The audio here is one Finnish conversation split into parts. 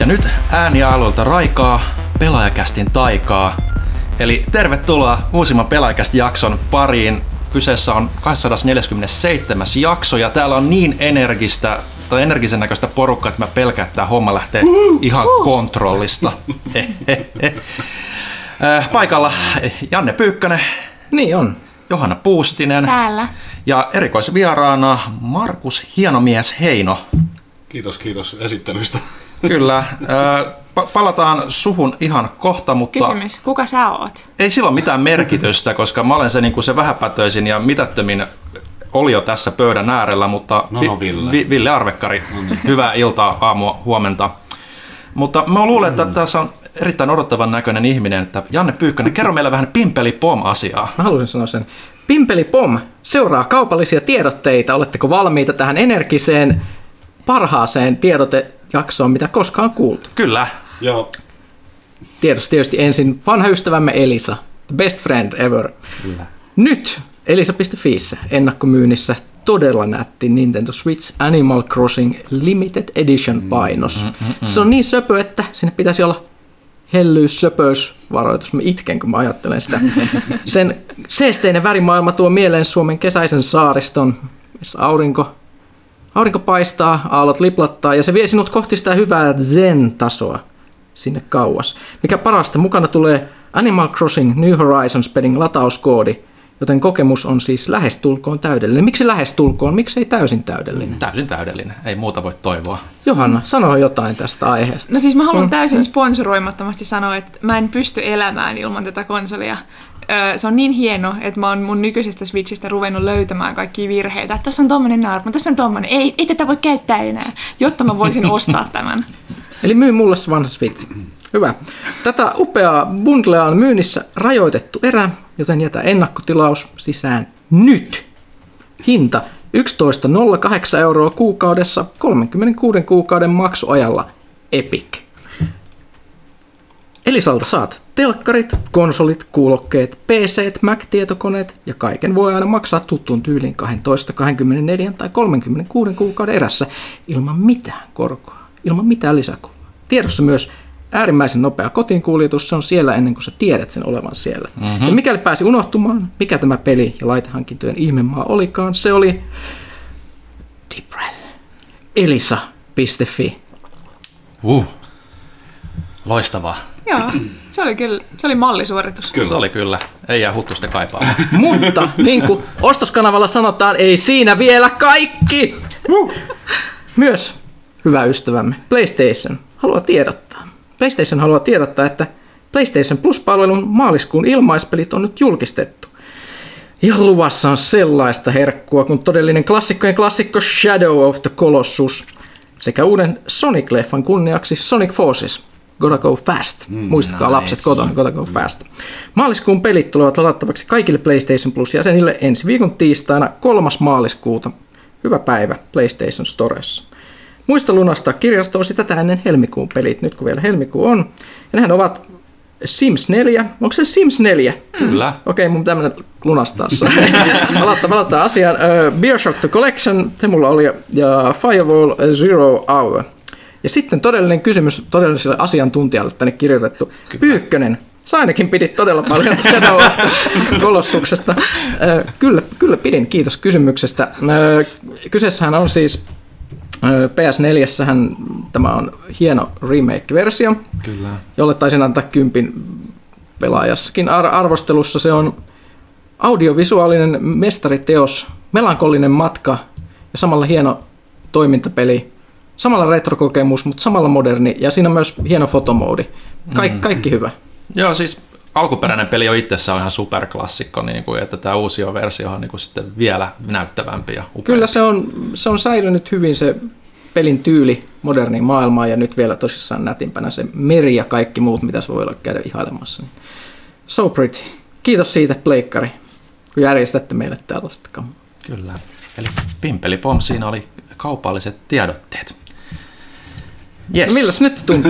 Ja nyt ääniaaloilta raikaa Pelaajakästin taikaa. Eli tervetuloa uusimman Pelaajakäst-jakson pariin. Kyseessä on 247. jakso ja täällä on niin energisen näköistä porukkaa, että mä pelkään, että tämä homma lähtee ihan kontrollista. Paikalla Janne Pyykkönen. Niin on. Johanna Puustinen. Täällä. Ja erikoisvieraana Markus Hienomies Heino. Kiitos esittelystä. Kyllä. Palataan suhun ihan kohta, mutta... Kysymys, kuka sä oot? Ei sillä ole mitään merkitystä, koska mä olen se vähäpätöisin ja mitättömin olio tässä pöydän äärellä, mutta Ville Arvekkari, hyvää iltaa, aamua, huomenta. Mutta mä luulen, että tässä on erittäin odottavan näköinen ihminen, että Janne Pyykkönen, kerro meille vähän Pimpeli Pom-asiaa. Mä haluaisin sanoa sen. Pimpeli Pom seuraa kaupallisia tiedotteita. Oletteko valmiita tähän energiseen, parhaaseen tiedotejaksoon, mitä koskaan kuultu? Kyllä. Joo. Tiedossa tietysti ensin vanha ystävämme Elisa, the best friend ever. Kyllä. Nyt elisa.fiissä ennakkomyynnissä todella nätti Nintendo Switch Animal Crossing Limited Edition painos. Se on niin söpö, että sinne pitäisi olla hellyyssöpöysvaroitus. Mä itken, kun mä ajattelen sitä. Sen seesteinen värimaailma tuo mieleen Suomen kesäisen saariston, missä aurinko paistaa, aallot liplattaa ja se vie sinut kohti sitä hyvää zen-tasoa sinne kauas. Mikä parasta, mukana tulee Animal Crossing New Horizons-pelin latauskoodi, joten kokemus on siis lähestulkoon täydellinen. Miksi lähestulkoon? Miksi ei täysin täydellinen? Täysin täydellinen. Ei muuta voi toivoa. Johanna, sano jotain tästä aiheesta. No siis mä haluan täysin sponsoroimattomasti sanoa, että mä en pysty elämään ilman tätä konsolia. Se on niin hieno, että mä oon mun nykyisestä Switchistä ruvennut löytämään kaikkia virheitä. Tuossa on tommonen naarmu, tuossa on tommonen. Ei tätä voi käyttää enää, jotta mä voisin ostaa tämän. Eli myy mulle se vanha Switch. Hyvä. Tätä upeaa bundlea on myynnissä rajoitettu erä, joten jätä ennakkotilaus sisään nyt. Hinta 11,08 € kuukaudessa 36 kuukauden maksuajalla. Epic. Elisalta saat telkkarit, konsolit, kuulokkeet, PC:t, Mac-tietokoneet ja kaiken voi aina maksaa tuttuun tyyliin 12, 24 tai 36 kuukauden erässä ilman mitään korkoa, ilman mitään lisäkulua. Tiedossa myös äärimmäisen nopea kotiinkuljetus, se on siellä ennen kuin sä tiedät sen olevan siellä. Ja mikäli pääsi unohtumaan, mikä tämä peli- ja laitehankintojen ihmemaa olikaan, se oli Deep Breath. Elisa.fi. Loistavaa. Joo, se oli mallisuoritus. Kyllä. Se oli kyllä. Ei jää huttusten kaipaamaan. Mutta niin kuin ostoskanavalla sanotaan, ei siinä vielä kaikki. Myös hyvä ystävämme PlayStation haluaa tiedottaa, että PlayStation Plus-palvelun maaliskuun ilmaispelit on nyt julkistettu. Ja luvassa on sellaista herkkua kuin todellinen klassikkojen klassikko Shadow of the Colossus sekä uuden Sonic-leffan kunniaksi Sonic Forces. Gotta go fast. Muistakaa lapset kotona, gotta go fast. Maaliskuun pelit tulevat ladattavaksi kaikille PlayStation Plus-jäsenille ensi viikon tiistaina 3. maaliskuuta. Hyvä päivä PlayStation Storessa. Muista lunastaa kirjastoosi tätä ennen helmikuun pelit, nyt kun vielä helmikuu on. Ja nehän ovat Sims 4. Onko se Sims 4? Kyllä. Okei, mun pitää mennä lunastaa se. Palataan asiaan. BioShock The Collection, se mulla oli, ja Firewall Zero Hour. Ja sitten todellinen kysymys todelliselle asiantuntijalle tänne kirjoitettu. Pyykkönen, sä ainakin pidit todella paljon Shadow of Colossuksesta. Kyllä pidin, kiitos kysymyksestä. Kyseessähän on siis PS4-sähän tämä on hieno remake-versio, Kyllä. jolle taisin antaa 10 pelaajassakin arvostelussa. Se on audiovisuaalinen mestariteos, melankolinen matka ja samalla hieno toimintapeli. Samalla retrokokemus, mutta samalla moderni ja siinä on myös hieno fotomoodi. Kaikki hyvä. Joo, siis alkuperäinen peli on itsessään ihan superklassikko, niin kuin, että tämä uusi versio on niin kuin sitten vielä näyttävämpi ja upeampi. Kyllä se on säilynyt hyvin se pelin tyyli moderniin maailmaan ja nyt vielä tosissaan nätimpänä se meri ja kaikki muut, mitä se voi olla käydä ihailemassa. So pretty. Kiitos siitä, Pleikkari, kun järjestätte meille tällaista kamaa. Kyllä. Eli Pimpeli Pom, siinä oli kaupalliset tiedotteet. Yes. Miltäs nyt tuntuu?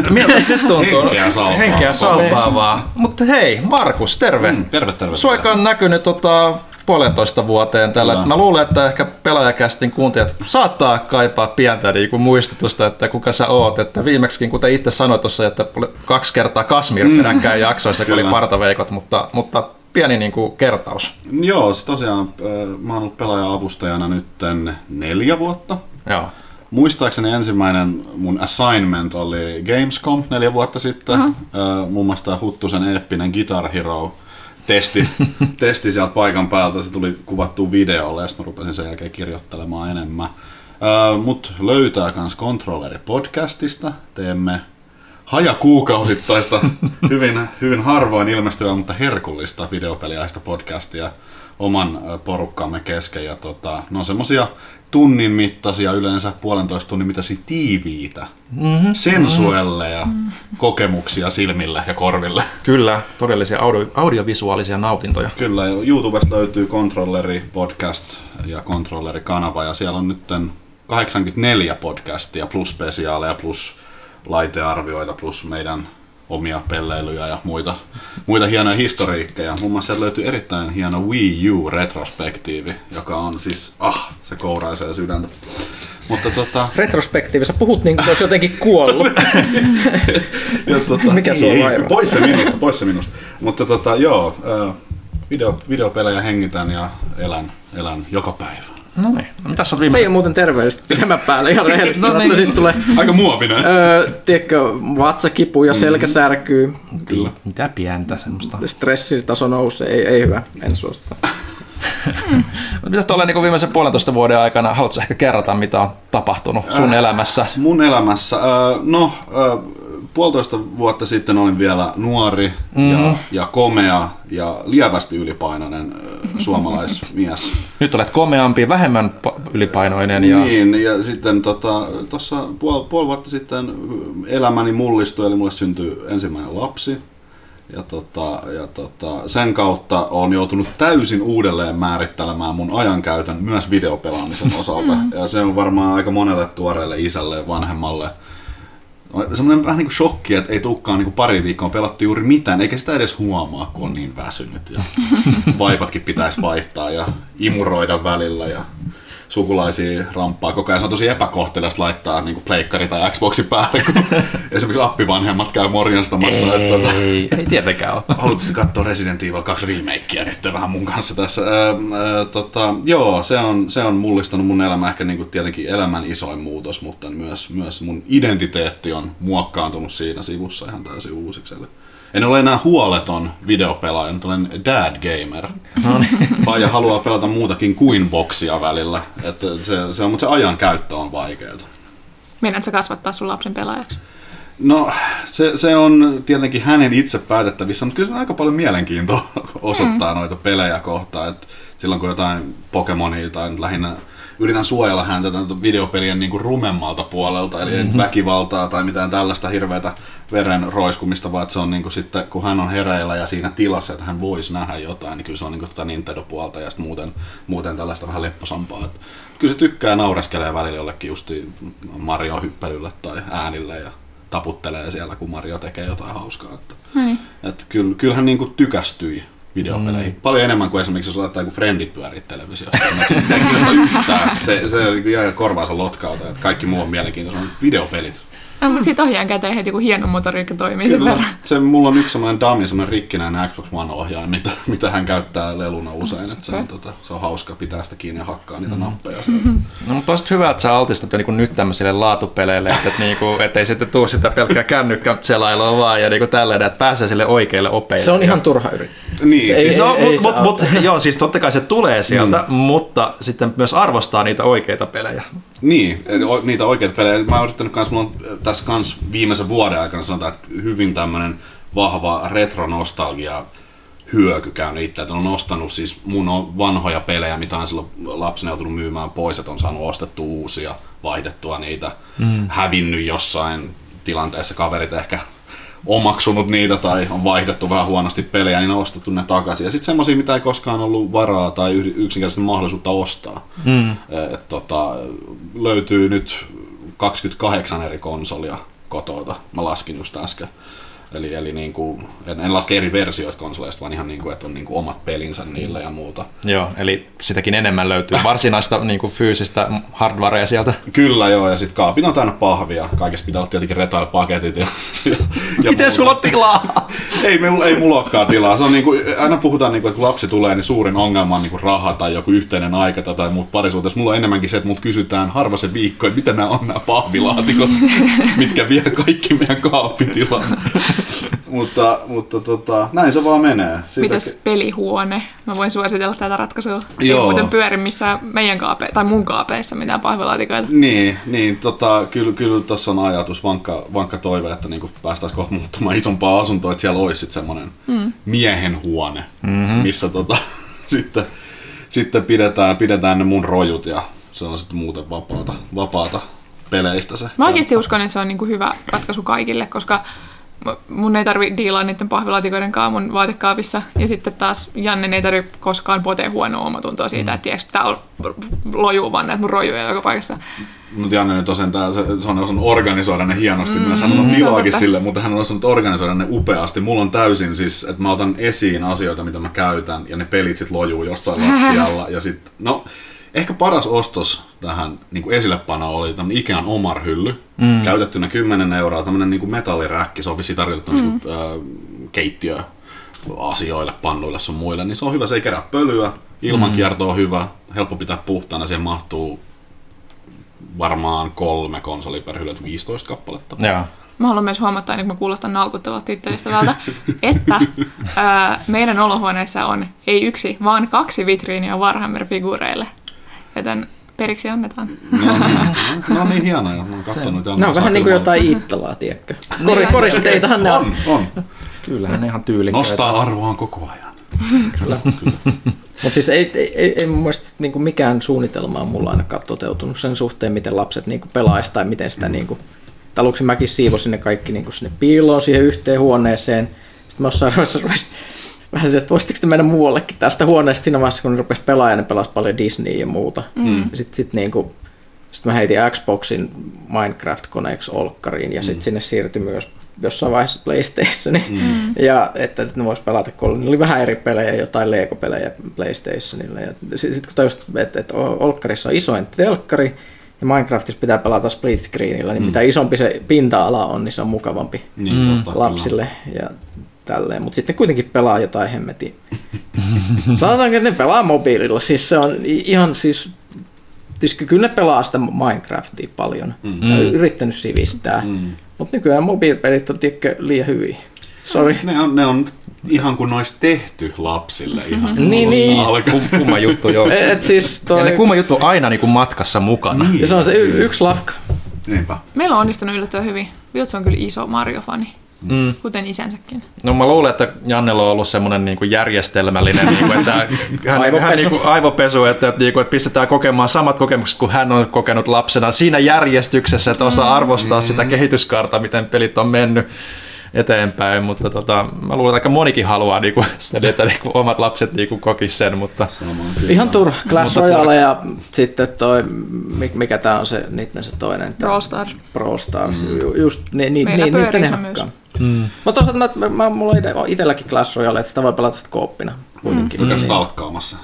Henkeä salpaavaa. Mutta hei, Markus, terve. Terve. Suoikaan näkynyt 1,5 vuoteen täällä. Mä luulen, että ehkä Pelaajakästin kuuntelijat saattaa kaipaa pientä niin kuin muistutusta, että kuka sä oot. Että viimeksikin, kuten itse sanoit tuossa, että 2 kertaa Kasmir peräkkäin jaksoissa, kun oli partaveikot, mutta pieni niin kuin kertaus. Joo, tosiaan mä oon ollut pelaaja-avustajana nyt 4 vuotta. Joo. Muistaakseni ensimmäinen mun assignment oli Gamescom 4 vuotta sitten. Muun muassa tämä Huttusen eeppinen Guitar Hero testi sieltä paikan päältä. Se tuli kuvattua videolle ja sitten mä rupesin sen jälkeen kirjoittelemaan enemmän. Mut löytää kans Controlleri-podcastista. Teemme hajakuukausittaista, hyvin harvoin ilmestyvää, mutta herkullista videopeliaista podcastia oman porukkamme kesken. Ja ne on semmosia tunnin mittaisia, yleensä 1,5 tunnin mittaisia tiiviitä, sensuelleja kokemuksia silmille ja korville. Kyllä, todellisia audiovisuaalisia nautintoja. Kyllä, YouTubesta löytyy Controlleri podcast ja Controlleri kanava, ja siellä on nyt 84 podcastia plus spesiaaleja plus laitearvioita plus meidän omia pelleilyjä ja muita hienoja historiikkeja. Muun muassa löytyy erittäin hieno Wii U-retrospektiivi, joka on siis, se kouraisee sydäntä. Mutta retrospektiivi, sä puhut niin kuin olisi jotenkin kuollut. Mikä sua vaivaa? Pois se minusta. Mutta videopelejä hengitän ja elän joka päivä. No niin. Se ei ole muuten terveellistä pidemmän päälle ihan rehellisesti. Sitten tulee, aika muovinen. Tiedätkö, vatsakipu ja selkä särkyy. Kyllä. Mitä pientä semmoista. Stressitaso nousee, ei hyvä, en suosita. Mitäs tuolla niin viimeisen 1,5 vuoden aikana, haluatko ehkä kerrata, mitä on tapahtunut sun elämässä? Mun elämässä? 1,5 vuotta sitten olin vielä nuori ja komea ja lievästi ylipainoinen suomalaismies. Nyt olet komeampi, vähemmän ylipainoinen. Niin, ja sitten tuossa 1,5 vuotta sitten elämäni mullistui, eli mulle syntyi ensimmäinen lapsi. Ja sen kautta olen joutunut täysin uudelleen määrittelemään mun ajankäytön myös videopelaamisen osalta. Ja se on varmaan aika monelle tuoreelle isälle ja vanhemmalle semmoinen vähän niin kuin shokki, että ei tulekaan niin kuin pari viikkoa pelattu juuri mitään, eikä sitä edes huomaa, kun on niin väsynyt. Ja vaipatkin pitäisi vaihtaa ja imuroida välillä ja sukulaisia ramppaa koko ajan. Se on tosi epäkohteliasta laittaa niin kuin pleikkari tai Xboxi päälle, kun esimerkiksi appivanhemmat käy morjastamassa. Ei tietenkään ole. Haluatteko katsoa Resident Evil 2 remakea nyt vähän mun kanssa tässä? Joo, se on mullistanut mun elämää, ehkä niin kuin tietenkin elämän isoin muutos, mutta myös mun identiteetti on muokkaantunut siinä sivussa ihan täysin uusiksi. En ole enää huoleton videopelaaja, nyt olen dad gamer. Faija haluaa pelata muutakin kuin boksia välillä. Että mutta se ajan käyttö on vaikeaa. Meinaatko kasvattaa sun lapsen pelaajaksi? No, se on tietenkin hänen itse päätettävissä, mutta kyllä se aika paljon mielenkiintoa osoittaa noita pelejä kohtaan. Että silloin kun jotain Pokemonia tai lähinnä yritän suojella häntä videopelien niin kuin rumemmalta puolelta, eli ei väkivaltaa tai mitään tällaista hirveätä veren roiskumista, vaan se on niin kuin sitten, kun hän on hereillä ja siinä tilassa, että hän voisi nähdä jotain, niin kyllä se on niin kuin Nintendo-puolta ja sitten muuten tällaista vähän lepposampaa. Että kyllä se tykkää naureskelee välillä jollekin justiin Mario-hyppelylle tai äänille ja taputtelee siellä, kun Mario tekee jotain hauskaa. Että kyllähän niin kuin tykästyi videopeleihin. Paljon enemmän kuin esimerkiksi, jos laittaa joku Friendit pyörit televisiosta. Sitä ei kiinnosta yhtään. Se jää korvaansa lotkauta, että kaikki muu on mielenkiintoista. Videopelit. No, mutta siitä ohjaan käteen heti, kun hieno motoriikka toimii sen verran. Mulla on yksi semmoinen dummy, semmoinen rikkinäinen Xbox One-ohjaaja, mitä hän käyttää leluna usein. Se on hauska pitää sitä kiinni ja hakkaa niitä nappeja sieltä. No, mutta on hyvä, että sä altistat jo nyt tämmöisille laatupeleille, että ei sitten tule sitä pelkkää kännykkäselailua vaan ja tälleen, että pääsee sille oikeille opeille. Se on ihan turha yrittää. Niin. Siis totta kai se tulee sieltä, mutta sitten myös arvostaa niitä oikeita pelejä. Niin, niitä oikeita pelejä. Mä oon yrittänyt mulla on tässä kans viimeisen vuoden aikana sanotaan, että hyvin tämmönen vahva retronostalgia hyöky käynyt itse, että on ostanut siis mun vanhoja pelejä, mitä on silloin lapsena joutunut myymään pois, että on saanut ostettua uusia, vaihdettua niitä, hävinnyt jossain tilanteessa, kaverit ehkä omaksunut niitä tai on vaihdettu vähän huonosti pelejä, niin on ostettu ne takaisin. Ja sitten semmosia, mitä ei koskaan ollut varaa tai yksinkertaisesti mahdollisuutta ostaa. Löytyy nyt 28 eri konsolia kotolta, mä laskin just äsken. Eli niin kuin, en laske eri versioita konsoleista, vaan ihan niin kuin, että on niin kuin omat pelinsä niille ja muuta. Joo, eli sitäkin enemmän löytyy varsinaista niin kuin fyysistä hardwarea sieltä. Kyllä joo, ja sitten kaapit on täynnä pahvia. Kaikessa pitää olla tietenkin retail-paketit. Ja miten sulla on tilaa? Ei mulla olekaan tilaa. Se on niin kuin, aina puhutaan, niin kuin, että kun lapsi tulee, niin suurin ongelma on niin kuin raha tai joku yhteinen aika tai muut parisuhteessa. Mulla on enemmänkin se, että mut kysytään harva se viikko, että mitä nämä on nämä pahvilaatikot, mitkä vie kaikki meidän kaappitilan. mutta näin se vaan menee. Mitäs pelihuone? Mä voin suositella tätä ratkaisua. Ei muuten pyöri missään meidän tai mun kaapeissa mitään pahvilaatikoita. Niin kyllä tuossa on ajatus, vankka toive, että niinku päästäisiin kohta muuttamaan isompaa asuntoa, että siellä olisi semmoinen miehen huone, missä sitten pidetään ne mun rojut ja se on sitten muuten vapaata peleistä se. Mä oikeasti uskon, että se on niinku hyvä ratkaisu kaikille, koska mun ei tarvi diilaa niiden pahvilaatikoidenkaan mun vaatekaapissa. Ja sitten taas Jannen ei tarvi koskaan potea huonoa omatuntoa siitä, että pitää lojuu vaan näitä mun rojuja joka paikassa. Mutta Janne nyt se on osannut organisoida ne hienosti. Minä sanon tilaakin sille, mutta hän on osannut organisoida ne upeasti. Mulla on täysin siis, että mä otan esiin asioita, mitä mä käytän, ja ne pelit sit lojuu jossain lattialla. Ja sit, ehkä paras ostos tähän niin esillepanoon oli tämmöinen Ikean Omar-hylly. Käytettynä 10 €, tämmöinen niin metalliräkki, se on vissiin tarkoitettu niin keittiöasioille, pannuille sun muille. Niin se on hyvä, se ei kerää pölyä, ilmankierto on hyvä, helppo pitää puhtaana, siihen mahtuu varmaan 3 konsolia per hylly, 15 kappaletta. Jaa. Mä haluan myös huomata, ennen kuin mä kuulostan nalkuttavalta tyttöystävältä, että meidän olohuoneessa on ei 1, vaan 2 vitriiniä Warhammer-figuureille. Joten periksi annetaan. No niin hienoja. Mä oon kattonut. Ne on vähän niin kuin jotain Iittalaa, tiedätkö? Koristeitahan ne on. Kyllähän ne ihan tyylikkäitä. Nostaa arvoaan koko ajan. Kyllä. Mutta siis ei mun mielestä niin mikään suunnitelma on mulla ainakaan toteutunut sen suhteen, miten lapset niin pelaisi tai miten sitä... Niin aluksi mäkin siivosin ne kaikki niin sinne piiloon siihen yhteen huoneeseen. Sitten mä jossain rupesin vähän se, että voisitteko te mennä muuallekin tästä huoneesta siinä vaiheessa, kun ne rupesi pelaamaan, ne pelasi paljon Disneyä ja muuta. Ja sitten mä heitin Xboxin Minecraft-koneeksi olkkariin ja sitten sinne siirtyi myös jossain vaiheessa PlayStationiin. Ja että ne vois pelata niillä oli vähän eri pelejä, jotain Lego-pelejä PlayStationilla. Ja sitten kun tajusin, että olkkarissa on isoin telkkari, ja Minecraftissa pitää pelata split screenillä, niin mitä isompi se pinta-ala on, niin se on mukavampi lapsille ja tälleen. Mutta sitten kuitenkin pelaa jotain hemmetin. Sanotaanko, että ne pelaa mobiililla. Siis se on ihan siis kyllä ne pelaa sitä Minecraftia paljon. Ne on yrittänyt sivistää. Mutta nykyään mobiilipelit on liian hyviä. Sorry. Ne on ihan kun ne olisi tehty lapsille. Ihan kumma juttu, joo. Ja ne kumma juttu aina niin kuin matkassa mukana. Ja se on se yksi lafka. Niinpä. Meillä on onnistunut yllättävän hyvin. Viltsu on kyllä iso Mario-fani. Kuten isänsäkin. No mä luulen, että Jannella on ollut semmoinen niin kuin järjestelmällinen niin kuin, että hän niin kuin aivopesu, että pistetään kokemaan samat kokemukset kuin hän on kokenut lapsena siinä järjestyksessä, että osaa arvostaa sitä kehityskaarta, miten pelit on mennyt eteenpäin, mutta mä luulen, että aika monikin haluaa niinku, että niinku, omat lapset niinku, kokis sen, mutta... Ihan turha. Clash Royale ja sitten toi, mikä tää on se, niitten se toinen? Brawl Stars. Just niitä ne hakkaa. Mutta toisaalta mulla on itselläkin Clash Royale, että sitä voi pelata kooppina kuitenkin. Käydä stalkkaamassa.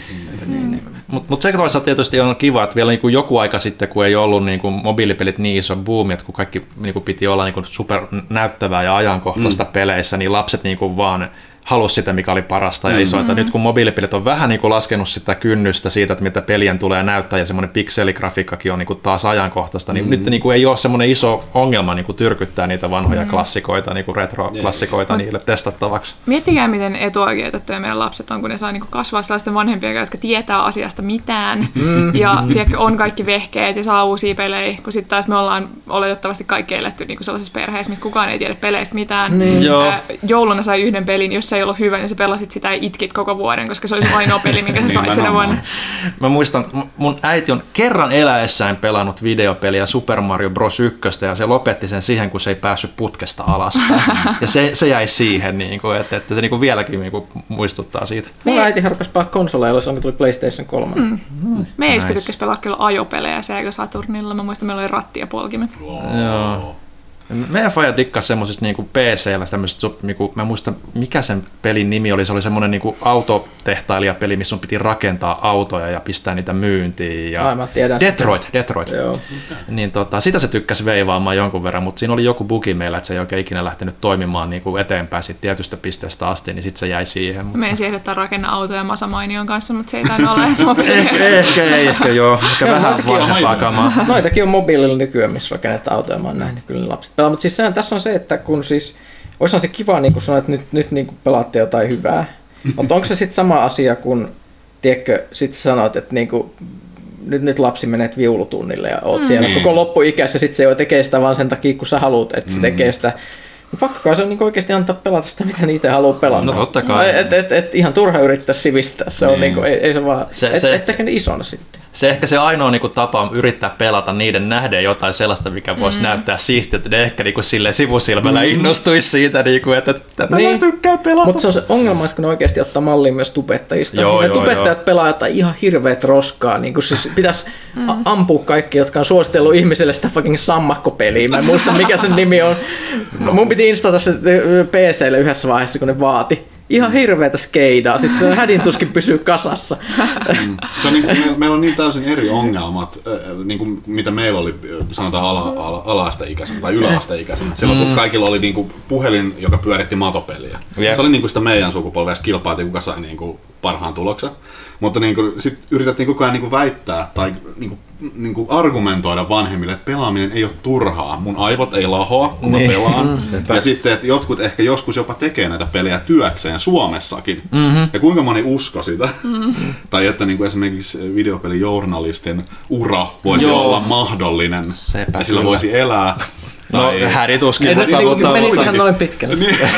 Mutta se toisaalta tietysti on kiva, että vielä niinku joku aika sitten, kun ei ollut niinku mobiilipelit niin iso boomi, että kun kaikki niinku piti olla niinku supernäyttävää ja ajankohtaista peleissä, niin lapset niinku vaan halusi sitä, mikä oli parasta ja isointa. Nyt kun mobiilipelit on vähän niinku laskenut sitä kynnystä siitä, että mitä pelien tulee näyttää ja semmoinen pikseligrafiikkakin on niinku taas ajankohtaista, niin nyt niinku ei ole semmoinen iso ongelma niinku tyrkyttää niitä vanhoja klassikoita, niinku retro-klassikoita niille testattavaksi. Miettikää, miten etuoikeutettuja meidän lapset on, kun ne saa niinku kasvaa sellaisten vanhempia, jotka tietää asiasta mitään ja tiedätkö, on kaikki vehkeet ja saa uusia pelejä, kun sitten taas me ollaan oletettavasti kaikki eletty niinku sellaisessa perheessä, missä kukaan ei tiedä peleistä mitään. Jouluna sai yhden pelin, jos se ei ollut hyvä, niin sä pelasit sitä ja itkit koko vuoden, koska se oli ainoa peli, minkä sä sait sinä vuonna. Mä muistan, mun äiti on kerran eläessään pelannut videopeliä Super Mario Bros. 1, ja se lopetti sen siihen, kun se ei päässyt putkesta alaspäin. Ja se jäi siihen, että se vieläkin muistuttaa siitä. Mun äiti harpasi pelaa konsoleilla, se tuli PlayStation 3. Me ei tykkäsi pelaa kyllä ajopelejä Sega Saturnilla. Mä muistan, meillä oli ratti ja polkimet. Joo. Meidän faija dikkasi semmoisista niinku PC-llä tämmöisistä, niinku, mä muistan mikä sen pelin nimi oli, se oli semmoinen niinku autotehtailijapeli, missä sun piti rakentaa autoja ja pistää niitä myyntiin. Ja mä tiedän. Detroit. Joo. Niin sitä se tykkäsi veivaamaan jonkun verran, mutta siinä oli joku bugi meillä, että se ei oikein ikinä lähtenyt toimimaan niinku eteenpäin sit tietystä pisteestä asti, niin sitten se jäi siihen. Mutta... Meidän ehdottaa rakenna autoja Masa Mainion kanssa, mutta se ei tainnut olla edes mobiilia. Ehkä joo. Ehkä vähän vanhempaa kamaa. Noitakin on mobiililla nykyään, missä rakennetaan autoja, mä oon nähnyt kyllä lapset pelaa. Mutta siis tässä on se, että kun siis, olisihan se kiva, niin kun sanoit, että nyt niin pelaatte jotain hyvää. Mutta onko se sitten sama asia, kun tiedätkö, sit sanoit, että niin kuin, nyt lapsi menet viulutunnille ja oot siellä koko loppuikäis ja sitten se tekee sitä vaan sen takia, kun sä haluat, että se tekee sitä. Pakkokaa se on niin oikeasti antaa pelata sitä, mitä niitä haluaa pelata. No totta kai. Et ihan turha yrittää sivistää. Se on niin kuin, ei se vaan, ettekä ne isona sitten. Se ehkä se ainoa niin kuin, tapa on yrittää pelata niiden nähden jotain sellaista, mikä voisi näyttää siistiä, että ne ehkä niin kuin, silleen sivusilmällä innostuisi siitä, niin kuin, että tätä niin. Tykkää pelata. Mutta se on se ongelma, että kun ne oikeasti ottaa mallia myös tubettajista. Ne tubettajat pelaa jotain ihan hirveät roskaa. Niin kuin siis pitäisi ampua kaikki, jotka on suositellut ihmiselle sitä fucking sammakkopeliä. Mä en muista, mikä sen nimi on. Mun piti instata se PC:lle yhdessä vaiheessa, kun ne vaati. Ihan hirveätä skeidaa, siis se hädintuskin pysyy kasassa. Se on meillä on niin täysin eri ongelmat, niin kuin mitä meillä oli, sanotaan ala-asteikäisenä tai yläasteikäisenä. Silloin kun kaikilla oli niin kuin puhelin, joka pyöritti matopeliä. Se oli niin kuin sitä meidän sukupolvea, kilpailtiin, kuka sai niin kuin parhaan tuloksen. Mutta niin sitten yritettiin koko ajan niin kuin väittää tai niin kuin argumentoida vanhemmille, että pelaaminen ei ole turhaa. Mun aivot ei lahoa, kun mä pelaan. Ja sitten, että jotkut ehkä joskus jopa tekee näitä pelejä työkseen Suomessakin. Ja kuinka moni usko sitä. Tai että niin kuin esimerkiksi videopelijournalistin ura voisi olla mahdollinen. Ja sillä voisi elää. No, härituskin. Menisi ihan noin pitkälle.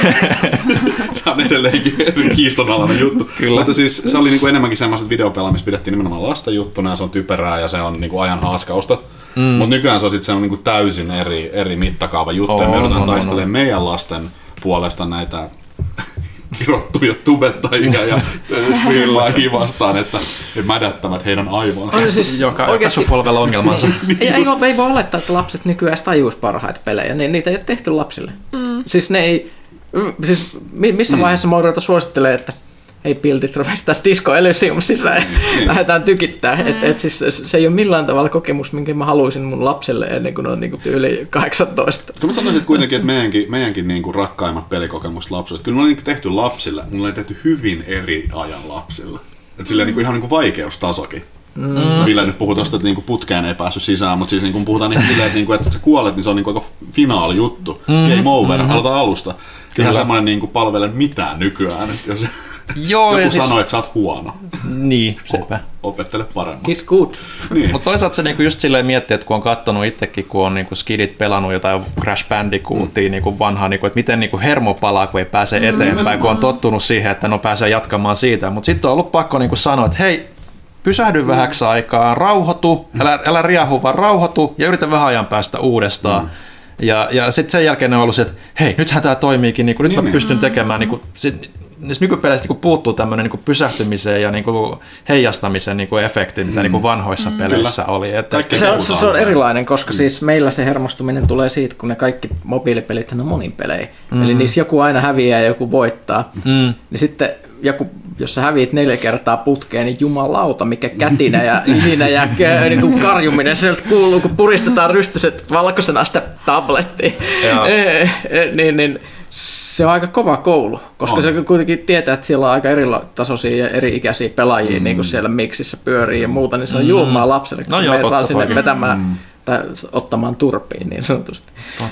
Tämä on edelleenkin kiistonalainen juttu. Kyllä. Mutta siis se oli niinku enemmänkin semmoista videopelaa, missä pidettiin nimenomaan lasten juttuna ja se on typerää ja se on niinku ajan haaskausta. Mutta nykyään se on niinku täysin eri mittakaava juttu ja me joudutaan taistelemaan meidän lasten puolesta näitä kirottuja tubettajia ja skrillaajia vastaan, että he mädättävät heidän aivonsa. Siis joka sukupolvella ongelmansa. Ei voi olettaa, että lapset nykyään tajuisi parhaita pelejä. Niitä ei ole tehty lapsille. Siis ne ei... Siis missä vaiheessa Moirota suosittelee, että hei piltit, rupesi tässä Disco Elysium sisään ja lähdetään tykittää. Siis se ei ole millään tavalla kokemus, minkä mä haluaisin mun lapselle ennen kuin on niin yli 18. Kyllä mä sanoisin kuitenkin, että meidänkin niin kuin rakkaimmat pelikokemukset lapsille, kyllä me ollaan tehty lapsille, mutta me ollaan tehty hyvin eri ajan lapsille. Että silleen niin kuin ihan niin kuin vaikeustasokin. Ville nyt puhuu tosta, että niinku putkeen ei päässyt sisään, mutta siis niinku puhutaan niin silleen, että sä kuolet, niin se on niinku aika finaali juttu. Game over, aloita alusta. Ihan semmoinen niinku palvele mitään nykyään, että jos joku sanoo, että sä oot huono. Niin, sepä. Opettele paremmin. It's good. Niin. Mutta toisaalta se niinku just silleen miettii, että kun on katsonut itsekin, kun on niinku skidit pelannut jotain Crash Bandicootia niinku vanhaa, niinku, että miten niinku hermo palaa, kun ei pääse eteenpäin, kun on tottunut siihen, että no pääsee jatkamaan siitä. Mutta sitten on ollut pakko niinku sanoa, että hei, pysähdy vähäksi aikaa, rauhoitu, älä riahu, vaan rauhoitu ja yritä vähän ajan päästä uudestaan. Ja sitten sen jälkeen ne on ollut se, että hei, nythän tämä toimiikin, niin nyt mä pystyn tekemään, niissä nykypeleissä puuttuu tämmöinen pysähtymiseen ja heijastamisen efekti, mitä vanhoissa peleissä oli. Se on erilainen, koska siis meillä se hermostuminen tulee siitä, kun ne kaikki mobiilipelithän on monin pelejä. Eli niissä joku aina häviää ja joku voittaa. Niin sitten jos sä häviit 4 kertaa putkeen, niin jumalauta, mikä kätinä ja ininä ja niin karjuminen sieltä kuuluu, kun puristetaan rystyset valkoisena sitä tablettia. niin se on aika kova koulu, koska se kuitenkin tietää, että siellä on aika eri tasoisia ja eri ikäisiä pelaajia niin kuin siellä miksissä pyörii ja muuta, niin se on julmaa lapselle, kun menet vaan sinne vetämään tai ottamaan turpiin niin sanotusti.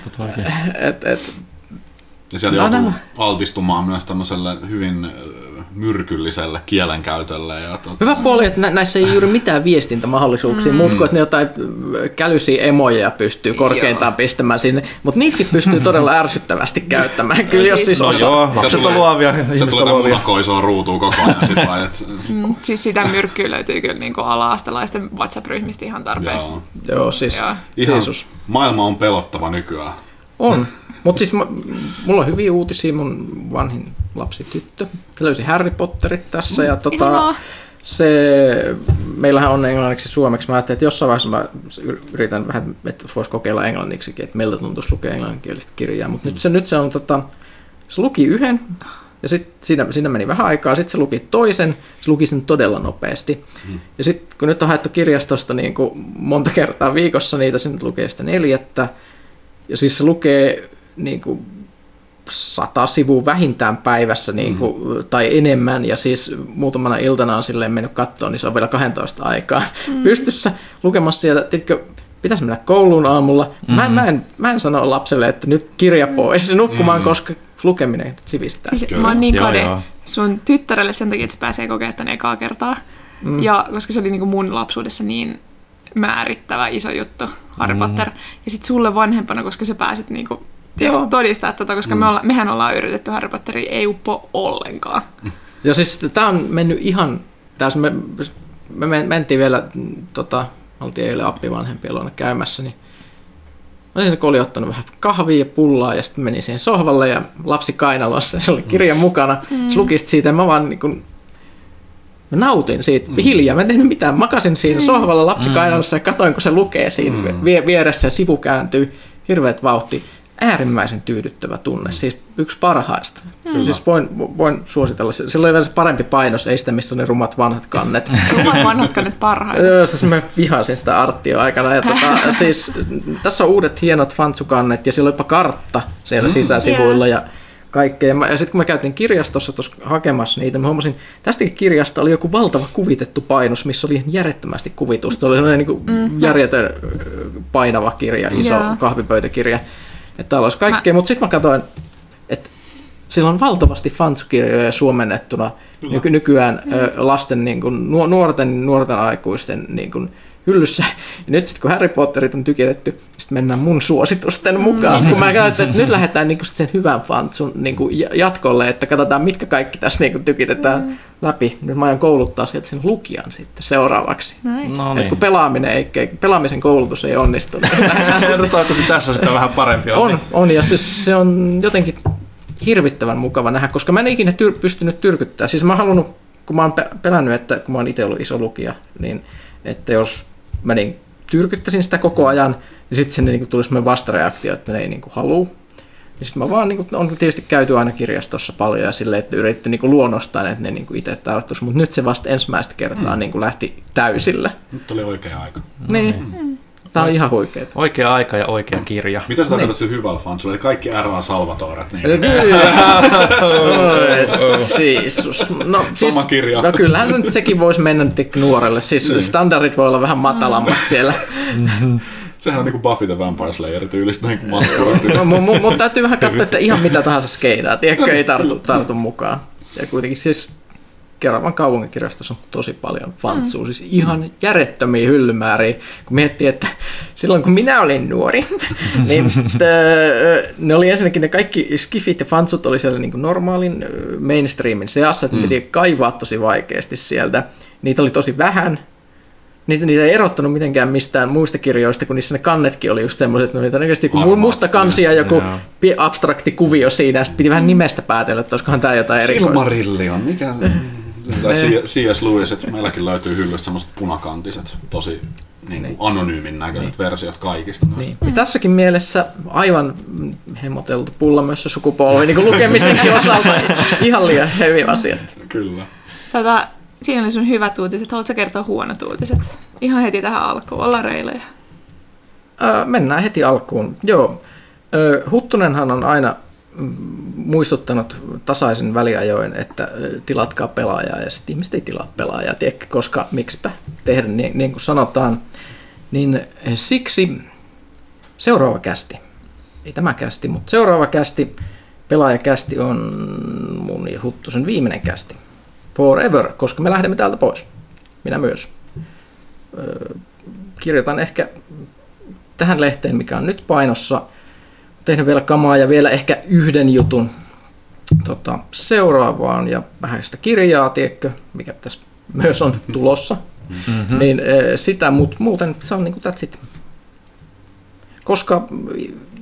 Ja siellä joutuu altistumaan myös tämmöiselle hyvin myrkylliselle kielenkäytölle. Hyvä puoli, että näissä ei juuri mitään viestintämahdollisuuksia, muut kuin että ne jotain kälyisiä emoja pystyy korkeintaan pistämään sinne, mutta niitäkin pystyy todella ärsyttävästi käyttämään. Kyllä jos siis lapset on luovia. Se tulee munakoisoa ruutuun koko ajan. Siis sitä myrkkyä löytyy kyllä niin ala-astelaisten WhatsApp-ryhmistä ihan tarpeeksi. Joo, siis ihan maailma on pelottava nykyään. On. Mutta siis mulla on hyviä uutisia, mun vanhin lapsi tyttö. Se löysi Harry Potterit tässä ja meillähän on englanniksi suomeksi. Mä ajattelin, että jossain vaiheessa mä yritän vähän, että voisi kokeilla englanniksi, että miltä tuntuisi lukea englanninkielistä kirjaa. Mutta nyt se on, se luki yhden, ja sitten siinä meni vähän aikaa, sitten se luki toisen, se luki sen todella nopeasti. Ja sitten kun nyt on haettu kirjastosta niin kuin monta kertaa viikossa niitä, se nyt lukee sitä 4. Ja siis se lukee niin kuin 100 sivua vähintään päivässä niin kuin, tai enemmän, ja siis muutamana iltana on silleen mennyt kattoon, niin se on vielä 12 aikaa pystyssä lukemassa sieltä. Pitäisi mennä kouluun aamulla. Mä en sano lapselle, että nyt kirja pois nukkumaan, koska lukeminen sivistää. Siis mä oon niin kade sun tyttärelle sen takia, että se pääsee kokemaan tämän ekaa kertaa. Ja koska se oli niinku mun lapsuudessa niin määrittävä iso juttu, Harry Potter. Ja sit sulle vanhempana, koska sä pääsit niinku todistaa tätä, koska mehän ollaan yritetty Harry Potteria, ei uppo ollenkaan. Ja siis tää on mennyt ihan, me mentiin vielä, oltiin eilen appivanhempien luona käymässä, niin mä olin ottanut vähän kahvia ja pullaa ja sitten menin siihen sohvalle ja lapsi kainalossa ja se oli kirjan mukana. Se luki siitä ja mä vaan niin kuin, mä nautin siitä hiljaa. Mä en tehnyt mitään. Makasin siinä sohvalla lapsi kainalossa ja katsoin, kun se lukee siinä vieressä ja sivu kääntyy. Hirveät vauhti. Äärimmäisen tyydyttävä tunne. Siis yksi parhaista. Siis voin suositella. Sillä oli vielä se parempi painos, ei sitä, missä on ne rumat vanhat kannet. Rumat vanhat kannet parhaita. Siis mä vihasin sitä arttia aikana. Ja siis, tässä on uudet hienot fantsukannet ja siellä on jopa kartta siellä sisäsivuilla ja kaikkea. Ja sitten kun mä käytiin kirjastossa tuossa hakemassa niitä, mä huomasin, tästäkin kirjasta oli joku valtava kuvitettu painos, missä oli järjettömästi kuvitusta. Se oli sellainen niin kuin järjetön painava kirja, iso kahvipöytäkirja. Että täällä olisi kaikkea, mutta sitten mä katsoin, että siellä on valtavasti fantsukirjoja suomennettuna nykyään lasten, niin kuin, nuorten aikuisten niin kuin, hyllyssä. Ja nyt sitten kun Harry Potterit on tykitetty, sitten mennään mun suositusten mukaan. Kun mä käytän, että nyt lähdetään niin kuin sen hyvän fantsun niin kuin jatkolle, että katsotaan mitkä kaikki tässä niin kuin tykitetään läpi. Nyt mä aion kouluttaa sieltä sen lukijan sitten seuraavaksi. No niin. Kun pelaamisen koulutus ei onnistu. Toivottavasti tässä sitä vähän parempi on. On ja siis se on jotenkin hirvittävän mukava nähdä, koska mä en ikinä pystynyt tyrkyttämään. Siis mä oon halunnut, kun mä oon pelännyt, että kun mä oon itse ollut iso lukija, niin että jos mä niin tyrkyttäisin sitä koko ajan, niin sitten sinne niin tulisi semmoinen vastareaktio, että ne ei niin halua. Ja sitten mä vaan, niin on tietysti käyty aina kirjastossa paljon ja silleen, että yritetty niin luonnostaan, että ne niin itse tarttuisi, mutta nyt se vasta ensimmäistä kertaa niin lähti täysille. Nyt oli oikea aika. Niin. Tämä on ihan huikeaa. Oikea aika ja oikea kirja. Mitä sä tarkoitat sillä hyvällä fansulla? Eli kaikki R.A. Salvatoret. Niin. Sama kirja. No kyllähän sekin voisi mennä nuorelle. Siis standardit voi olla vähän matalammat siellä. Sehän on niin kuin Buffy the Vampire Slayer tyylistä niin maskurointi. Mutta täytyy vähän katsoa, että ihan mitä tahansa skeidaa. Tiedätkö, ei tartu mukaan. Ja kuitenkin siis Keravan kaupunkikirjastossa on tosi paljon fantsua, siis ihan järjettömiä hyllymääriä, kun miettii, että silloin kun minä olin nuori, niin ne oli ensinnäkin ne kaikki skifit ja fantsut oli siellä niin kuin normaalin mainstreamin seassa, että piti kaivaa tosi vaikeasti sieltä. Niitä oli tosi vähän. Niitä ei erottanut mitenkään mistään muista kirjoista, kun niissä ne kannetkin oli just semmoiset, että ne oli todennäköisesti musta kansi ja joku abstrakti kuvio siinä, ja sitten piti vähän nimestä päätellä, että olisikohan tämä jotain erikoista. Silmarillion, mikä... Tai C.S. Lewis, että meilläkin löytyy hyllystä semmoiset punakantiset, tosi niin anonyymin näköiset versiot kaikista. Niin. Tässäkin mielessä aivan hemoteltu pullamössö sukupolvi, niin kuin lukemisenkin osalta ihan liian heavy asiat. Kyllä. Siinä oli sun hyvät uutiset. Haluatko kertoa huonot uutiset? Ihan heti tähän alkuun. Ollaan reiluja. Mennään heti alkuun. Joo. Huttunenhan on aina muistuttanut tasaisin väliajoin, että tilatkaa pelaajaa ja sitten ihmiset ei tilaa pelaajaa, tiedätkö, koska miksipä tehdä niin kuin sanotaan. Niin siksi seuraava kästi, ei tämä kästi, mutta seuraava kästi, pelaajakästi on mun ja Huttusen viimeinen kästi. Forever, koska me lähdemme täältä pois. Minä myös. Kirjoitan ehkä tähän lehteen, mikä on nyt painossa. Tehnyt vielä kamaa ja vielä ehkä yhden jutun seuraavaan ja vähän sitä kirjaa, tiedätkö, mikä tässä myös on tulossa. Niin sitä, mutta muuten se on niin kuin that's it. Koska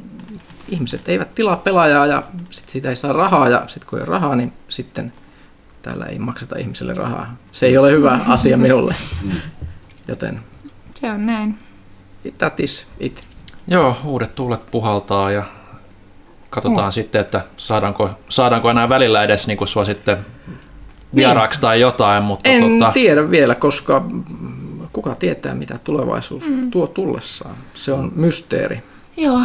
ihmiset eivät tilaa pelaajaa ja sit siitä ei saa rahaa ja sitten kun ei ole rahaa, niin sitten täällä ei makseta ihmiselle rahaa. Se ei ole hyvä asia minulle, joten... Se on näin. That is it. Joo, uudet tuulet puhaltaa ja katsotaan sitten, että saadaanko enää välillä edes niin kuin sua sitten vieraaksi tai jotain. Mutta en tiedä vielä, koska kuka tietää, mitä tulevaisuus tuo tullessaan. Se on mysteeri. Joo,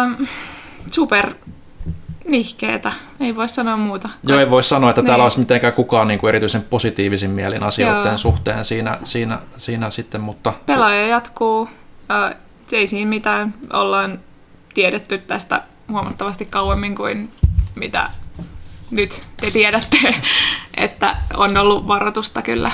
super nihkeetä. Ei voi sanoa muuta. Joo, ei voi sanoa, että täällä olisi mitenkään kukaan niin kuin erityisen positiivisin mielin asioiden suhteen siinä sitten, mutta... Pelaaja jatkuu. Ei siinä mitään. Ollaan tiedetty tästä huomattavasti kauemmin kuin mitä nyt te tiedätte, että on ollut varoitusta kyllä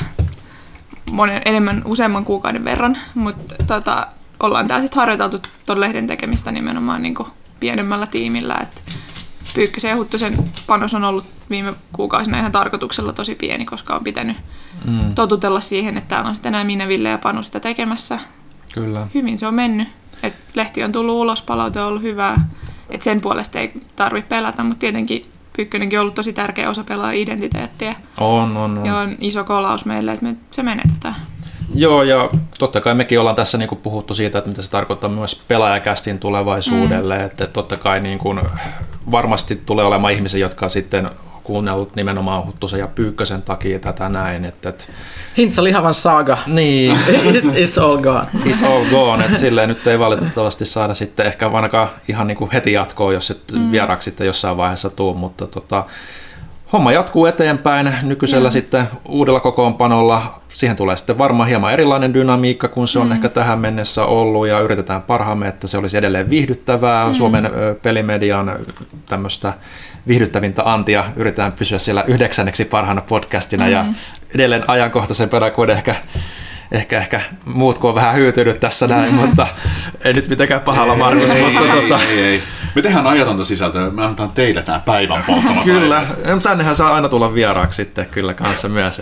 useamman kuukauden verran, mutta ollaan täällä sitten harjoiteltu tuon lehden tekemistä nimenomaan niin kuin pienemmällä tiimillä. Et Pyykkösen ja Huttusen panos on ollut viime kuukausina ihan tarkoituksella tosi pieni, koska on pitänyt totutella siihen, että täällä on sitten enää minä, Ville ja Panu sitä tekemässä. Kyllä. Hyvin se on mennyt. Et lehti on tullut ulos, palaute on ollut hyvää. Et sen puolesta ei tarvitse pelätä, mutta tietenkin Pyykkönenkin on ollut tosi tärkeä osa pelaaja-identiteettiä. On. Ja on iso kolaus meille, että se menetetään. Joo, ja totta kai mekin ollaan tässä niin kuin puhuttu siitä, että mitä se tarkoittaa myös pelaajakästin tulevaisuudelle. Että totta kai niin kuin varmasti tulee olemaan ihmisiä, jotka sitten kuunnellut nimenomaan Huttusen ja Pyykkösen takia tätä näin. Hintsa lihavan saaga. Niin. It's all gone. It's all gone. Että silleen nyt ei valitettavasti saada sitten ehkä ainakaan ihan niin kuin heti jatkoa, jos et vieraaksi sitten jossain vaiheessa tuu, mutta homma jatkuu eteenpäin nykyisellä sitten uudella kokoonpanolla. Siihen tulee sitten varmaan hieman erilainen dynamiikka kuin se on ehkä tähän mennessä ollut ja yritetään parhaamme, että se olisi edelleen viihdyttävää. Suomen pelimedian tämmöistä viihdyttävintä antia yritetään pysyä siellä 9. parhaana podcastina ja edelleen ajankohtaisempana kuin ehkä muut, kun on vähän hyytynyt tässä näin, mutta ei nyt mitenkään pahalla, Markus. Ei. Me tehdään ajatonta sisältöä, me annetaan teille nämä päivän polttamat. Kyllä, tännehän saa aina tulla vieraaksi sitten kyllä kanssa myös.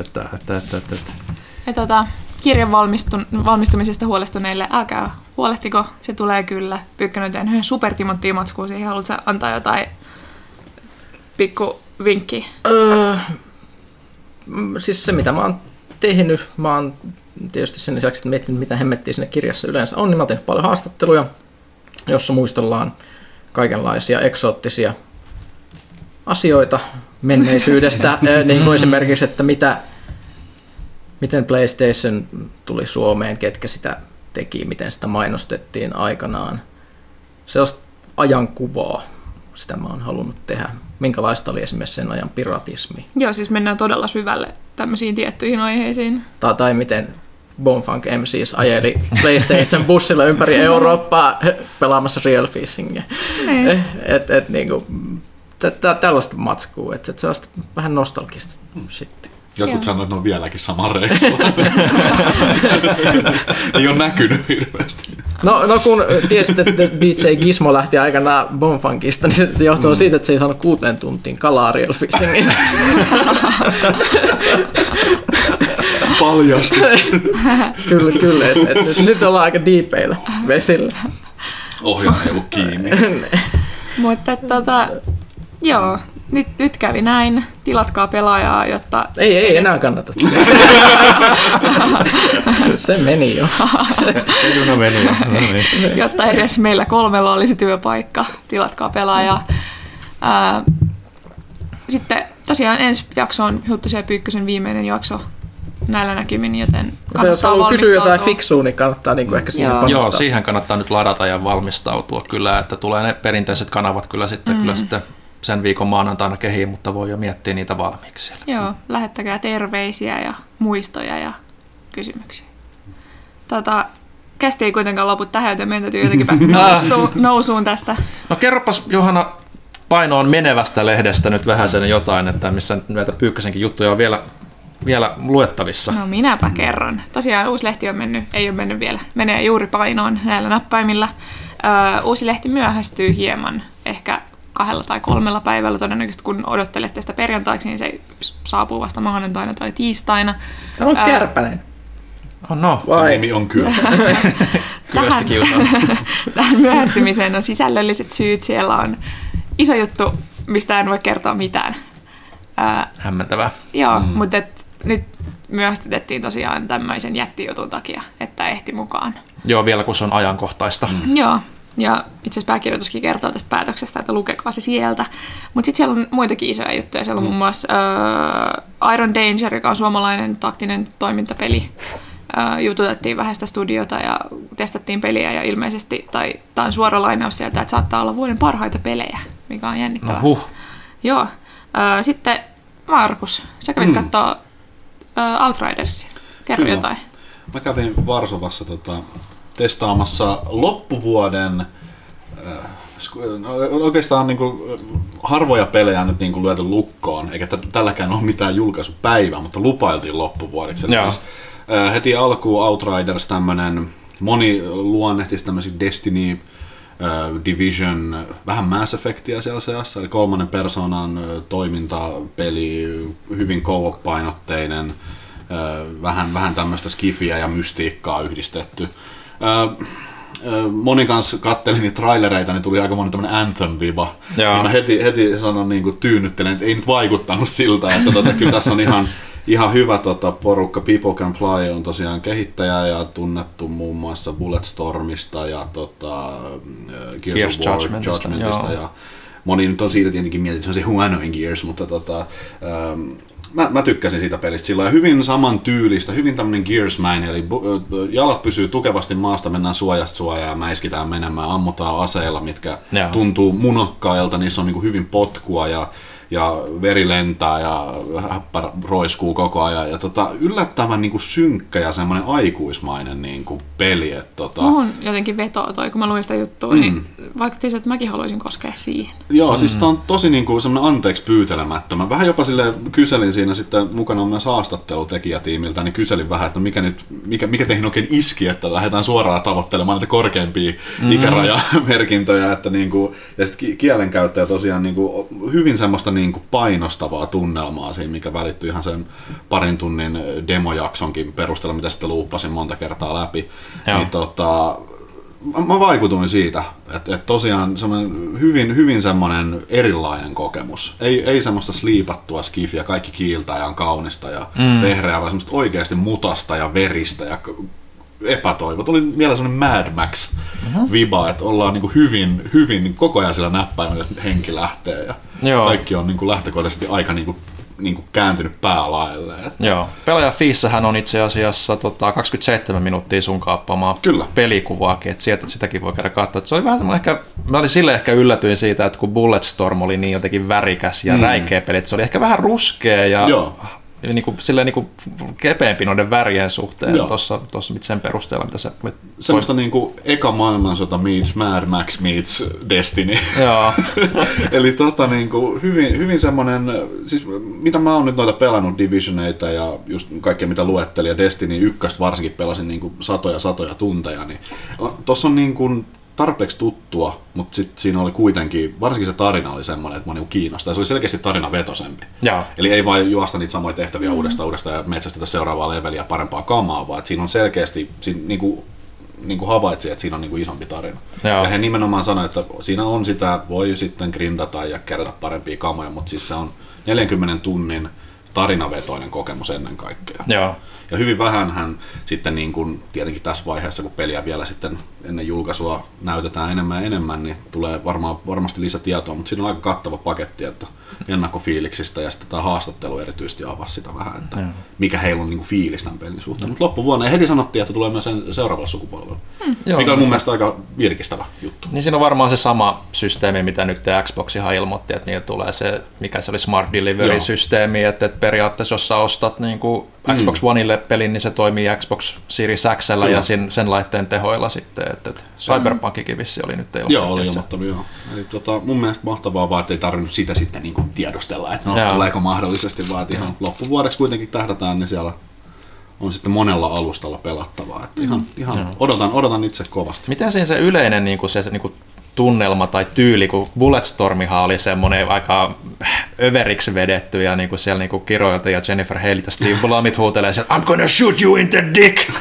Kirjan valmistumisesta huolestuneille, älkää huolehtiko, se tulee kyllä. Pyykkönen on tehnyt yhden supertimanttia matskua siihen, haluatko antaa jotain pikku vinkkiä? Siis se, mitä mä oon tehnyt, mä oon tietysti sen lisäksi, että miettinyt, mitä hemmettiä siinä kirjassa yleensä on, niin mä oon tehnyt paljon haastatteluja, jossa muistellaan kaikenlaisia eksoottisia asioita menneisyydestä, niin kuin esimerkiksi, että miten PlayStation tuli Suomeen, ketkä sitä teki, miten sitä mainostettiin aikanaan. Sellaista ajankuvaa, sitä mä oon halunnut tehdä. Minkälaista oli esimerkiksi sen ajan piratismi? Joo, siis mennään todella syvälle tämmöisiin tiettyihin aiheisiin. Tai miten Bonefunk MCs ajeli PlayStation bussilla ympäri Eurooppaa pelaamassa Real Fishingia. Niinku, tällaista matskua, että se on vähän nostalgista sitten. Jotkut sanoo, että ne on vieläkin saman reissulla. Ei ole näkynyt hirveästi. No kun tiesit, että DJ Gizmo lähti aikanaan Bonfunkista, niin se johtuu siitä, että se ei saanut 6 tuntiin kalaa Real Fishingista. Paljastus. Kyllä. Nyt ollaan aika diipeillä vesillä. Ohjaan ei ollut kiinni. Mutta joo, nyt kävi näin. Tilatkaa pelaajaa, jotta... Ei enää kannata. Se meni jo. Se juna meni jo. No niin. Jotta edes meillä 3 olisi työpaikka. Tilatkaa pelaajaa. Sitten tosiaan ensi jakso on Huttusen ja Pyykkösen viimeinen jakso näillä näkymin, joten kannattaa jos haluaa kysyä jotain fiksua, niin kannattaa ehkä siihen panostaa. Joo, siihen kannattaa nyt ladata ja valmistautua kyllä, että tulee ne perinteiset kanavat kyllä sitten sen viikon maanantaina kehiin, mutta voi jo miettiä niitä valmiiksi siellä. Joo, lähettäkää terveisiä ja muistoja ja kysymyksiä. Kästi ei kuitenkaan lopu tähän, joten meidän täytyy jotenkin päästä nousuun tästä. No kerropas Johanna Painoon menevästä lehdestä nyt vähän sen jotain, että missä näitä Pyykkösenkin juttuja on vielä luettavissa. No minäpä kerron. Tosiaan uusi lehti ei ole mennyt vielä. Menee juuri Painoon näillä näppäimillä. Uusi lehti myöhästyy hieman, ehkä 2 tai 3 päivällä todennäköisesti, kun odottelette sitä perjantaiksi, niin se saapuu vasta maanantaina tai tiistaina. Tämä on Kärpänen. Oh no. Se nimi on kyllä. Tähän myöhästymiseen on sisällölliset syyt. Siellä on iso juttu, mistä en voi kertoa mitään. Hämmentävää. Joo, mutta nyt myöhästytettiin tosiaan tämmöisen jättijutun takia, että ehti mukaan. Joo, vielä kun se on ajankohtaista. Joo, ja itse asiassa pääkirjoituskin kertoo tästä päätöksestä, että lukekaa se sieltä. Mutta sitten siellä on muitakin isoja juttuja. Siellä on muun muassa Iron Danger, joka on suomalainen taktinen toimintapeli. Jututettiin vähän sitä studiota ja testattiin peliä ja ilmeisesti, tai tämä on suora lainaus sieltä, että saattaa olla vuoden parhaita pelejä, mikä on jännittävää. Joo. Sitten Markus, sä kävit katsoa Outridersia. Kerro jotain. Mä kävin Varsovassa testaamassa loppuvuoden, oikeastaan niin kuin, harvoja pelejä nyt niin kuin lyöty lukkoon, eikä tälläkään ole mitään julkaisupäivää, mutta lupailtiin loppuvuodeksi. Siis, heti alkuun Outriders tämmönen, moni luonnehtisi tämmöisiä Destiny, Division, vähän Mass Effectia siellä seassa, eli 3. persoonan toimintapeli, hyvin co-op-painotteinen, vähän tämmöistä skifiä ja mystiikkaa yhdistetty. Monin kanssa kattelin niitä trailereita, niin tuli aika moni tämmönen Anthem-viba. Ja mä heti sanon niin kuin tyynnyttelen, että ei nyt vaikuttanut siltä, että kyllä tässä on ihan hyvä porukka. People Can Fly on tosiaan kehittäjä ja tunnettu muun muassa Bulletstormista ja Gears of War Judgmentista. Ja moni nyt on siitä tietenkin mieltä, että se on se huonoin Gears, mutta mä tykkäsin siitä pelistä silloin. Hyvin saman tyylistä, hyvin tämmönen Gears-mäinen, eli jalat pysyy tukevasti maasta, mennään suojasta suojaan, mäiskitään menemään, ammutaan aseilla, mitkä tuntuu munokkailta, niissä on niin kuin hyvin potkua ja veri lentää ja häppä roiskuu koko ajan. Ja yllättävän niin kuin synkkä ja semmoinen aikuismainen niin kuin peli. Muhun jotenkin vetoo toi, kun mä luin sitä juttua, niin vaikutti se, että mäkin haluaisin koskea siihen. Joo, siis tää on tosi niin kuin semmoinen anteeksi pyytelemättömän. Vähän jopa silleen kyselin siinä sitten, mukana on myös haastattelutekijätiimiltä, niin kyselin vähän, että mikä teihin oikein iski, että lähdetään suoraan tavoittelemaan näitä korkeampia ikärajamerkintöjä. Että niin kuin, ja sitten kielenkäyttäjä tosiaan niin kuin, hyvin semmoista niin kuin painostavaa tunnelmaa siinä, mikä välittyi ihan sen parin tunnin demojaksonkin perusteella, mitä sitten luuppasin monta kertaa läpi. Niin, mä vaikutuin siitä, että tosiaan hyvin semmoinen erilainen kokemus. Ei semmoista sliipattua skifiä, kaikki kiiltää ja on kaunista ja vehreää, vaan semmoista oikeasti mutasta ja veristä ja epätoivot. Oli vielä semmoinen Mad Max-viba, että ollaan niin kuin hyvin niin koko ajan sillä näppäimellä, että henki lähtee ja kaikki on niin kuin lähtökohtaisesti aika niin kuin kääntynyt päälaelleen. Joo. Pelaaja-Fiissähän on itse asiassa 27 minuuttia sun kaappaamaa pelikuvaakin, että sitäkin voi käydä katsoa. Se oli vähän semmoinen mä olin silleen ehkä yllätyin siitä, että kun Bulletstorm oli niin jotenkin värikäs ja räikeä peli, että se oli ehkä vähän ruskea ja silleen niin kuin kepeämpi noiden värien suhteen tuossa sen perusteella, mitä se oli. Semmoista niin kuin eka maailmansota meets Mad Max meets Destiny. Joo. Eli niin kuin hyvin semmoinen, siis mitä mä oon nyt noita pelannut Divisioneita ja just kaikkea mitä luettelin ja Destiny 1 varsinkin pelasin niin kuin satoja tunteja, niin tossa on niin kuin tarpeeksi tuttua, mutta sitten siinä oli kuitenkin, varsinkin se tarina oli semmoinen, että mua kiinnostaa. Se oli selkeästi tarinavetoisempi. Eli ei vain juosta niitä samoja tehtäviä uudestaan ja metsästetä seuraavaa leveliä parempaa kamaa, vaan että siinä on selkeästi, niin kuin havaitsi, että siinä on niin kuin isompi tarina. Ja he nimenomaan sanoi, että siinä on sitä, voi sitten grindata ja kerätä parempia kamoja, mutta siis se on 40 tunnin tarinavetoinen kokemus ennen kaikkea. Ja hyvin vähän hän sitten niin kuin, tietenkin tässä vaiheessa, kun peliä vielä sitten ennen julkaisua näytetään enemmän, niin tulee varmasti lisätietoa, mutta siinä on aika kattava paketti, että ennakkofiiliksistä ja sitten tämä haastattelu erityisesti avasi sitä vähän, että mikä heillä on niin kuin fiilis tämän pelin suhteen. Mutta loppuvuonna heti sanottiin, että tulee myös seuraavalla sukupolvella, mikä on mun mielestä aika virkistävä juttu. Niin siinä on varmaan se sama systeemi, mitä nyt Xbox ihan ilmoitti, että niillä tulee se, mikä se oli Smart Delivery-systeemi, että periaatteessa jos sä ostat niin kuin Xbox Oneille pelin, niin se toimii Xbox Series X:llä ja sen laitteen tehoilla sitten. Että Cyberpunkikin vissi oli nyt ilmoittanut. Joo, oli ilmoittanut, joo. Eli mun mielestä mahtavaa vaan, ettei tarvinnut sitä sitten niin kuin tiedustella, että tuleeko mahdollisesti, vaan että ihan loppuvuodeksi kuitenkin tähdätään, niin siellä on sitten monella alustalla pelattavaa. Että ihan odotan itse kovasti. Miten siinä se yleinen niin kuin se niin kuin tunnelma tai tyyli, kun Bulletstormihan oli semmoinen aika överiksi vedetty ja niinku siellä niinku kiroilta ja Jennifer Hale ja Steve Blumit huutelee sieltä I'm gonna shoot you in the dick!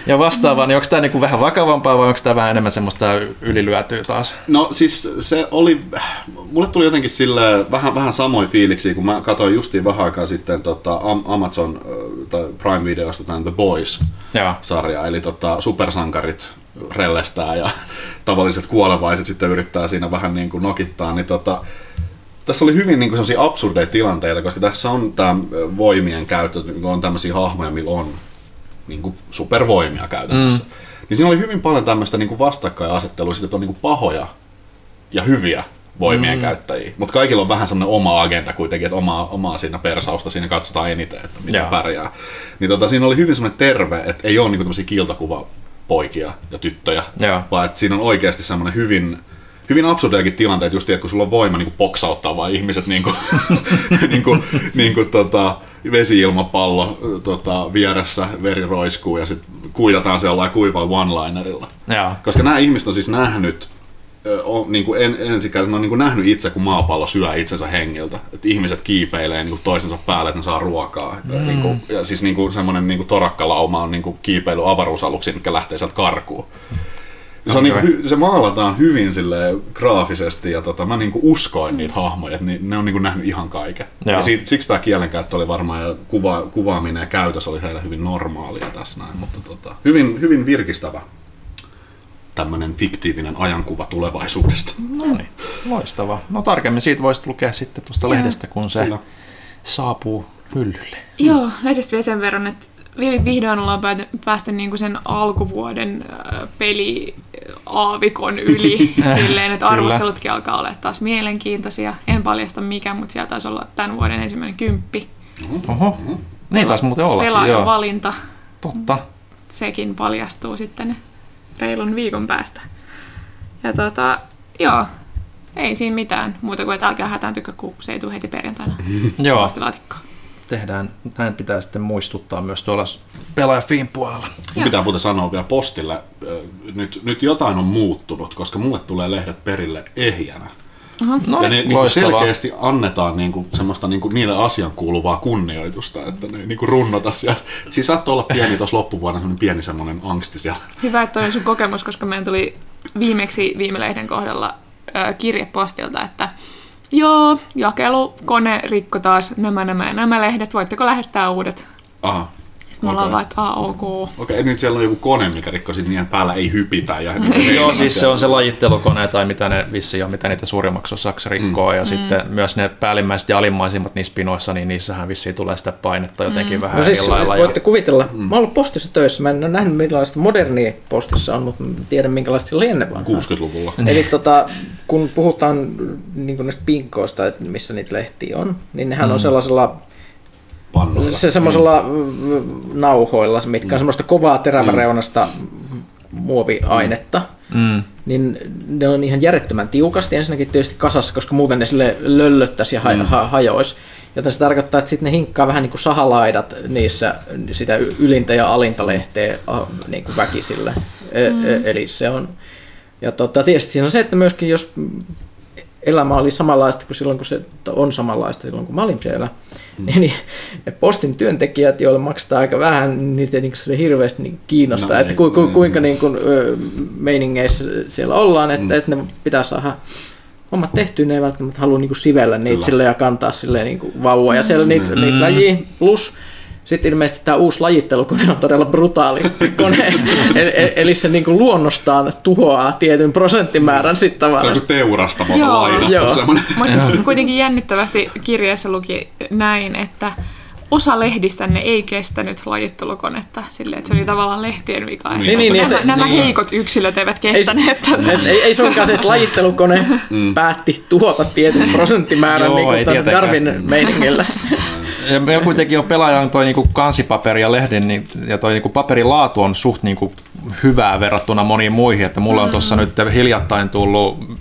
ja vastaavaa, niin onko tämä niinku vähän vakavampaa vai onko tämä vähän enemmän semmoista ylilyötyä taas? No siis se oli, mulle tuli jotenkin sille vähän samoin fiiliksi, kun mä katsoin justiin vähän aikaa sitten Amazon tai Prime-videosta tämän The Boys-sarja, eli supersankarit rellestää ja tavalliset kuolevaiset sitten yrittää siinä vähän niin kuin nokittaa, niin tässä oli hyvin niin kuin sellaisia absurdeja tilanteita, koska tässä on tämä voimien käyttö, on tämmöisiä hahmoja, millä on niin kuin supervoimia käytännössä. Niin siinä oli hyvin paljon tämmöistä niin kuin vastakkainasettelua, että on niin kuin pahoja ja hyviä voimien käyttäjiä, mutta kaikilla on vähän semmoinen oma agenda kuitenkin, että omaa siinä persausta siinä katsotaan eniten, että miten pärjää. Niin siinä oli hyvin semmoinen terve, että ei ole niin kuin tämmöisiä kiltakuvapoikia ja tyttöjä, vaan että siinä on oikeasti semmoinen hyvin absurdejakin tilanteita, just että kun sulla on voima niin kuin boksauttaa vaan ihmiset niin kuin vesi-ilmapallo vieressä, veri roiskuu ja sitten kuitataan se jollain kuivalla one-linerilla. Koska nämä ihmiset on siis nähnyt, ensikäden on niin kuin nähnyt itse, kun maapallo syö itsensä hengiltä. Että ihmiset kiipeilee niin kuin toistensa päälle, että ne saa ruokaa. Ja siis niin kuin semmoinen niin kuin torakkalauma on niin kuin kiipeily avaruusaluksiin, mitkä lähtee sieltä karkuun. Se, se maalataan hyvin graafisesti ja mä niinku uskoin niitä hahmoja, että ne on niinku nähnyt ihan kaiken. Ja siksi tämä kielenkäyttö oli varmaan ja kuvaaminen ja käytös oli heillä hyvin normaalia tässä näin, mutta hyvin virkistävä tämmöinen fiktiivinen ajankuva tulevaisuudesta. No niin, loistava. No tarkemmin siitä voisit lukea sitten tuosta lehdestä, kun se saapuu hyllylle. Joo, lehdestä vielä sen verran, että vihdoin ollaan päästy niinku sen alkuvuoden peliaavikon yli silleen, että arvostelutkin alkaa olla taas mielenkiintoisia. En paljasta mikä, mutta siellä taisi olla tämän vuoden ensimmäinen 10. Oho, niin taisi muuten olla. Pelaajan valinta. Totta. Sekin paljastuu sitten reilun viikon päästä. Ja joo, ei siinä mitään muuta kuin, että älkää hätääntykö, kun se ei tule heti perjantaina postilaatikkoon. Tehdään, näin pitää sitten muistuttaa myös tuolla Pelaaja.fin puolella. Pitää muuten sanoa vielä postille, nyt jotain on muuttunut, koska mulle tulee lehdet perille ehjänä. No, ja ne niin selkeästi annetaan niinku semmoista niinku niille asian kuuluvaa kunnioitusta, että ne niinku runnota sieltä. Siis saattoi olla pieni tuossa loppuvuonna semmoinen pieni semmoinen angsti siellä. Hyvä, että toi on sun kokemus, koska meidän tuli viimeksi viime lehden kohdalla kirje postilta, että joo, jakelukone rikko taas nämä lehdet, voitteko lähettää uudet? Aha. Sitten me ollaan vaan, että ok. Okei, nyt siellä on joku kone, mikä rikko, sitten niiden päällä ei hypitä. Ja joo, siis se on se lajittelukone tai mitä ne vissiin on, mitä niitä suurimmaksi osaksi rikkoo. Ja sitten myös ne päällimmäiset ja alimaisimmat niissä pinoissa, niin niissähän vissiin tulee sitä painetta jotenkin vähän no siis erilailla. Voitte kuvitella, mä oon ollut postissa töissä, mä en ole nähnyt millaista modernia postissa on, mutta tiedän minkälaista sillä oli ennen vanhaa. 60-luvulla. Eli kun puhutaan niin näistä pinkoista, että missä niitä lehtiä on, niin nehän on sellaisella semmoisella nauhoilla, mitkä on semmoista kovaa teräväreunasta muoviainetta, niin ne on ihan järjettömän tiukasti ensinnäkin tietysti kasassa, koska muuten ne sille löllöttäisi ja hajoisi. Joten se tarkoittaa, että sitten ne hinkkaa vähän niin kuin sahalaidat niissä sitä ylintä ja alinta lehteä niin kuin väkisille. Eli se on, ja tietysti siinä on se, että myöskin jos elämä oli samanlaista kuin silloin, kun se on samanlaista silloin, kun mä olin siellä, niin ne postin työntekijät, joille maksetaan aika vähän, niitä niin hirveästi niin kiinnostaa, että kuinka niin kuin, meiningeissä siellä ollaan, että ne pitää saada hommat tehtyä, ne ei välttämättä halua niin kuin sivellä niitä sille ja kantaa silleen niin kuin vauvoja siellä niitä lajia, plus sitten ilmeisesti tämä uusi lajittelu, kun se on todella brutaali kone, eli se niin kuin luonnostaan tuhoaa tietyn prosenttimäärän sitten tavaraa. Se on teurastamalla lainattu semmoinen. Mutta kuitenkin jännittävästi kirjeessä luki näin, että osa lehdistänne ei kestänyt lajittelukonetta silleen, että se oli tavallaan lehtien vika. Nämä heikot yksilöt eivät kestäneet tätä. Ei suinkaan se, että lajittelukone päätti tuhota tietyn prosenttimäärän niin kuin Darwin meiningillä. Ja meillä kuitenkin on pelaajan toi niinku kansipaperi ja lehden ja toi niinku paperilaatu on suht niinku hyvää verrattuna moniin muihin, että mulla on tuossa nyt hiljattain tullut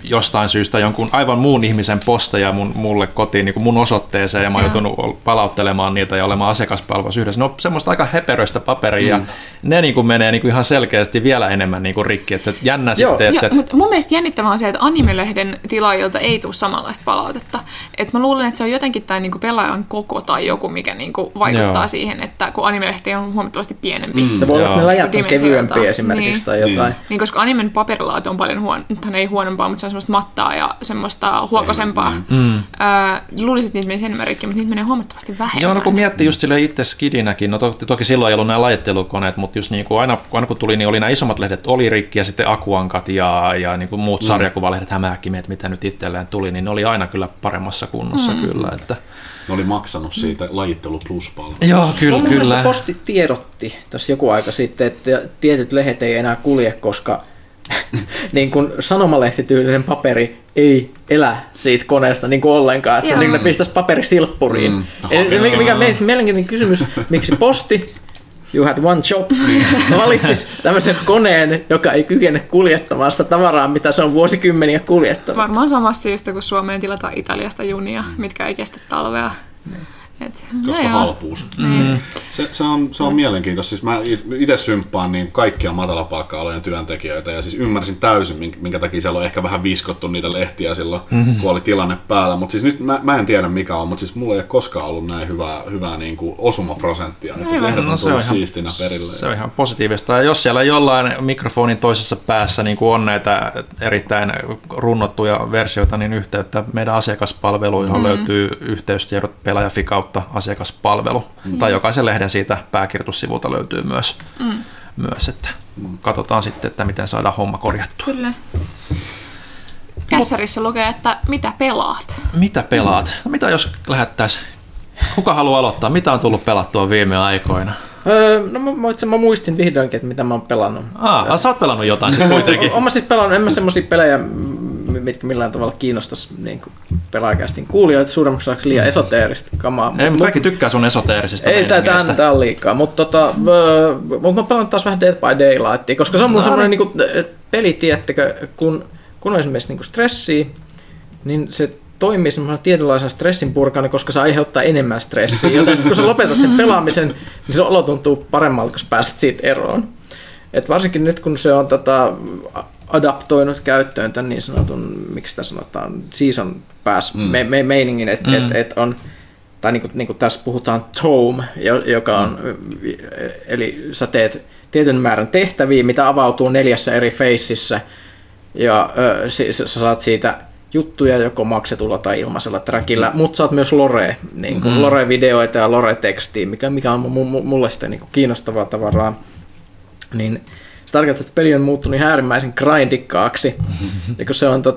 jostain syystä jonkun aivan muun ihmisen posteja mulle kotiin niin kuin mun osoitteeseen ja mä oon joutunut palauttelemaan niitä ja olemaan asiakaspalvelussa yhdessä. No semmoista aika höperöistä paperia ja ne niin kuin menee niin kuin ihan selkeästi vielä enemmän niin kuin rikki, että jännä sitten. Mutta mun mielestä jännittävää on se, että anime-lehden tilaajilta ei tule samanlaista palautetta. Et mä luulen, että se on jotenkin tämä niin kuin pelaajan koko tai joku, mikä niin kuin vaikuttaa siihen, että kun anime-lehti on huomattavasti pienempi. Se voi olla, että ne läjät on kevyempiä esimerkiksi tai jotain. Niin, koska animen paperilaatu on paljon ei huonompaa, mutta se on semmoista mattaa ja semmoista huokosempaa. Luulisin, että niitä menisi enemmän rikki, mutta niitä menee huomattavasti vähemmän. Joo, no kun miettii just silleen itse skidinäkin, no toki silloin ei ollut nämä lajittelukoneet, mutta just niin kuin aina kun tuli, niin oli nämä isommat lehdet oli rikki ja sitten Akuankat ja niin kuin muut sarjakuvalehdet, Hämähäkkimeet, mitä nyt itselleen tuli, niin ne oli aina kyllä paremmassa kunnossa kyllä. Että ne oli maksanut siitä lajittelu plus-palvelusta. Joo, kyllä. Mun mielestä Posti tiedotti tässä joku aika sitten, että tietyt lehdet ei enää kulje, koska niin kun sanomalehtityylinen paperi ei elä siitä koneesta niin kuin ollenkaan, että niin ne pistäisi paperisilppuriin. Mikä mielenkiintoinen kysymys, miksi Posti, you had one job, valitsis tämmöisen koneen, joka ei kykene kuljettamaan sitä tavaraa, mitä se on vuosikymmeniä kuljettanut. Varmaan samasta syystä, kun Suomeen tilataan Italiasta junia, mitkä ei kestä talvea. Koska halpuus. Se on mielenkiintoista. Siis mä itse symppaan niin kaikkia matalapalkka-alojen työntekijöitä ja siis ymmärsin täysin, minkä takia siellä on ehkä vähän viskottu niitä lehtiä silloin, kun oli tilanne päällä. Mutta siis nyt mä en tiedä mikä on, mutta siis mulla ei ole koskaan ollut näin hyvää niin kuin osumaprosenttia. Nyt lehdet on tullut siistinä perille. Se on ihan positiivista. Ja jos siellä jollain mikrofonin toisessa päässä niin kuin on näitä erittäin runnottuja versioita, niin yhteyttä meidän asiakaspalveluun, johon löytyy yhteystiedot Pelaaja.fi asiakaspalvelu. Tai jokaisen lehden siitä pääkirjoitussivulta löytyy myös että katsotaan sitten, että miten saadaan homma korjattua. Kyllä. Kässärissä lukee, että mitä pelaat? Mitä pelaat? No, mitä jos lähettäisiin? Kuka haluaa aloittaa? Mitä on tullut pelattua viime aikoina? Mä muistin vihdoinkin, että mitä mä oon pelannut. Sä oot pelannut jotain sitten kuitenkin. Oon mä siis pelannut, en mä semmosia pelejä, mitkä millään tavalla kiinnostaisi niin Pelaajakästin kuulijoita suuremmaksi osaksi liian esoteerista kamaa. Ei, mutta kaikki tykkää sun esoteerisista. Ei, tää on liikaa, mutta mä pelaan taas vähän Dead by Daylightia, koska se on mun semmoinen niin peli, tiettekö, kun on esimerkiksi niin stressiä, niin se toimii semmoinen tietynlaisen stressin purkana, koska se aiheuttaa enemmän stressiä. Joten sit, kun sä lopetat sen pelaamisen, niin se olo tuntuu paremmalta, kun sä pääset siitä eroon. Et varsinkin nyt, kun se on adaptoinut käyttöön tämän niin sanotun, miksi sitä sanotaan, season pass meiningin, että on, tai niin kuin tässä puhutaan tome, joka on, eli sä teet tietyn määrän tehtäviä, mitä avautuu 4 eri faceissa, ja sä saat siitä juttuja joko maksetulla tai ilmaisella trackillä, mutta saat myös niin kuin lore-videoita ja lore-tekstiä, mikä on mulle sitä niin kuin kiinnostavaa tavaraa, niin se tarkoittaa, että peli on muuttunut ihan äärimmäisen grindikkaaksi, ja kun se on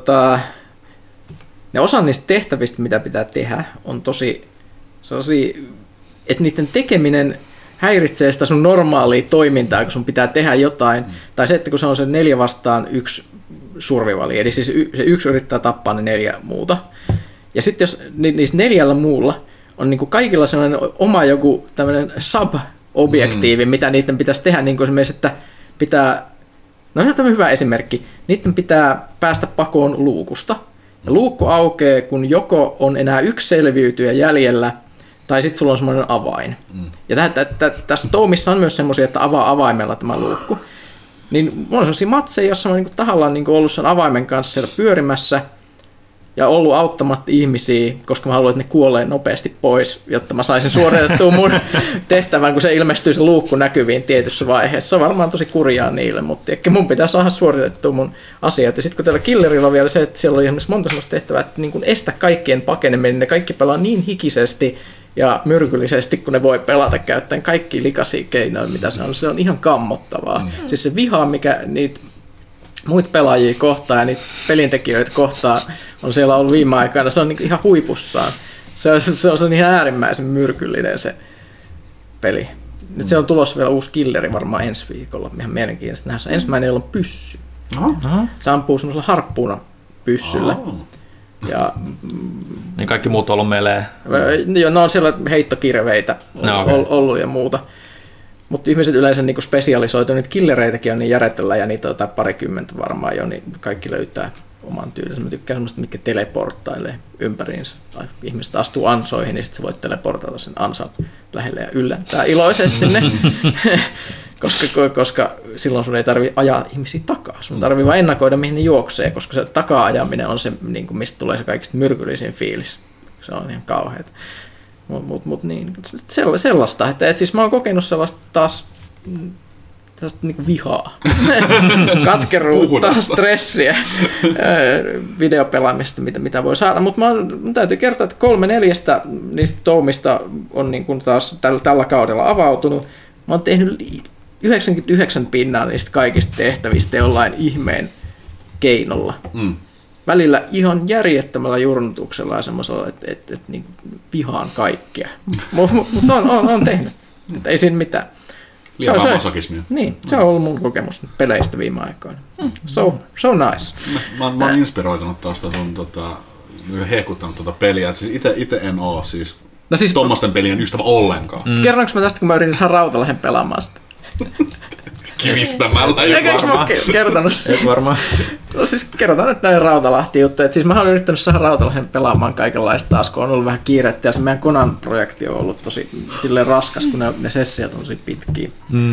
ne osa niistä tehtävistä, mitä pitää tehdä, on tosi sellaisia, että niiden tekeminen häiritsee sitä sun normaalia toimintaa, kun sun pitää tehdä jotain, tai se, että kun se on se 4 vastaan 1 survivali, eli siis se 1 yrittää tappaa ne 4 muuta, ja sitten jos niistä 4 muulla on niin kuin kaikilla sellainen oma joku tämmöinen sub-objektiivi, mitä niiden pitäisi tehdä, niin kuin esimerkiksi, että pitää, no ihan tämmöinen hyvä esimerkki, niiden pitää päästä pakoon luukusta, ja luukku aukeaa, kun joko on enää 1 selviytyjä jäljellä, tai sitten sulla on semmoinen avain. Ja tässä toumissa on myös semmoisia, että avaa avaimella tämä luukku. Niin mulla on sellaisia matseja, jossa mä oon tahallaan ollut sen avaimen kanssa siellä pyörimässä ja ollut auttamatta ihmisiä, koska mä haluan, että ne kuolee nopeasti pois, jotta mä saisin suoritettua mun tehtävän, kun se ilmestyy se luukku näkyviin tietyssä vaiheessa. Se on varmaan tosi kurjaa niille, mutta ehkä mun pitää saada suoritettua mun asiat. Ja sitten kun tällä killerilla on vielä se, että siellä on esimerkiksi monta sellaista tehtävää, että niin kun estä kaikkien pakeneminen, ne kaikki pelaa niin hikisesti ja myrkyllisesti, kun ne voi pelata käyttäen kaikki likaisia keinoja, mitä se on ihan kammottavaa. Siis se viha, mikä niitä muita pelaajia kohtaan ja niitä pelintekijöitä kohtaan on siellä ollut viime aikoina, se on niin ihan huipussaan. Se on ihan äärimmäisen myrkyllinen se peli. Nyt se on tulossa vielä uusi killeri varmaan ensi viikolla. Ihan mielenkiintoista nähdä. Ensimmäinen, jolla on pyssy. Se ampuu semmoisella harppuuna pyssyllä. Ja, niin kaikki muut on ollut melee. No on siellä heittokirveitä ollut ja muuta. Mutta ihmiset yleensä niin spesialisoituu, niitä killereitäkin on niin järjettöllä ja niitä on 20 varmaan jo, niin kaikki löytää oman tyylisen. Mä tykkään semmoista, mitkä teleporttailee ympäriinsä. Ihmiset astuu ansoihin, niin sitten sä voit teleportata sen ansan lähelle ja yllättää iloisesti ne. koska silloin sun ei tarvitse ajaa ihmisiä takaa. Sun tarvii vaan ennakoida, mihin ne juoksee, koska se takaa-ajaminen on se, niin kuin, mistä tulee se kaikista myrkyllisin fiilis. Se on ihan kauheata. Mut niin, sellaista. Että siis mä oon kokenut sellaista taas niin vihaa, katkeruutta, stressiä, videopelaamista, mitä voi saada. Mutta mun täytyy kertoa, että 3/4 niistä toumista on niin kuin taas tällä kaudella avautunut. Mä oon tehnyt 99% niistä kaikista tehtävistä jollain ihmeen keinolla. Välillä ihan järjettömällä jurnutuksella ja semmoisella, että niin vihaan kaikkea. Mutta on tehnyt. Että ei siinä mitään. Lievää masokismia. Niin, se on ollut mun kokemus peleistä viime aikoina. So nice. Mä oon inspiroitunut tuosta sun hehkuttanut peliä. Siis itse en oo siis tommosten pelien ystävä ollenkaan. Kerronko mä tästä, kun mä yritin saada Rautalahden pelaamaan sitä? Kiristämältä. Eikö mä kertonut et varmaan. No siis kerrotaan nyt näin Rautalahti-juttuja. Siis mä oon yrittänyt saada Rautalahden pelaamaan kaikenlaista taas, kun on ollut vähän kiirettä. Ja se meidän Conan-projekti on ollut tosi silleen raskas, kun ne sessiot on tosi pitkiä.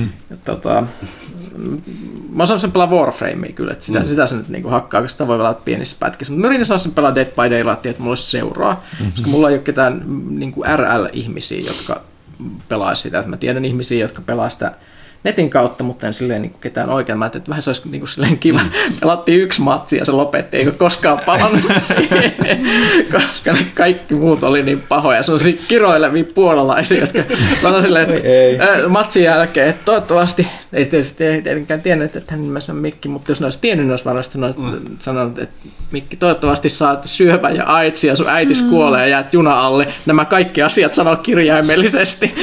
Mä osaan sen pelaa Warframea kyllä, että sitä se nyt niinku hakkaa, koska sitä voi pelata pienissä pätkissä. Mutta mä yritin saada sen pelaa Dead by Daylightia, että mulla olisi seuraa. Koska mulla ei ole ketään niinku RL-ihmisiä, jotka pelaisi sitä. Että mä tiedän ihmisiä, jotka pelaa sitä netin kautta, mutta en silleen niin ketään oikein. Mä ajattelin, että vähän se olisi niin silleen kiva. Pelattiin 1 matsi ja se lopetti, eikä koskaan palannut siihen, koska ne kaikki muut oli niin pahoja. Sellaisia kiroilevia puolalaisia, jotka sanoivat silleen, että matsin jälkeen, että toivottavasti, ei tietenkään tiennyt, että hän nimensä Mikki, mutta jos ne olisi tiennyt, ne olisi varmasti sanonut, että Mikki, toivottavasti saat syövän ja aitsi ja sun äitis kuolee ja jäät juna alle. Nämä kaikki asiat sanoo kirjaimellisesti.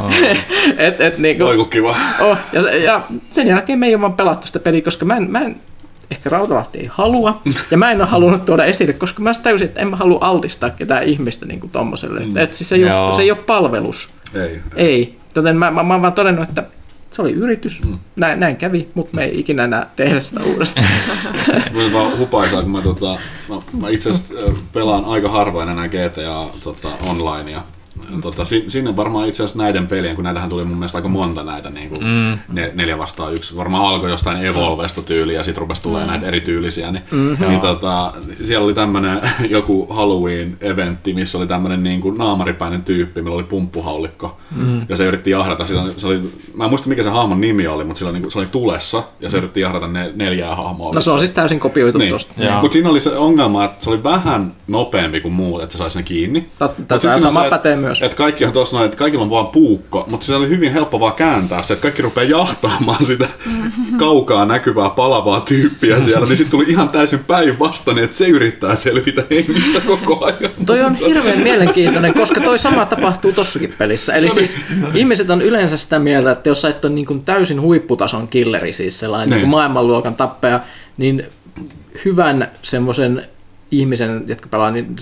Oiku kiva. Ja sen jälkeen me ei ole vaan pelattu sitä peliä, koska mä en ehkä Rautalahti ei halua, ja mä en ole halunnut tuoda esille, koska mä täysin, että en mä halua altistaa ketään ihmistä niin kuin tommoselle. Että siis se ei ole palvelus. Ei. Joten mä oon vaan todennut, että se oli yritys, näin kävi, mutta me ei ikinä enää tehdä sitä uudestaan. Mä vaan hupaisaa, kun mä itse asiassa pelaan aika harvoin enää GTA onlinea. Sinne varmaan itse asiassa näiden pelien, kun näitähän tuli mun mielestä aika monta näitä niin kuin 4 vastaan 1. Varmaan alkoi jostain Evolvesta tyyliä ja sitten rupesi tulee näitä erityylisiä. Siellä oli tämmönen joku Halloween-eventti, missä oli tämmönen niin kuin naamaripäinen tyyppi, millä oli pumppuhaulikko. Ja se yritti jahdata. Mä en muista mikä se hahmon nimi oli, mutta se oli tulessa ja se yritti jahdata 4 hahmoa. No se on siis täysin kopioitu tosta. Mutta siinä oli se ongelma, että se oli vähän nopeampi kuin muut, että se saisi ne kiinni. Tätä sama pätee myös. Että kaikki on tossa noin, että kaikilla on vaan puukko, mutta se oli hyvin helppo vaan kääntää se, että kaikki rupeaa jahtaamaan sitä kaukaa näkyvää palavaa tyyppiä siellä, niin sitten tuli ihan täysin päinvastainen, että se yrittää selvitä hengissä koko ajan. Toi on hirveän mielenkiintoinen, koska toi sama tapahtuu tossakin pelissä. Eli siis ihmiset on yleensä sitä mieltä, että jos sä et ole niin kuin täysin huipputason killeri, siis sellainen niin kuin maailmanluokan tappaja, niin hyvän semmoisen ihmisen, jotka pelaa niin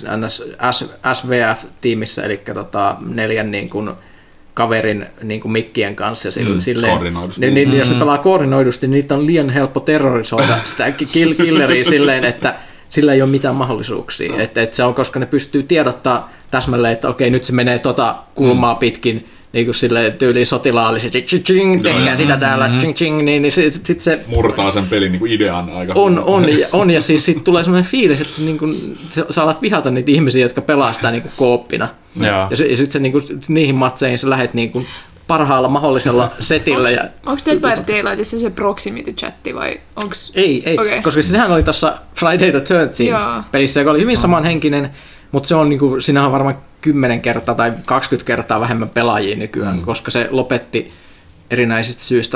SVF-tiimissä, eli 4 niin kuin kaverin niin kuin mikkien kanssa. Ja silleen, jos ne pelaa koordinoidusti, niin niitä on liian helppo terrorisoida sitä killeria silleen, että sillä ei ole mitään mahdollisuuksia. Että se on, koska ne pystyy tiedottaa täsmälleen, että okei, nyt se menee kulmaa pitkin, niin kuin silleen tyyliin sotilaallisesti, tehdään sitä täällä, niin sit se murtaa sen pelin niin kuin idean aika. On, ja siis sit tulee semmoinen fiilis, että niin kuin, sä alat vihata niitä ihmisiä, jotka pelaa sitä niin kuin kooppina. Ja sit se, niin kuin, niihin matseihin sä lähet niin kuin parhaalla mahdollisella setillä. Onko Dead by Daylightissa se proximity-chatti vai onks? Ei, okay. Koska sehän oli tuossa Friday the 13th pelissä, joka oli hyvin samanhenkinen, mutta se on niinku, siinähän on varmaan 10 kertaa tai 20 kertaa vähemmän pelaajia nykyään, koska se lopetti erinäisistä syistä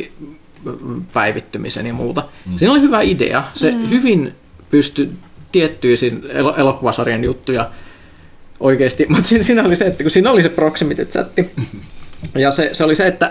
päivittymisen ja muuta. Siinä oli hyvä idea. Se hyvin pystyi tiettyisiin elokuvasarjan juttuja oikeasti, mutta siinä oli se, että kun siinä oli se proximity-chatti, ja se oli se, että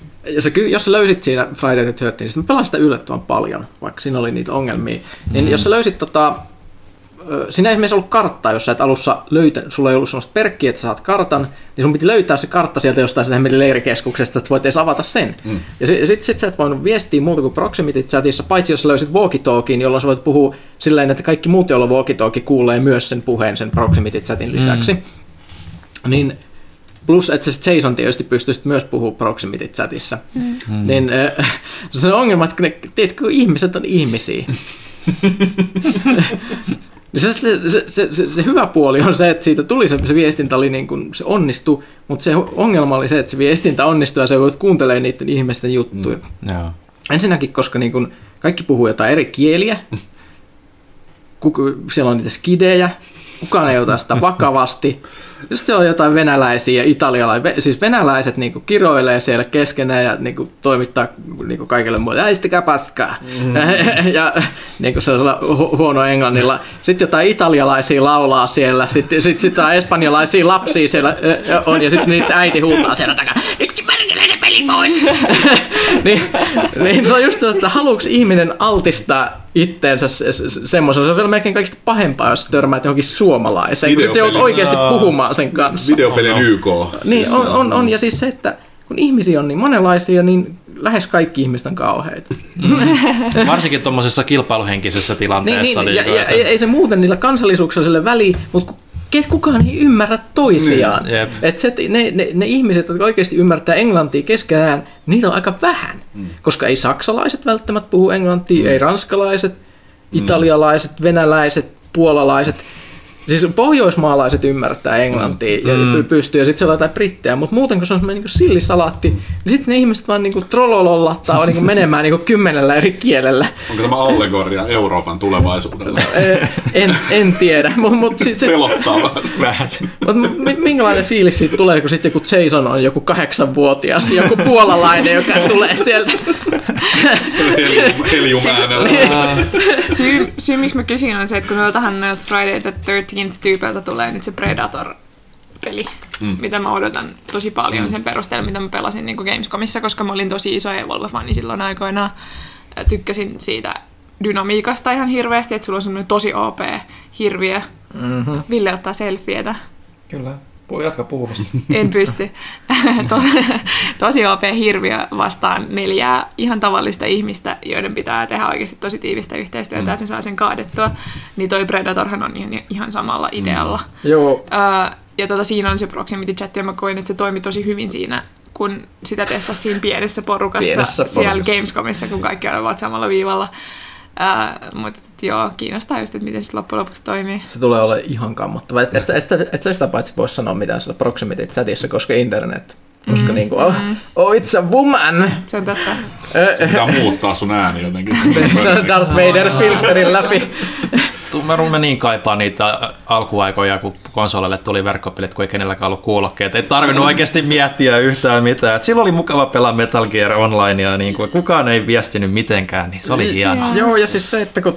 jos sä löysit siinä Friday the 13th, niin mä pelasin sitä yllättävän paljon, vaikka siinä oli niitä ongelmia, niin jos sä löysit siinä ei esimerkiksi ollut karttaa, jos sä et alussa sulla ei ollut sellaista perkkiä, että sä saat kartan, niin sun piti löytää se kartta sieltä jostain sitä leirikeskuksesta, että voit edes avata sen. Ja sit sä et voinut viestiä muuta kuin proximity chatissa, paitsi jos sä löysit walkie-talkien, jolloin sä voit puhua silleen, että kaikki muut, joilla walkie-talkie kuulee myös sen puheen sen proximity chatin lisäksi. Niin plus, että se Jason tietysti pystyisit myös puhua proximity chatissa. Niin se on ongelma, että tiedätkö, ihmiset on ihmisiä. Se hyvä puoli on se, että siitä tuli se viestintä, oli niin kuin, se onnistui, mutta se ongelma oli se, että se viestintä onnistui ja se voit kuuntelemaan niiden ihmisten juttuja. Ensinnäkin, koska niin kuin, kaikki puhuu jotain eri kieliä, siellä on niitä skidejä, kukaan ei ota sitä vakavasti. Just siellä on jotain venäläisiä ja italialaisia, siis venäläiset niinku kiroilee siellä keskenään ja niinku toimittaa niinku kaikille muille, äistäkää paskaa. Ja niinku sellaisella huono englannilla. Sitten jotain italialaisia laulaa siellä, sitten jotain espanjalaisia lapsia siellä on ja sitten niitä äiti huutaa siellä takaa, yksi märkeläinen peli pois. niin se on just sellaista, että haluuks ihminen altistaa itteensä semmoisen, se on vielä melkein kaikista pahempaa, jos törmäät johonkin suomalaiseen, kun sitten se oot oikeasti puhumaan sen kanssa. Videopelin YK. Niin, on, ja siis se, että kun ihmisiä on niin monenlaisia, niin lähes kaikki ihmiset on kauheita. Varsinkin tuommoisessa kilpailuhenkisessä tilanteessa. Niin, ja ei se muuten niillä kansallisuuksilla sille väliin, mutta kukaan ei ymmärrä toisiaan. Et se, ne ihmiset, jotka oikeasti ymmärtää englantia keskenään, niitä on aika vähän. Koska ei saksalaiset välttämättä puhu englantia, ei ranskalaiset, italialaiset, venäläiset, puolalaiset. Siis pohjoismaalaiset ymmärtää englantia ja pystyy, ja sitten siellä on jotain brittejä, mutta muuten kun se on semmoinen niin sillisalaatti, niin sitten ne ihmiset vaan niin trololollattaa niin menemään niin 10 eri kielellä. Onko tämä allegoria Euroopan tulevaisuudelle? En tiedä. Pelottavaa. Minkälainen fiilis siitä tulee, kun sitten joku Jason on joku 8-vuotias, joku puolalainen, joka tulee sieltä. Heliumäänellä. Syy, miksi mä kysyin, on se, että kun noiltahan näiltä Friday the 13th tyypeiltä tulee nyt se Predator-peli, mitä mä odotan tosi paljon sen perusteella, mitä mä pelasin niin kuin Gamescomissa, koska mä olin tosi iso Evolve-fani silloin aikoinaan. Tykkäsin siitä dynamiikasta ihan hirveästi, että sulla on semmoinen tosi OP-hirviö. Ville ottaa selfietä. Kyllä. Jatka puhumista. En pysty. Tosi OP-hirviö vastaan 4 ihan tavallista ihmistä, joiden pitää tehdä oikeasti tosi tiivistä yhteistyötä, että ne saa sen kaadettua. Niin toi Predatorhan on ihan samalla idealla. Joo. Ja siinä on se proximity chat, ja mä koin, että se toimi tosi hyvin siinä, kun sitä testasi siinä pienessä porukassa siellä Gamescomissa, kun kaikki ovat samalla viivalla. Mutta joo, kiinnostaa just, että miten se loppujen lopuksi toimii. Se tulee olemaan ihan kammottava. Et sä sitä paitsi voi sanoa mitään siellä proximity chatissa, koska internet. Koska niinku, it's a woman! Se on totta. Pitää muuttaa sun ääni jotenkin. Se on Darth Vader-filterin läpi. Mä niin kaipaan niitä alkuaikoja, kun konsoleille tuli verkkopelit, kun ei kenelläkään ollut kuulokkeet. Ei tarvinnut oikeasti miettiä yhtään mitään. Et silloin oli mukava pelaa Metal Gear Onlinea, niin kuin kukaan ei viestinyt mitenkään, niin se oli hienoa. Joo, ja siis se, että kun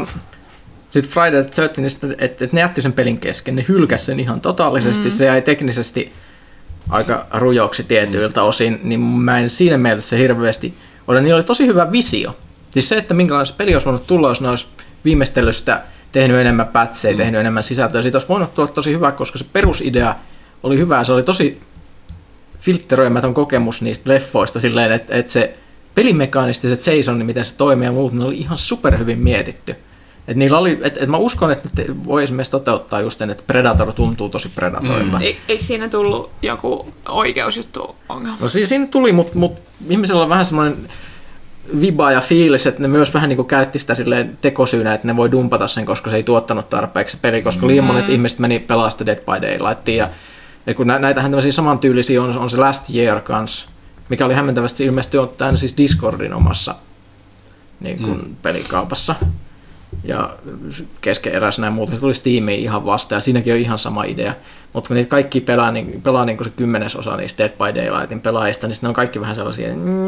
sit Friday the 13th, että ne jätti sen pelin kesken, ne hylkäsi sen ihan totaalisesti, se jäi teknisesti aika rujoksi tietyiltä osin, niin mä en siinä mielessä hirveästi ole. Niillä oli tosi hyvä visio. Siis se, että minkälainen se peli olisi voinut tulla, jos ne olisi viimeistellyt sitä, tehnyt enemmän patcheja, tehnyt enemmän sisältöä. Siitä olisi voinut tulla tosi hyvä, koska se perusidea oli hyvä. Se oli tosi filtteröimätön kokemus niistä leffoista silleen, että se pelimekaanisesti se Jason, niin miten se toimii ja muut, ne oli ihan superhyvin mietitty. Et niillä oli, mä uskon, että ne voi esimerkiksi toteuttaa just sen, että Predator tuntuu tosi Predatorilta. Eikö siinä tullut joku oikeusjuttu ongelma? No siinä tuli, mutta ihmisellä on vähän semmoinen viba ja fiilis, että ne myös vähän niin kuin käytti sitä silleen tekosyynä, että ne voi dumpata sen, koska se ei tuottanut tarpeeksi peli, koska liian monet ihmiset meni pelaamaan sitä Dead by Daylightia. Ja kun näitähän tämmöisiä samantyylisiä on se Last Year kanssa, mikä oli hämmentävästi ilmeisesti ottaen siis Discordin omassa niin kuin pelikaupassa. Ja keskeneräisenä ja muuta. Se tuli Steamiin ihan vasta ja siinäkin on ihan sama idea. Mutta kun niitä kaikki pelaa niin kuin se 10% niistä Dead by Daylightin pelaajista, niin ne on kaikki vähän sellaisia.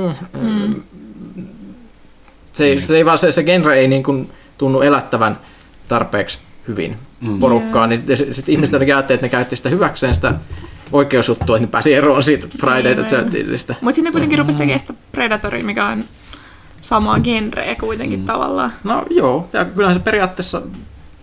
Se ei vaan se genre ei niin kuin tunnu elättävän tarpeeksi hyvin porukkaa. Niin sitten ihmiset jotenkin ajattelivat, että ne käytti sitä hyväkseen sitä oikeusjuttua, että ne pääsi eroon siitä Friday the 13th. Mutta sitten kuitenkin rupesi tekemään sitä Predatoria, mikä on samaa genreä kuitenkin tavallaan. No joo, ja kyllähän se periaatteessa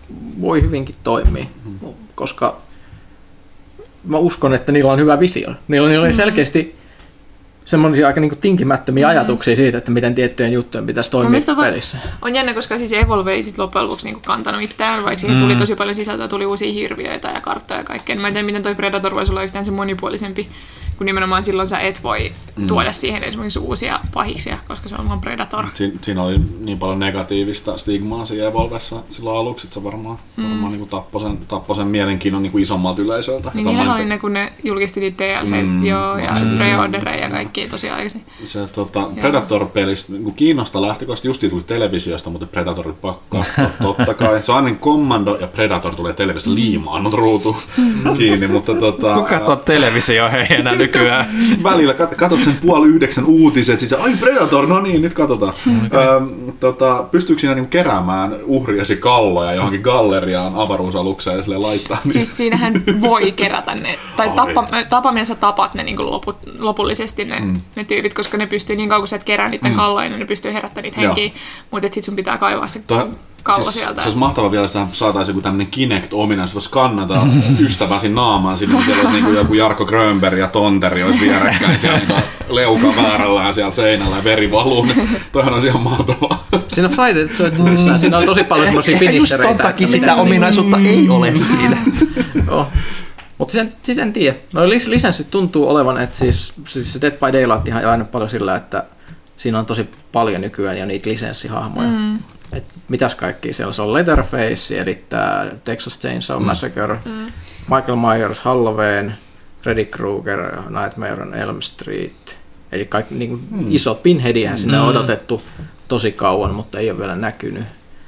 voi hyvinkin toimia, koska mä uskon, että niillä on hyvä visio. Niillä on selkeästi semmoisia aika niinku tinkimättömiä ajatuksia siitä, että miten tiettyjen juttujen pitäisi toimia pelissä. On jännä, koska siis Evolve ei sit loppujen lopuksi niinku kantanut itseään, vaikka siihen tuli tosi paljon sisältöä, tuli uusia hirviöitä ja karttoja ja kaikkea. Mä en tiedä, miten toi Predator voisi olla yhtään se monipuolisempi, kun nimenomaan silloin sä et voi tuoda siihen esimerkiksi uusia pahiksia, koska se on vaan Predator. Siinä oli niin paljon negatiivista stigmaa siinä Evolvessa silloin aluksi, että se varmaan niin tappoi sen mielenkiinnon niin isommalta yleisöltä. Niin niillä oli ne, kun ne julkisti niitä DLC ja pre-ordereja ja kaikki tosi aikaisin. Se Predator-pelistä niin kiinnosta lähtökohtaisesti justiin tuli televisiosta, mutta Predatorit pakkaa totta kai. Se on aina Commando ja Predator tulee televisiosta liimaannut ruutu kiinni, mutta Kun katsot televisio hei enää nykyään. Välillä katsot sen 8:30 uutiset, sit ai Predator, no niin, nyt katsotaan. Pystyykö siinä niinku keräämään uhriasi kalloja johonkin galleriaan avaruusalukseen ja sille laittaa? Niin. Siis siinähän voi kerätä ne, tai tapamiensa tapat ne niinku lopullisesti ne tyypit, koska ne pystyy niin kauan kun sä et kerää niiden kalloja, niin ne pystyy herättämään niitä henkiä, mutta sit sun pitää kaivaa se kallo sieltä. Se olisi mahtavaa vielä, että saataisiin joku tämmöinen Kinect-ominaisuus, voisi skannata ystäväsi naamaan sinne, että siellä olisi niin joku Jarkko Grönberg ja Tonteri olisi vierekkäin siellä niin leuka väärällään sieltä seinällä ja veri valuu. Toihan on ihan mahtavaa. Siinä Friday the 13th siinä on tosi paljon semmoisia finishereitä. Just ton takia sitä ominaisuutta ei ole siinä. Mutta siis en tiedä. No lisenssit tuntuu olevan, että siis Dead by Daylight ihan jäänyt paljon sillä, että siinä on tosi paljon nykyään ja niitä lisenssihahmoja. Et mitäs kaikki siellä on Leatherface, eli tämä Texas Chainsaw Massacre, Michael Myers, Halloween, Freddy Krueger, Nightmare on Elm Street. Eli kaikki niin isot Pinheadiähän sinne on odotettu tosi kauan, mutta ei ole vielä näkynyt.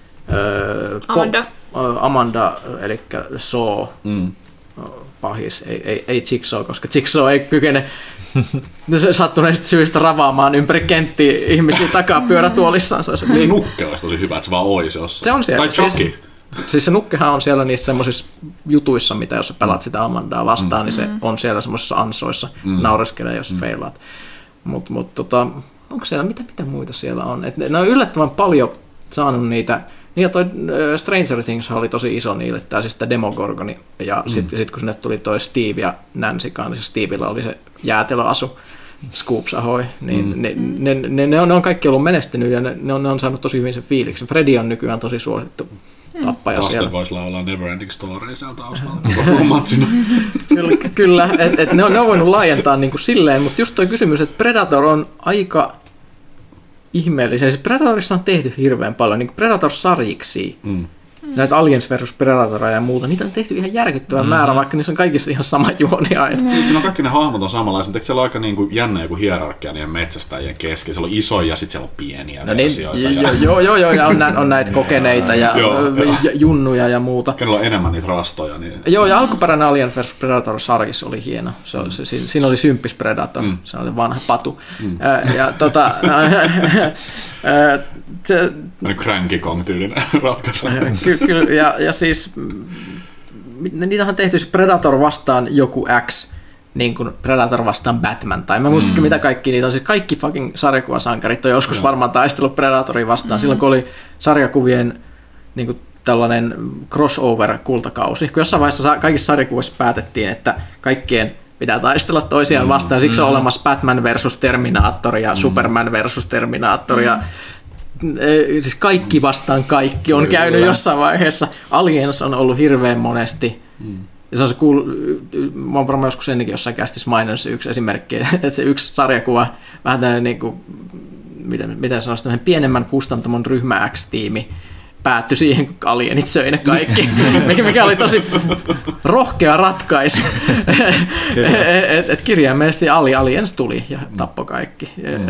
Amanda, eli Saw. Pahis, ei Jigsaw, koska Jigsaw ei kykene sattuneista syistä ravaamaan ympäri kenttiä ihmisiä takaa pyörätuolissaan. Se nukke olisi tosi hyvä, että se vaan olisi jossain. Se on siellä. Tai Chucky. Siis se nukkehan on siellä niissä semmoisissa jutuissa, mitä jos sä pelaat sitä Amandaa vastaan, niin se on siellä semmoisissa ansoissa, naureskelee, jos feilaat. Mutta onko siellä, mitä muita siellä on? Ne on yllättävän paljon saanut niitä. Niin ja toi Stranger Things oli tosi iso niille, tää siis sitä Demogorgoni, ja sit kun sinne tuli toi Steve ja Nancy kanssa, niin Stevellä oli se jäätelöasu, Scoops Ahoy, niin ne on kaikki ollut menestynyt ja ne on saanut tosi hyvin sen fiiliksen. Freddy on nykyään tosi suosittu tappaja siellä. Lasten voisi laulaa Neverending Story sieltä taustalla. Kyllä, että ne on voinut laajentaa niin kuin silleen, mutta just toi kysymys, että Predator on aika ihmeellisen. Siis Predatorissa on tehty hirveän paljon, niin kuin Predator-sarjiksi. Näitä Aliens vs. Predatoria ja muuta, niitä on tehty ihan järkyttävä määrä, vaikka niissä on kaikissa ihan sama juoni aina. Siinä on kaikki ne hahmot on samanlaisia, mutta eikö siellä ole aika niin kuin jännä joku hierarkia niiden metsästäjien kesken? Siellä on isoja ja sitten siellä on pieniä versioita. Joo, ja on näitä kokeneita ja junnuja ja muuta. Kenellä on enemmän niitä rastoja. Niin... Joo, ja alkuperäinen Aliens vs. Predator-sarjissa oli hieno. Siinä oli symppis Predator, se oli vanha patu. Cranky Kong-tyylinen ratkaisu. Kyllä, ja siis niitähän on tehty Predator vastaan joku X, niin kuin Predator vastaan Batman, tai mä muistakin mitä kaikki niitä on, siis kaikki fucking sarjakuvasankarit on joskus varmaan taistellut Predatoria vastaan, silloin kun oli sarjakuvien niin kuin tällainen crossover-kultakausi, kun jossain vaiheessa kaikissa sarjakuvissa päätettiin, että kaikkien pitää taistella toisiaan vastaan, siksi on olemassa Batman versus Terminator ja Superman versus Terminator ja siis kaikki vastaan kaikki on käynyt jossain vaiheessa. Aliens on ollut hirveän monesti. Ja se on se mä oon varmaan joskus ennenkin jossain kästissä maininnut se yksi esimerkki, että se yksi sarjakuva, vähän tämmöinen niin kuin, miten sanoisi, pienemmän kustantamon ryhmä X-tiimi päättyi siihen, kun alienit söi ne kaikki, mikä oli tosi rohkea ratkaisu. Et kirjaimellisesti aliens tuli ja tappoi kaikki.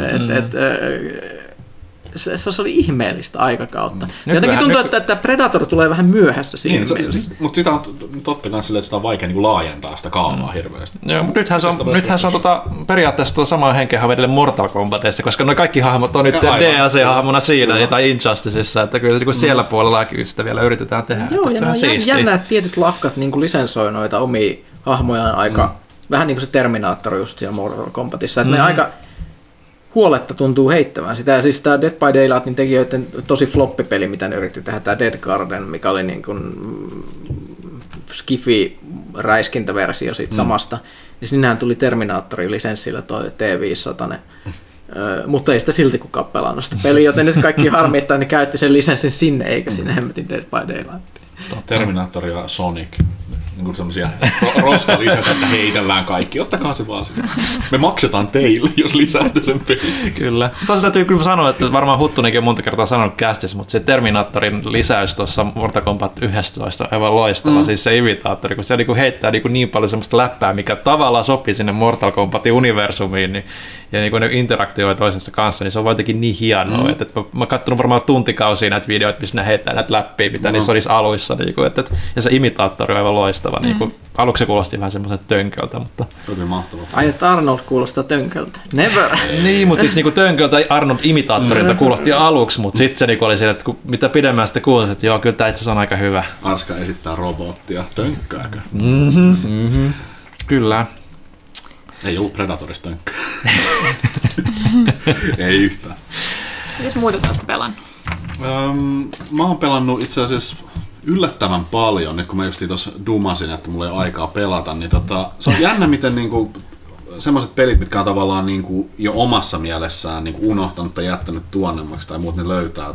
Se oli ihmeellistä aikakautta. Jotenkin tuntuu, että Predator tulee vähän myöhässä siinä mielessä. Mutta sitä on totta kai silleen, että sitä on vaikea niin laajentaa sitä kaavaa hirveästi. Joo, mutta nythän se on periaatteessa samaa henkeä vedelle Mortal Kombatissa, koska ne kaikki hahmot on nyt DLC-hahmona siinä tai Injusticeissa, että kyllä niin siellä puolellakin sitä vielä yritetään tehdä. Joo, ja jännä, että tietyt lafkat niin lisensoi noita omia hahmojaan aika, vähän niin kuin se Terminator just siellä Mortal Kombatissa, että ne aika huoletta tuntuu heittävän sitä. Ja siis tämä Dead by Daylightin tekijöiden tosi floppipeli, mitä ne yritti tehdä, tämä Dead Garden, mikä oli niin kuin Skifi-räiskintäversio siitä samasta. Ja sinnehän tuli Terminatorin lisenssillä toi T500. Mutta ei sitä silti kukaan pelannut sitä peliä, joten nyt kaikki harmittaa, niin käytti sen lisenssin sinne, eikä sinne hemmetin Dead by Daylight. Terminator ja Sonic. Niin kuin semmosia roskalisänsä, että heitellään kaikki. Ottakaa se vaan sinne. Me maksetaan teille, jos lisäätte sen pelin. Kyllä. Taas täytyy kyllä sanoa, että varmaan Huttunenkin on monta kertaa sanonut kästissä, mutta se Terminatorin lisäys tuossa Mortal Kombat 11 on aivan loistava. Siis se imitaattori, kun se niin heittää niin paljon semmoista läppää, mikä tavallaan sopii sinne Mortal Kombatin universumiin, niin, ja niin kun ne interaktioivat toisensa kanssa, niin se on jotenkin niin hienoa. Että mä oon katsonut varmaan tuntikausia näitä videoita, missä ne heittää näitä läppiä, mitä niissä olisi aluissa. Niin kuin, ja se imitaattori on aivan loistava. Niin kuin, aluksi se kuulosti vähän semmoisen tönköltä, mutta... Se oli mahtavaa. Ai, että Arnold kuulostaa tönköltä. Never! Niin, mutta siis niinku tönköltä Arnold imitaattorilta kuulosti jo aluksi, mutta sitten se niinku oli sille, että mitä pidemmän sitä kuulosti, että joo, kyllä tämä itse asiassa on aika hyvä. Arska esittää robottia. Tönkkääkö? Kyllä. Ei ollut Predatorista tönkkää. Ei yhtään. Mitäs muuta te olette pelannut? Mä oon pelannut itse asiassa yllättävän paljon, nyt kun mä just tuossa dumasin, että mulla ei ole aikaa pelata, niin se on jännä, miten niinku, semmoiset pelit, mitkä on tavallaan niinku jo omassa mielessään niinku unohtanut tai jättänyt tuonnemmaksi tai muut, ne löytää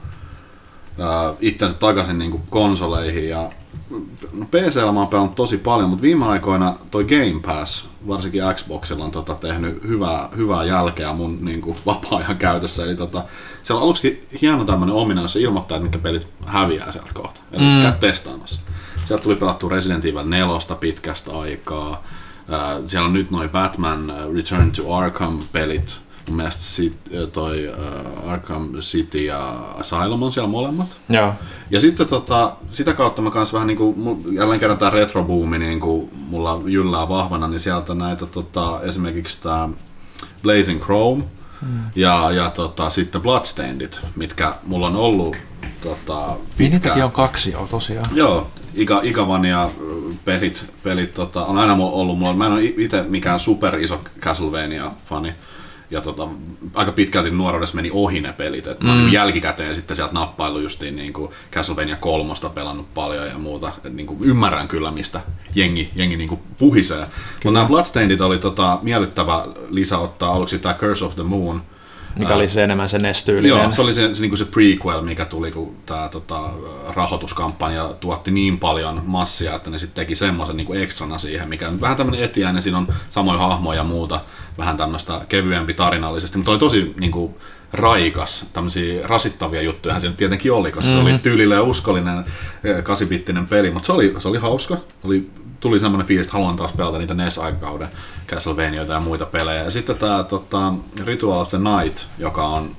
itsensä takaisin niinku konsoleihin. Ja, no PC:llä mä oon pelannut tosi paljon, mutta viime aikoina toi Game Pass, varsinkin Xboxilla, on tehnyt hyvää jälkeä mun niinku vapaa-ajan käytössä. Eli siellä on aluksi hieno tämmönen ominaisuus, se ilmoittaa, että mitkä pelit häviää sieltä kohta. Eli käy testaamassa. Sieltä tuli pelattua Resident Evil 4 pitkästä aikaa. Siellä on nyt noi Batman Return to Arkham-pelit. Mun mielestä toi Arkham City ja Asylum on siellä molemmat. Joo. Ja sitten sitä kautta mä kans vähän niinku, jälleen kerran tää retroboomi niinku mulla jyllää vahvana, niin sieltä näitä esimerkiksi tää Blazing Chrome ja sitten Bloodstainedit, mitkä mulla on ollut pitkään. Niin niitäkin on 2 jo tosiaan. Joo. Igavania pelit on aina ollut mulla. Mä en ole itse mikään super iso Castlevania-fani. Ja aika pitkälti nuoruudessa meni ohi ne pelit. Et mä oon jälkikäteen sitten sieltä nappaillut justiin niinku Castlevania 3 pelannut paljon ja muuta. Et niinku ymmärrän kyllä, mistä jengi niinku puhisee. Mutta nämä Bloodstainedit oli miellyttävä lisä ottaa aluksi tää Curse of the Moon. Mikä oli se enemmän se NES-tyylinen. Joo, se oli se prequel, mikä tuli, kun tämä rahoituskampanja tuotti niin paljon massia, että ne sitten teki semmoisen niin ekstrana siihen, mikä on vähän tämmöinen etiäinen, siinä on samoja hahmoja ja muuta, vähän tämmöistä kevyempi tarinallisesti, mutta oli tosi niin kuin, raikas, tämmöisiä rasittavia juttuja siinä tietenkin oli, koska se oli tyylillä ja uskollinen 8-bittinen peli, mutta se oli hauska, tuli semmoinen fiilis, että haluan taas pelata niitä NES-aikakauden Castlevaniaita ja muita pelejä. Ja sitten tämä Ritual of the Night, joka on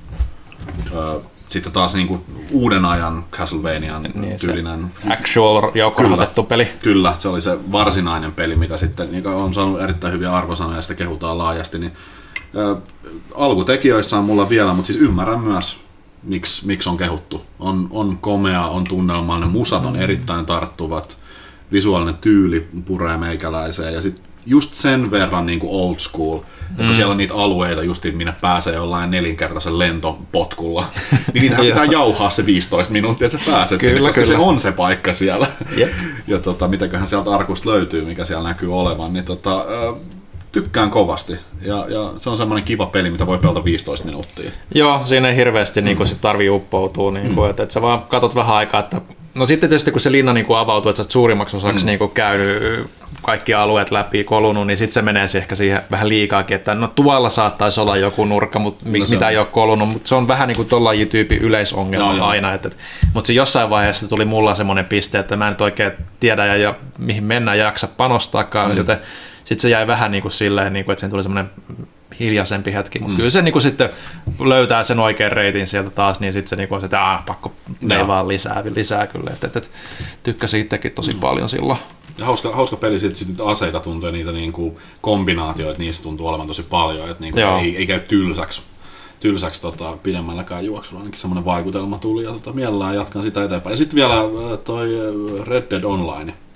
sitten taas niinku uuden ajan Castlevanian niin, tyylinen. Actual joukkorahoitettu peli. Kyllä, se oli se varsinainen peli, mitä sitten niin on saanut erittäin hyviä arvosanoja ja sitä kehutaan laajasti. Niin, alkutekijöissä on mulla vielä, mutta siis ymmärrän myös, miksi on kehuttu. On komea, on tunnelmallinen, musat on erittäin tarttuvat, visuaalinen tyyli puree meikäläiseen ja sitten just sen verran niin kuin old school, että kun siellä on niitä alueita justiin, minne pääsee jollain nelinkertaisen lentopotkulla, niin niitähän pitää jauhaa se 15 minuuttia, että sä pääset sinne, koska se on se paikka siellä. Yep. Ja mitäköhän sieltä arkusta löytyy, mikä siellä näkyy olevan, niin tykkään kovasti. Ja se on semmoinen kiva peli, mitä voi pelata 15 minuuttia. Joo, siinä ei hirveästi niin sit tarvii uppoutua, niin että sä vaan katot vähän aikaa, että no sitten tietysti kun se linna niin avautuu, että sä oot suurimmaksi osaksi niin käynyt kaikki alueet läpi, kolunut, niin sitten se menee ehkä siihen vähän liikaakin, että no tuolla saattaisi olla joku nurkka, mutta mitä ei ole kolunut, mutta se on vähän niin kuin tollain tyypin yleisongelma aina. Mutta se jossain vaiheessa tuli mulla semmoinen piste, että mä en nyt oikein tiedä ja mihin mennään jaksa panostaakaan, joten sitten se jäi vähän niin kuin silleen, niin kuin, että siinä tuli semmoinen hiljaisempi hetki, mutta kyllä se niin kuin sitten löytää sen oikean reitin sieltä taas, niin sitten se niin kuin on se, että pakko vaan lisää kyllä, että tykkäsin itsekin tosi paljon silloin. Ja hauska peli sitten aseita tuntuu ja niitä niin kuin kombinaatioita, niistä tuntuu olevan tosi paljon, että niin kuin ei käy tylsäksi pidemmälläkään juoksulla, ainakin semmoinen vaikutelma tuli ja mielellään jatkan sitä eteenpäin. Ja sitten vielä toi Red Dead Online,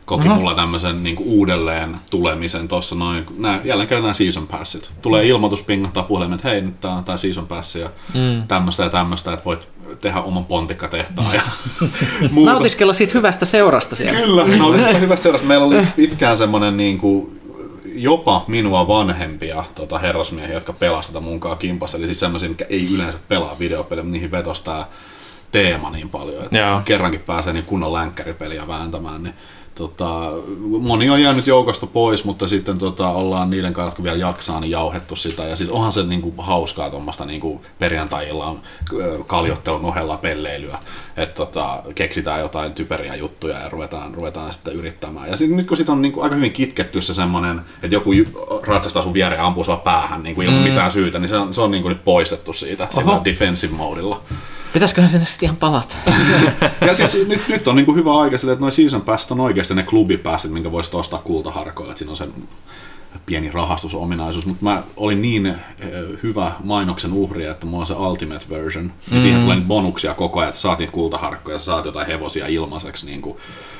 koki mulla tämmöisen niin kuin uudelleen tulemisen tuossa noin, jälleen kerran nämä season passit. Tulee ilmoitus, pingahtaa puhelimeen, että hei, nyt tää on tää season pass ja tämmöistä ja tämmöistä, että voit tehdä oman pontikkatehtaan ja muuta. Nautiskella siitä hyvästä seurasta siellä. Kyllä, nautiskella hyvästä seurasta. Meillä oli pitkään semmoinen niin kuin jopa minua vanhempia herrasmiehiä, jotka pelasivat tätä munkaan kimpassa. Eli siis semmoisia, mitkä ei yleensä pelaa videopeliä, mutta niihin vetosi tää teema niin paljon, että kerrankin pääsee niin kunnon länkkäripeliä vääntämään. Niin, moni on jäänyt joukosta pois, mutta sitten ollaan niiden kanssa, jotka vielä jaksaa, niin jauhettu sitä. Ja siis onhan se niinku hauskaa tuommoista niinku perjantai-illan kaljottelun ohella pelleilyä, että keksitään jotain typeriä juttuja ja ruvetaan sitten yrittämään. Ja nyt kun on niinku aika hyvin kitketty se semmoinen, että joku ratsastaa sun viereen ja ampuu sua päähän niinku ilman mitään syytä, niin se on niinku nyt poistettu siitä sillä defensive modilla. Pitäisiköhän sinne sitten ihan palata? Ja siis nyt on niinku hyvä aika sille, että noi season passit on oikeasti ne klubipassit, minkä voisi ostaa kultaharkoilla, että siinä on se pieni rahastusominaisuus, mutta mä olin niin hyvä mainoksen uhri, että mulla on se ultimate version, ja siihen tulee niitä bonuksia koko ajan, että saat niitä kultaharkkoja, saat jotain hevosia ilmaiseksi, niinku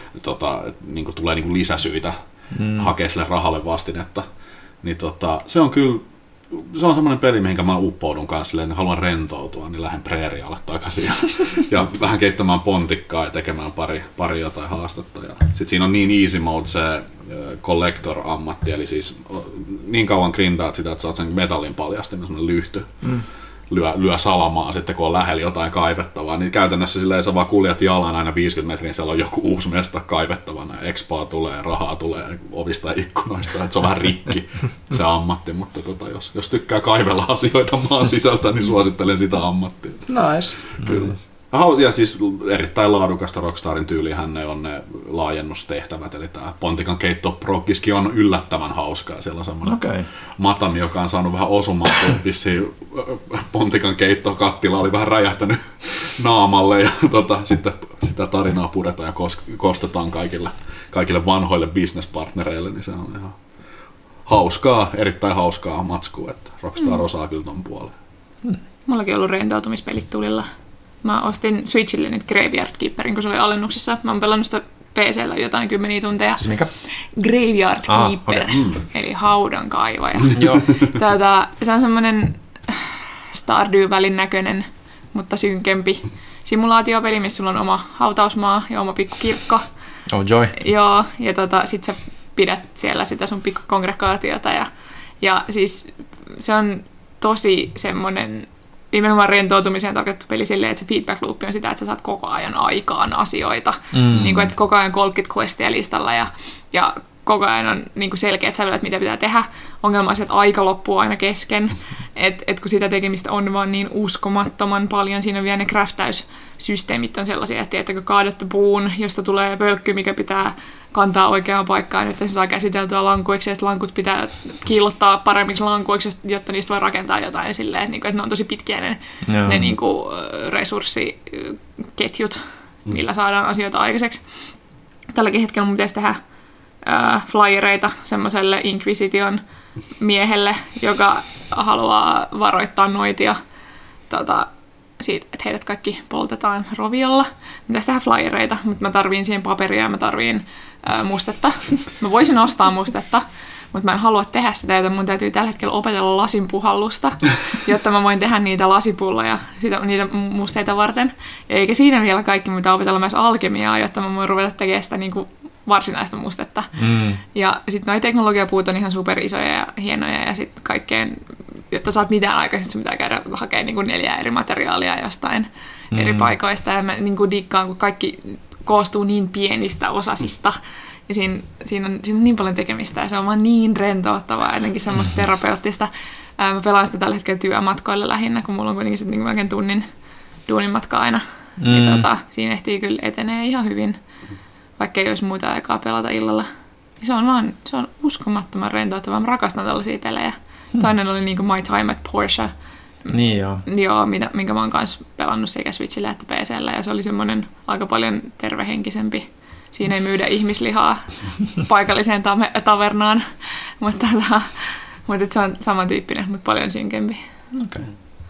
tulee niinku lisäsyitä hakea sille rahalle vastinetta, niin se on kyllä. Se on semmoinen peli, mihinkä mä uppoudun kanssa, että haluan rentoutua, niin lähden preerialle takaisin ja vähän keittämään pontikkaa ja tekemään pari jotain haastetta. Sitten siinä on niin easy mode se collector-ammatti, eli siis niin kauan grindaat sitä, että saat sen metallin paljastimen, semmoinen lyhty. Lyö salamaa sitten, kun on lähellä jotain kaivettavaa, niin käytännössä silleen, että sä vaan kuljet jalan aina 50 metriä, niin siellä on joku uusi mesta kaivettavana, expaa tulee, rahaa tulee ovista ja ikkunoista, että se on vähän rikki se ammatti, mutta jos tykkää kaivella asioita maan sisältä, niin suosittelen sitä ammattia. Nice. Kyllä. Ja siis erittäin laadukasta Rockstarin tyylihän ne on ne laajennustehtävät, eli tämä pontikan keittoproggiski on yllättävän hauskaa. Siellä on semmoinen matami, joka on saanut vähän osumaan, vissiin pontikan keittokattila oli vähän räjähtänyt naamalle ja sitten sitä tarinaa puretaan ja kostetaan kaikille vanhoille businesspartnereille, niin se on ihan hauskaa, erittäin hauskaa matskua, että Rockstar osaa kyllä ton puoleen. Mullakin on ollut rentoutumispelit tulilla. Mä ostin Switchille nyt Graveyard Keeperin, kun se oli alennuksessa. Mä oon pelannut sitä PC:llä jotain 10 tunteja. Siis mikä? Graveyard Keeper, eli haudan kaivaja. Se on semmoinen Stardew-välin näköinen, mutta synkempi simulaatiopeli, missä sulla on oma hautausmaa ja oma pikkukirkko. Oh joy. Joo, ja sit sä pidät siellä sitä sun pikkukongregaatiota. Ja siis se on tosi semmoinen nimenomaan rentoutumiseen tarkoitettu peli silleen, että se feedback loop on sitä, että sä saat koko ajan aikaan asioita. Niin kuin, että koko ajan 30 questia listalla ja koko ajan on niin kuin selkeät sävelet, mitä pitää tehdä. Ongelma on se, että aika loppuu aina kesken. Et kun sitä tekemistä on vaan niin uskomattoman paljon, siinä on vielä ne craftaussysteemit on sellaisia, että kun kaadatte puun, josta tulee pölkky, mikä pitää kantaa oikeaan paikkaan, että se saa käsiteltyä lankuiksi, ja lankut pitää kiillottaa paremmiksi lankuiksi, jotta niistä voi rakentaa jotain silleen, että ne on tosi pitkiä ne niin kuin resurssiketjut, millä saadaan asioita aikaiseksi. Tälläkin hetkellä mun pitäisi tehdä flyereita semmoiselle Inquisition miehelle, joka haluaa varoittaa noitia siitä, että heidät kaikki poltetaan roviolla. Pitäisi tehdä flyereita, mutta mä tarviin siihen paperia ja mä tarviin mustetta. Mä voisin ostaa mustetta, mutta mä en halua tehdä sitä, joten mun täytyy tällä hetkellä opetella lasinpuhallusta, jotta mä voin tehdä niitä lasipulloja niitä musteita varten. Eikä siinä vielä kaikki, mitä opetella myös alkemiaa, jotta mä voin ruveta tekemään sitä niin kuin varsinaista mustetta. Ja sitten noi teknologiapuut on ihan superisoja ja hienoja ja sitten kaikkeen, jotta saat mitään aikaisemmin, sun pitää käydä hakemaan niin kuin 4 eri materiaalia jostain eri paikoista ja mä niin kuin diggaan, kun kaikki koostuu niin pienistä osasista ja siinä on niin paljon tekemistä ja se on vaan niin rentouttavaa ja jotenkin semmoista terapeuttista. Mä pelaan sitä tällä hetkellä työmatkoilla lähinnä, kun mulla on kuitenkin sitten niin melkein tunnin duunin matka aina. Niin siinä ehtii kyllä etenee ihan hyvin, vaikka ei olisi muuta aikaa pelata illalla. Se on uskomattoman rentouttavaa. Mä rakastan tällaisia pelejä. Toinen oli niin kuin My Time at Porsche. Niin joo. Joo, minkä mä oon kanssa pelannut sekä Switchillä että PC:llä. Ja se oli semmoinen aika paljon tervehenkisempi. Siinä ei myydä ihmislihaa paikalliseen tavernaan. Mutta se on samantyyppinen, mutta paljon synkempi. Okei.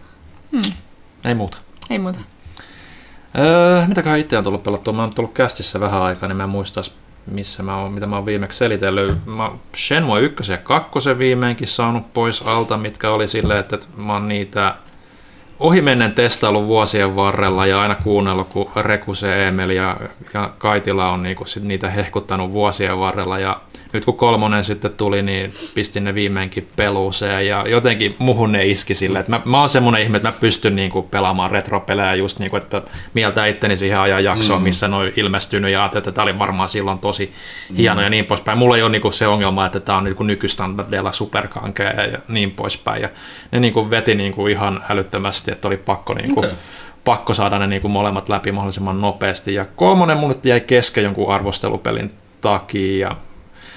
Ei muuta. Ei muuta. Mitäköhän itse on tullut pelattua? Mä oon tullut kästissä vähän aikaa, niin mä en muista mitä mä oon viimeksi selitellyt. Shenmue 1 ja 2 viimeinkin saanut pois alta, mitkä oli silleen, että mä oon niitä ohimennen testaillut vuosien varrella ja aina kuunnellut, kun Rekuse, Emel ja Kaitila on niinku sit niitä hehkuttanut vuosien varrella. Ja nyt kun 3 sitten tuli, niin pistin ne viimeinkin peluuseen ja jotenkin muhun ne iski silleen, että mä oon semmonen ihme, että mä pystyn niinku pelaamaan retropelejä just niinku, että mieltä itteni siihen ajan jaksoon, missä ne on ilmestynyt ja ajattelin, että tää oli varmaan silloin tosi hieno ja niin poispäin. Mulla ei ole niinku se ongelma, että tää on niinku nykystandardeilla superkankea ja niin poispäin. Ja ne niinku veti niinku ihan älyttömästi, että oli pakko saada ne niinku molemmat läpi mahdollisimman nopeasti. Ja 3 mun nyt jäi kesken jonkun arvostelupelin takia ja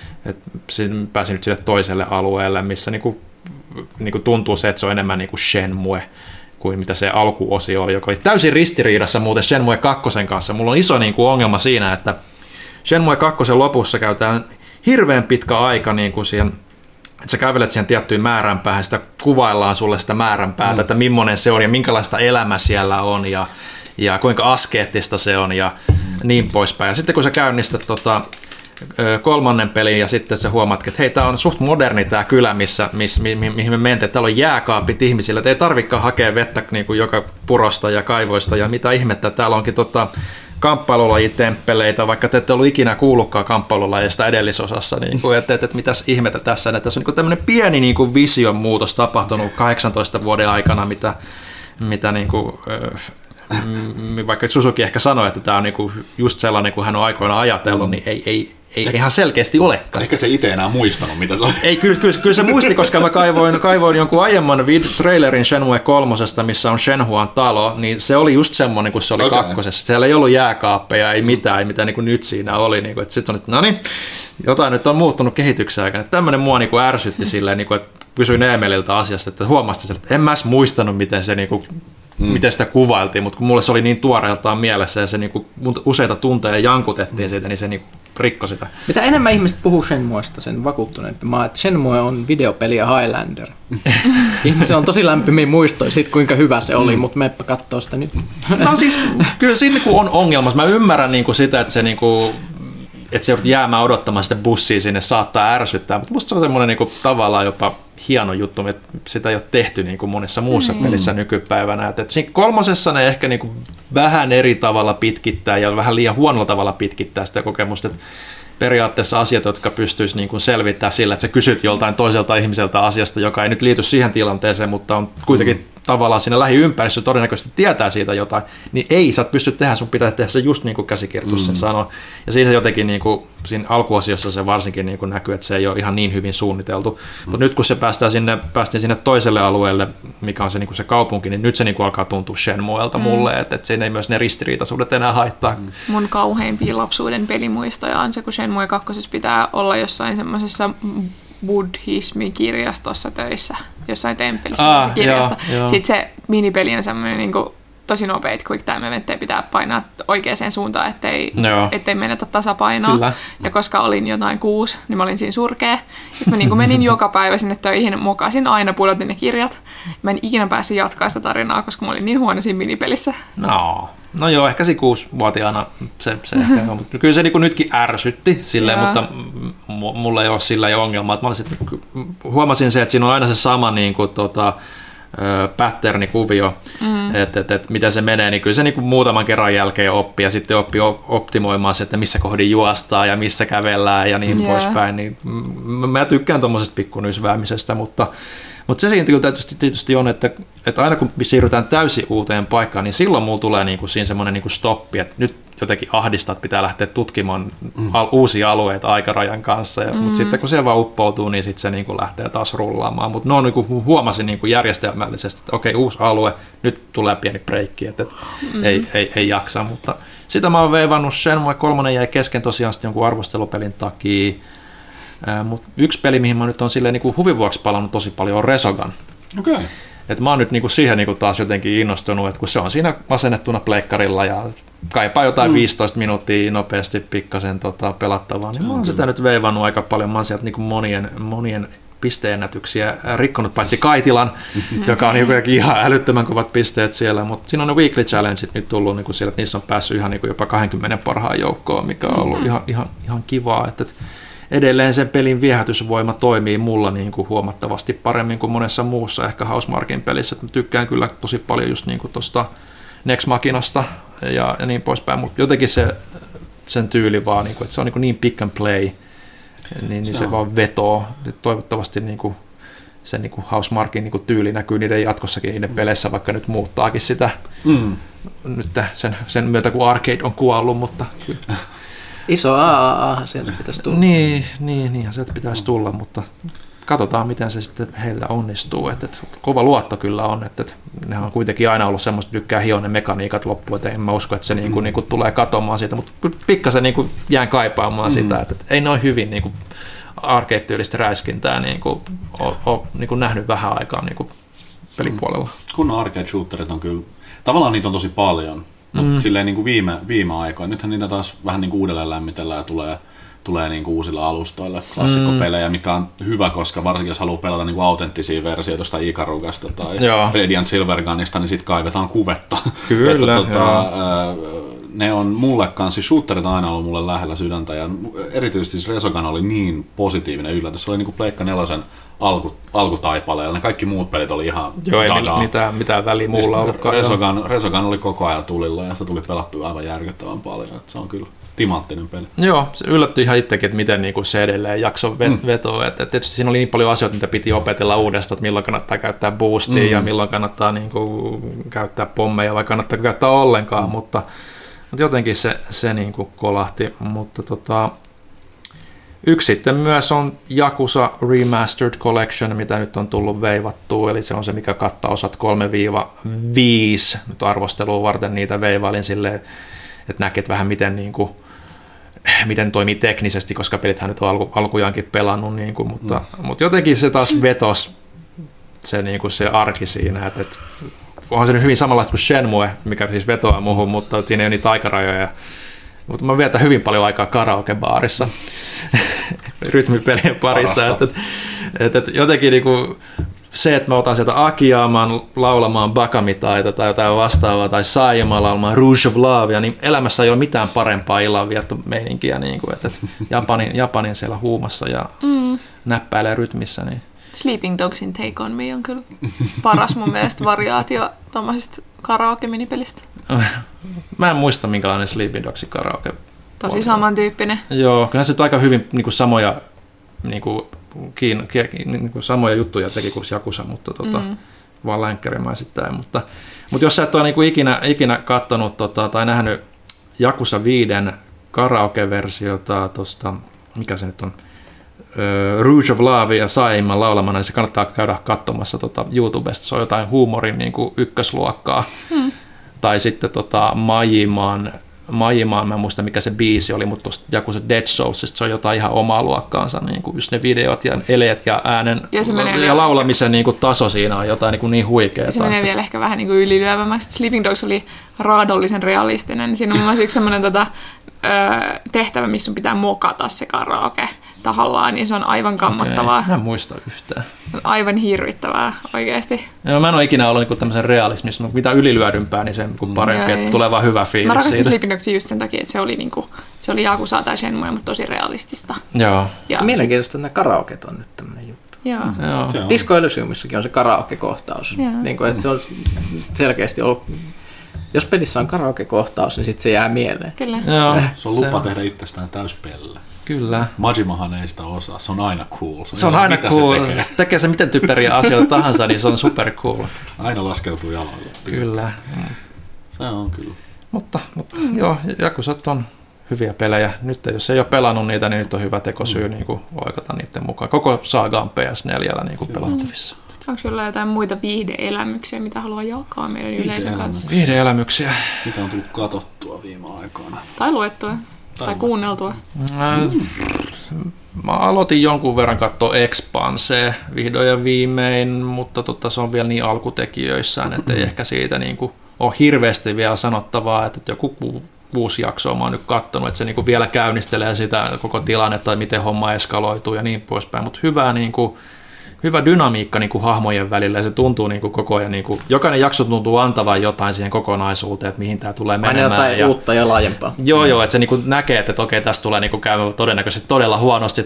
pääsin nyt sille toiselle alueelle, missä niinku tuntuu se, että se on enemmän niinku Shenmue kuin mitä se alkuosio oli, joka oli täysin ristiriidassa muuten Shenmue 2 kanssa. Mulla on iso niinku ongelma siinä, että Shenmue 2 lopussa käytetään hirveän pitkä aika niinku siihen, että sä kävelet siihen tiettyyn määränpäähän, sitä kuvaillaan sulle sitä määränpäätä, että millainen se on ja minkälaista elämä siellä on ja kuinka askeettista se on ja niin poispäin. Ja sitten kun sä käynnistät 3. pelin ja sitten sä huomaat, että hei, tää on suht moderni tää kylä, mihin me mentiin. Täällä on jääkaapit ihmisillä, että ei tarvikaan hakea vettä niin kuin joka purosta ja kaivoista ja mitä ihmettä. Täällä onkin kamppailulajitemppeleitä, vaikka te ette ollut ikinä kuullutkaan kamppailulajista edellisosassa, niin kuin, että mitäs ihmettä tässä. Että tässä on niin tämmöinen pieni niin kuin vision muutos tapahtunut 18 vuoden aikana, mitä niin kuin, vaikka Suzuki ehkä sanoi, että tämä on niinku just sellainen kuin hän on aikoinaan ajatellut, niin ei ihan selkeästi olekaan. Ehkä se itse enää muistanut, mitä se on. Ei, kyllä se muisti, koska mä kaivoin jonkun aiemman trailerin Shenmue 3, missä on Shenhuan talo, niin se oli just semmoinen kuin se oli 2. Siellä ei ollut jääkaappeja, ei mitään, mitä niin kuin nyt siinä oli. Niin sitten on, että no niin, jotain nyt on muuttunut kehityksen aikana. Tämmöinen mua niin kuin ärsytti silleen, niin kuin, että kysyin Emeliltä asiasta, että huomasin, että en mä edes muistanut, miten se niin kuin miten sitä kuvailtiin, mutta kun mulle se oli niin tuoreeltaan mielessä ja se niinku useita tunteja jankutettiin siitä, niin se niinku rikkoi sitä. Mitä enemmän ihmiset puhuu Shenmuesta, sen vakuuttuneempi mä että Shenmue on videopeli ja Highlander. Ihmisillä on tosi lämpimiä muistoja siitä, kuinka hyvä se oli, mutta meppä kattoo sitä nyt. No siis, kyllä siinä niinku on ongelma. Mä ymmärrän niinku sitä, että se niinku että se jäämään odottamaan sitä bussia sinne saattaa ärsyttää, mutta musta se on semmoinen niinku tavallaan jopa hieno juttu, että sitä ei ole tehty niin kuin monessa muussa pelissä nykypäivänä. Että siinä 3. ne ehkä niin kuin vähän eri tavalla pitkittää ja vähän liian huonolla tavalla pitkittää sitä kokemusta. Että periaatteessa asiat, jotka pystyisi niin kuin selvittämään sillä, että sä kysyt joltain toiselta ihmiseltä asiasta, joka ei nyt liity siihen tilanteeseen, mutta on kuitenkin tavallaan siinä lähiympäristössä todennäköisesti tietää siitä jotain, niin ei, sä et pysty tehdä, sun pitää tehdä se just niin kuin käsikirjoitus sen sanoo. Ja siinä jotenkin niin kuin, siinä alkuosiossa se varsinkin niin kuin näkyy, että se ei ole ihan niin hyvin suunniteltu. Mutta nyt kun se päästiin sinne toiselle alueelle, mikä on se, niin kuin se kaupunki, niin nyt se niin kuin alkaa tuntua Shenmuelta mulle, että siinä ei myös ne ristiriitaisuudet enää haittaa. Mun kauheimpia lapsuuden pelimuistoja on se, kun Shenmue 2 pitää olla jossain semmoisessa buddhismikirjastossa töissä, jossain temppelissä kirjasta. Sitten se minipeli on semmoinen niin kuin tosi nopea, että quick time eventtejä pitää painaa oikeaan suuntaan, ettei menetä tasapainoa. Kyllä. Ja koska olin jotain 6, niin mä olin siinä surkea. Sitten mä niin kuin menin joka päivä sinne töihin, mokasin aina, pudotin ne kirjat. Mä en ikinä päässyt jatkaa sitä tarinaa, koska mä olin niin huono siinä minipelissä. No joo, ehkä se 6-vuotiaana se ehkä on. Kyllä se niin nytkin ärsytti silleen, mutta mulla ei ole sillä jo ongelmaa. Mä huomasin se, että siinä on aina se sama niin kuin, patternikuvio, että miten se menee, niin kyllä se niin muutaman kerran jälkeen oppii ja sitten oppii optimoimaan se, että missä kohdin juostaa ja missä kävellään ja niin poispäin. Niin mä tykkään tuommoisesta pikkunysväämisestä, mutta se siinä tietysti on, että aina kun siirrytään täysin uuteen paikkaan, niin silloin mulla tulee niin kuin siinä semmoinen niin kuin stoppi, että nyt jotenkin ahdistaa, että pitää lähteä tutkimaan uusia alueita aikarajan kanssa, mutta sitten kun se vaan uppoutuu, niin sitten se niin kuin lähtee taas rullaamaan. Mutta niin kuin huomasin niin kuin järjestelmällisesti, että okei, uusi alue, nyt tulee pieni breikki, että ei jaksa, mutta sitä mä oon veivannut Shenmue 3 jäi kesken tosiaan sitten jonkun arvostelupelin takia. Mutta yksi peli, mihin mä nyt on silleen niinku huvin vuoksi palannut tosi paljon, on Resogun. Okay. Et mä oon nyt niinku siihen niinku taas jotenkin innostunut, että kun se on siinä asennettuna pleikkarilla ja kaipaa jotain 15 minuuttia nopeasti pikkasen pelattavaa, niin mä oon sitä nyt veivannut aika paljon. Mä oon sieltä niinku monien pisteennätyksiä rikkonut, paitsi Kaitilan, joka on ihan älyttömän kovat pisteet siellä, mutta siinä on ne weekly challengeit nyt tullut niin kuin siellä, että niissä on päässyt ihan niin kuin jopa 20 parhaan joukkoon, mikä on ollut ihan kivaa, että edelleen sen pelin viehätysvoima toimii mulla niin kuin huomattavasti paremmin kuin monessa muussa ehkä Housemarquin pelissä. Mä tykkään kyllä tosi paljon just niin kuin tuosta Nex Machinasta ja niin poispäin, mutta jotenkin sen tyyli vaan, niin kuin, että se on niin pick and play, niin se vaan vetoo. Toivottavasti niin kuin se niin kuin Housemarquin niin kuin tyyli näkyy niiden jatkossakin niiden peleissä, vaikka nyt muuttaakin sitä nyt sen myötä, kun Arcade on kuollut, mutta iso AAA sieltä pitäisi tulla. Niin, sieltä pitäisi tulla, mutta katsotaan, miten se sitten heillä onnistuu. Että kova luotto kyllä on, että ne on kuitenkin aina ollut semmoista, että tykkää hioa ne mekaniikat loppuun, että en mä usko, että se niin kuin tulee katoamaan siitä, mutta pikkasen niin jään kaipaamaan sitä, että ei noin hyvin niin arcade-tyylistä räiskintää niin ole niin nähnyt vähän aikaa niin pelipuolella. Kun arcade-shooterit on kyllä, tavallaan niitä on tosi paljon, mutta silleen niin kuin viime aikoina, nythän niitä taas vähän niin kuin uudelleen lämmitellään ja tulee niin kuin uusilla alustoilla klassikkopelejä, mikä on hyvä, koska varsinkin jos haluaa pelata niin kuin autenttisia versioita jostain Ikarugasta tai Radiant Silvergunista, niin sitten kaivetaan kuvetta. Kyllä, ne on mulle kanssa, shooterit on aina ollut mulle lähellä sydäntä, ja erityisesti Resogun oli niin positiivinen yllätys. Se oli niin kuin Pleikka 4 alkutaipaleella, ne kaikki muut pelit oli ihan ei mitään väliä muulla ollutkaan. Resogun oli koko ajan tulilla, ja sitä tuli pelattua aivan järkyttävän paljon. Että se on kyllä timanttinen peli. Joo, se yllättyi ihan itsekin, että miten niinku se edelleen jakso vetoa. Tietysti siinä oli niin paljon asioita, mitä piti opetella uudestaan, että milloin kannattaa käyttää boostia ja milloin kannattaa niinku käyttää pommeja vai kannattaa käyttää ollenkaan, mutta jotenkin se niinku kolahti. Mutta yksi sitten myös on Yakuza Remastered Collection, mitä nyt on tullut veivattua, eli se on se, mikä kattaa osat 3-5. Nyt arvostelua varten niitä veivailin silleen, että näkee vähän miten toimii teknisesti, koska pelithän nyt on alkujaankin pelannut, mutta jotenkin se taas vetosi se arki siinä, että onhan se nyt hyvin samanlaista kuin Shenmue, mikä siis vetoaa muuhun, mutta siinä ei ole niitä aikarajoja. Mutta mä vietän hyvin paljon aikaa karaokebaarissa rytmipelien parissa, että jotenkin se, että mä otan sieltä Akiyaamaan laulamaan Bakamitaita tai jotain vastaavaa, tai Saiyamaa laulamaan Rouge of Lavea, niin elämässä ei ole mitään parempaa illanviettomeininkiä, että Japanin siellä huumassa ja näppäilee rytmissä. Niin. Sleeping Dogsin Take On Me on kyllä paras mun mielestä variaatio tuommoisesta karaoke-minipelistä. Mä en muista, minkälainen Sleeping Dogsin karaoke. Tosi samantyyppinen. Joo, kyllä se on aika hyvin samoja samoja juttuja teki kuin Yakuza, mutta vaan länkkärimäisittäin. Mutta jos sä et ole ikinä katsonut tai nähnyt Yakuza 5 karaoke-versiota tuosta, mikä se nyt on, Rouge of Love ja Saiyaman laulamana, niin se kannattaa käydä katsomassa YouTubesta. Se on jotain huumorin ykkösluokkaa. Tai sitten Majimaan, mä en muista mikä se biisi oli, mutta tuosta Yakuza Dead Soulsista se on jotain ihan omaa luokkaansa, just ne videot ja eleet ja äänen ja laulamisen taso siinä on jotain niin huikeaa. Se menee vielä ehkä vähän ylilyövämmäksi. Sleeping Dogs oli raadollisen realistinen. Siinä on myös yksi semmoinen tehtävä, missä sun pitää mokata se karaoke tahallaan, niin se on aivan kammottavaa. Mä en muista yhtään. Aivan hirvittävää oikeasti. Joo, mä en ole ikinä ollut tämmöisen realismissa, mutta mitä ylilyödympää, niin se parempi, että tulee vaan hyvä fiilis. Mä rakastin Sleeping Dogsia just sen takia, että se oli Yakuza tai Shenmue, mutta tosi realistista. Joo. Ja mielenkiintoista, että nämä karaoket on nyt tämmöinen juttu. Joo. Disco Elysiumissakin on se karaoke-kohtaus. Että se on selkeästi ollut. Jos pelissä on karaoke-kohtaus, niin sitten se jää mieleen. Kyllä. Joo, se on lupa tehdä itsestään täyspelle. Kyllä. Majimahan ei sitä osaa. Se on aina cool. Se on aina cool. Se tekee se miten typeriä asioita tahansa, niin se on super cool. Aina laskeutuu jaloille. Kyllä. Se on kyllä. Mutta joo, Yakuzat on hyviä pelejä. Nyt jos ei ole pelannut niitä, niin nyt on hyvä tekosyy oikata niiden mukaan. Koko saaga on PS4 pelattavissa. Onko sinulla jotain muita viihde-elämyksiä, mitä haluaa jakaa meidän yleisön kanssa? Viihde-elämyksiä. Mitä on tullut katsottua viime aikoina? Tai luettua. Tai kuunneltua. Mä aloitin jonkun verran katsoa Expansea vihdoin ja viimein, mutta se on vielä niin alkutekijöissään, että ei ehkä siitä ole hirveästi vielä sanottavaa, että joku 6 jaksoa mä oon nyt katsonut, että se vielä käynnistelee sitä koko tilannetta, miten homma eskaloituu ja niin poispäin, mutta hyvää hyvä dynamiikka niin kuin hahmojen välillä ja se tuntuu niin kuin koko ajan, niin kuin, jokainen jakso tuntuu antavan jotain siihen kokonaisuuteen, että mihin tämä tulee menemään. Aina jotain uutta ja laajempaa. Joo, että se niin kuin näkee, että okei, tässä tulee niin kuin käymään todennäköisesti todella huonosti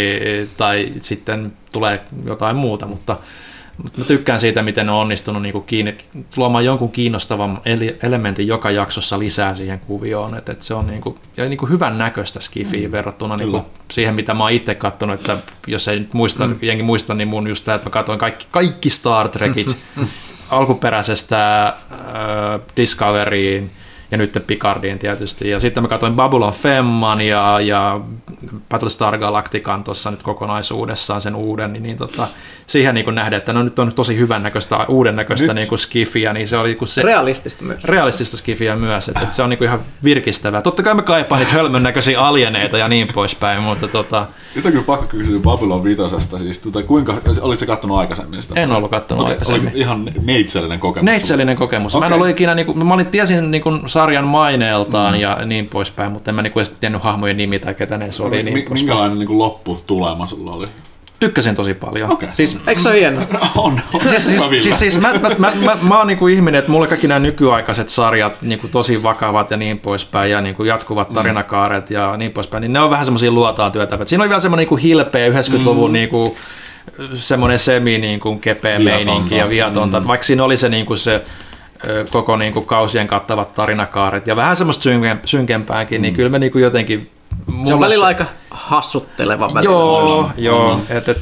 tai sitten tulee jotain muuta, mutta mä tykkään siitä, miten ne on onnistunut niin kuin luomaan jonkun kiinnostavan elementin joka jaksossa lisää siihen kuvioon. Että se on niin kuin hyvän näköistä skifiä verrattuna niin kuin siihen, mitä mä oon itse katsonut. Että jos ei jengi muista, niin mun just tämä, että mä katsoin kaikki Star Trekit alkuperäisestä Discoveryin ja nyt Picardiin tietysti. Ja sitten mä katsoin Babylon Femman ja Battlestar Galactican tuossa nyt kokonaisuudessaan sen uuden, niin siihen niin nähdään, että no nyt on tosi hyvän näköistä, uuden näköistä niin skifiä, niin se oli se realistista myös. Realistista skifiä myös, että se on niin ihan virkistävää. Totta kai me kaipaan niitä hölmön näköisiä alieneita ja niin poispäin, mutta Nyt on kyllä pakko kysyä Babylon 5, siis kuinka, olitko sä kattonut aikaisemmin sitä? En ollut kattonut aikaisemmin. Oli ihan neitsellinen kokemus. Neitsellinen kokemus. Mä en ollut ikinä, mä tiesin sarjan maineeltaan ja niin poispäin, mutta en mä edes tiennyt hahmojen nimi tai ketä ne oli. Minkälainen lopputulema sulla oli? Tykkäsin tosi paljon. Okay. Siis, eikö se ole hieno? On. Siis mä oon niinku ihminen, että mulle kaikki nämä nykyaikaiset sarjat niinku tosi vakavat ja niin poispäin ja niinku jatkuvat tarinakaaret ja niin poispäin, niin ne on vähän semmoisia luotaan työtävät. Siinä oli vielä semmoinen niinku hilpeä 90-luvun niinku semmoinen semi niinku kepeä meininki ja viatonta. Vaikka siinä oli se niinku se koko niinku kausien kattavat tarinakaaret ja vähän semmoista synkempääkin, niin kyllä me niinku jotenkin se on välillä aika hassutteleva välillä. Joo.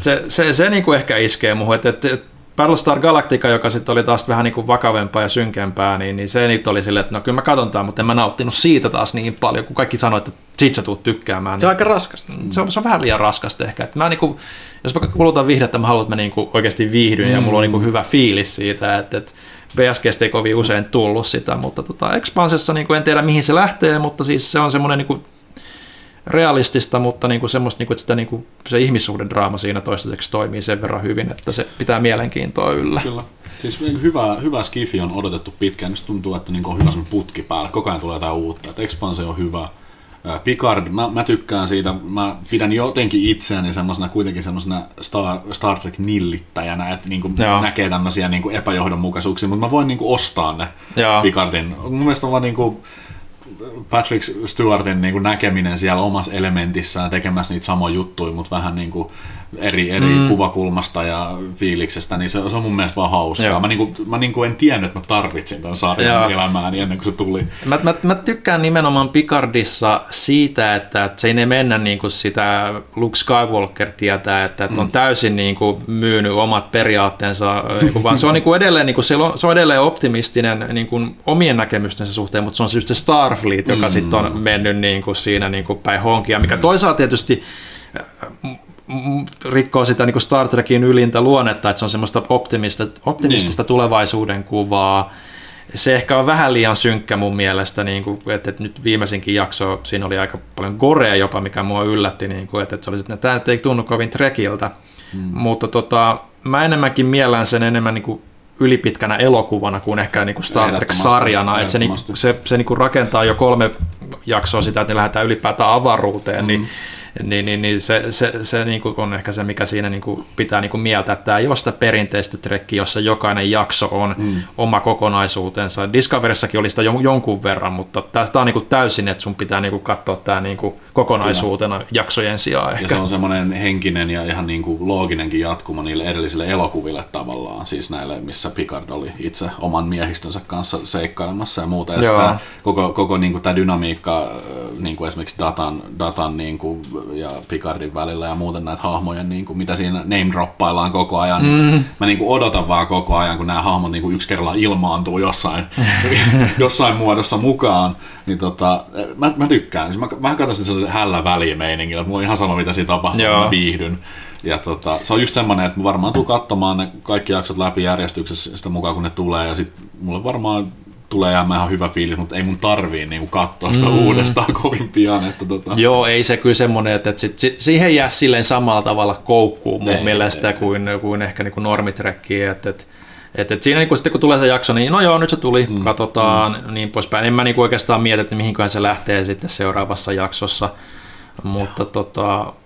Se niinku ehkä iskee muuhun. Battlestar Galactica, joka sitten oli taas vähän niinku vakavempaa ja synkempää, niin se nyt oli silleen, että no kyllä mä katon tämän, mutta en mä nauttinut siitä taas niin paljon, kun kaikki sanoi, että siitä sä tuut tykkäämään. Se on aika raskasta. Se on vähän liian raskasta ehkä. Että mä niinku, jos mä kulutan viihdettä, mä haluan, että mä niinku oikeasti viihdyn ja mulla on niinku hyvä fiilis siitä, että BSGstä ei kovin usein tullut sitä, mutta Expansessa niinku en tiedä mihin se lähtee, mutta siis se on semmoinen niinku realistista, mutta niinku semmoista, niinku, että sitä, niinku, se ihmissuhdedraama siinä toistaiseksi toimii sen verran hyvin, että se pitää mielenkiintoa yllä. Kyllä. Siis hyvä skifi on odotettu pitkään, nyt tuntuu, että niinku on hyvä semmoinen putki päällä, koko ajan tulee jotain uutta, että Expanse on hyvä. Picard, mä tykkään siitä, mä pidän jotenkin itseäni semmosena, kuitenkin semmosena Star Trek-nillittäjänä, että niinku näkee tämmöisiä niinku epäjohdonmukaisuuksia, mutta mä voin niinku ostaa ne Picardin. Mun mielestä on vaan niinku Patrick Stewartin niin kuin näkeminen siellä omassa elementissään tekemässä niitä samoja juttuja, mutta vähän niin kuin eri kuvakulmasta ja fiiliksestä, niin se on mun mielestä vaan hauskaa. Mä en tiennyt, että mä tarvitsin tämän sarjan elämääni ennen kuin se tuli. Mä tykkään nimenomaan Picardissa siitä, että se ei mennä niin kuin sitä Luke Skywalker tietää, että on täysin niin kuin myynyt omat periaatteensa, vaan se on niin kuin edelleen, niin kuin se on edelleen optimistinen niin kuin omien näkemystensä suhteen, mutta se on just se Starfleet, joka sitten on mennyt niin kuin siinä niin kuin päin honkia, mikä toisaalta tietysti rikkoo sitä niin kuin Star Trekin ylintä luonnetta, että se on semmoista optimistista tulevaisuuden kuvaa. Se ehkä on vähän liian synkkä mun mielestä, niin kuin, että nyt viimeisinkin jakso, siinä oli aika paljon gorea jopa, mikä mua yllätti, niin kuin, että se oli, että tämä nyt ei tunnu kovin Trekiltä, mutta mä enemmänkin miellän sen enemmän niin kuin ylipitkänä elokuvana kuin ehkä niin kuin Star Trek-sarjana, että se niin kuin rakentaa jo 3 jaksoa sitä, että ne lähdetään ylipäätään avaruuteen, niin se niin kuin on ehkä se, mikä siinä niin kuin pitää niin kuin mieltää, että tämä ei ole sitä perinteistä trekkiä, jossa jokainen jakso on oma kokonaisuutensa. Discoverissakin oli sitä jonkun verran, mutta tämä on niin kuin täysin, että sun pitää niin kuin katsoa tämä niin kuin kokonaisuutena jaksojen sijaan. Ehkä. Ja se on semmoinen henkinen ja ihan niin kuin looginenkin jatkuma niille edellisille elokuville tavallaan, siis näille, missä Picard oli itse oman miehistönsä kanssa seikkailemassa ja muuta. Ja sitä, koko niin kuin tämä dynamiikka, niin kuin esimerkiksi datan niin kuin ja Picardin välillä ja muuten näitä hahmoja, niin kuin, mitä siinä name-droppaillaan koko ajan. Mä niin kuin odotan vaan koko ajan, kun nämä hahmot niin kuin yksi kerralla ilmaantuu jossain muodossa mukaan. Niin mä tykkään. Mä katson sitä hällä välimeiningillä, että mulla on ihan sama, mitä siinä tapahtuu, mä viihdyn. Ja se on just semmoinen, että mä varmaan tuun katsomaan ne kaikki jaksot läpi järjestyksessä sitä mukaan, kun ne tulee. Ja sit mulle varmaan tulee jäämään ihan hyvä fiilis, mutta ei mun tarvii niinku katsoa sitä uudestaan kovin pian. Että Joo, ei se kyllä semmoinen, että siihen jää silleen samalla tavalla koukkuun mun mielestä kuin ehkä niinku normitrekkiin. Että siinä niinku sitten kun tulee se jakso, niin no joo, nyt se tuli, katsotaan, niin poispäin. En mä niinku oikeastaan mieti, että mihinköhän se lähtee sitten seuraavassa jaksossa. Mutta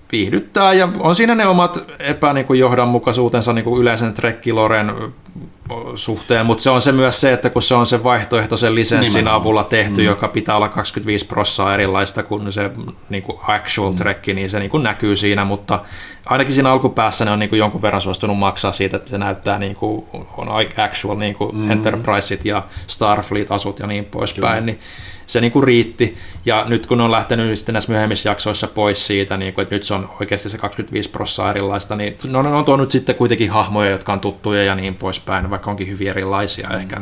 viihdyttää ja on siinä ne omat epäjohdonmukaisuutensa yleisen trekkiloren suhteen, mutta se on se myös se, että kun se on se vaihtoehtoisen lisenssin avulla tehty, joka pitää olla 25% erilaista kuin se actual trekki, niin se näkyy siinä, mutta ainakin siinä alkupäässä ne on jonkun verran suostunut maksaa siitä, että se näyttää on actual Enterpriseit ja Starfleet-asut ja niin poispäin, niin se riitti. Ja nyt kun on lähtenyt sitten näissä myöhemmissä jaksoissa pois siitä, että nyt se on oikeasti se 25% erilaista, niin on tuonut sitten kuitenkin hahmoja, jotka on tuttuja ja niin poispäin, vaikka onkin hyvin erilaisia ehkä,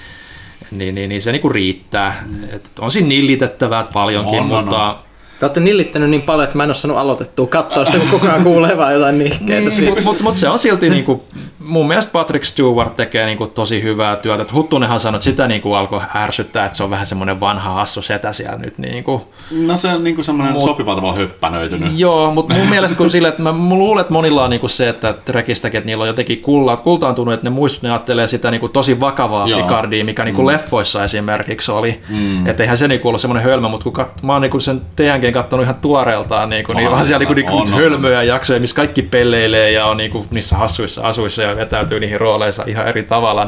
niin se riittää. Et on siinä nillitettävää paljonkin, mutta... Te olette nillittänyt niin paljon, että mä en ole saanut aloitettua katsoa sitä, kun koko ajan kuulee vaan jotain nihkeitä. Mutta se on silti, mun mielestä Patrick Stewart tekee tosi hyvää työtä. Huttunenhan sanoi, että sitä alkoi ärsyttää, että se on vähän semmoinen vanha hassu setä siellä nyt. No se on semmoinen sopivalla tavalla höppänöitynyt. Joo, mutta mun mielestä kun sille, että mä luulen, että monilla on se, että Trekistäkin, että niillä on jotenkin kultaantunut, että ne ajattelee sitä tosi vakavaa Picardia, mikä leffoissa esimerkiksi oli. Että eihän se ollut semmoinen hölmö, mutta kun mä oon sen teidänkin katsonut ihan tuoreeltaan, niin vaan siellä hölmöjä jaksoja, missä kaikki pelleilee ja on niissä hassuissa asuissa ja vetäytyy niihin rooleissa ihan eri tavalla,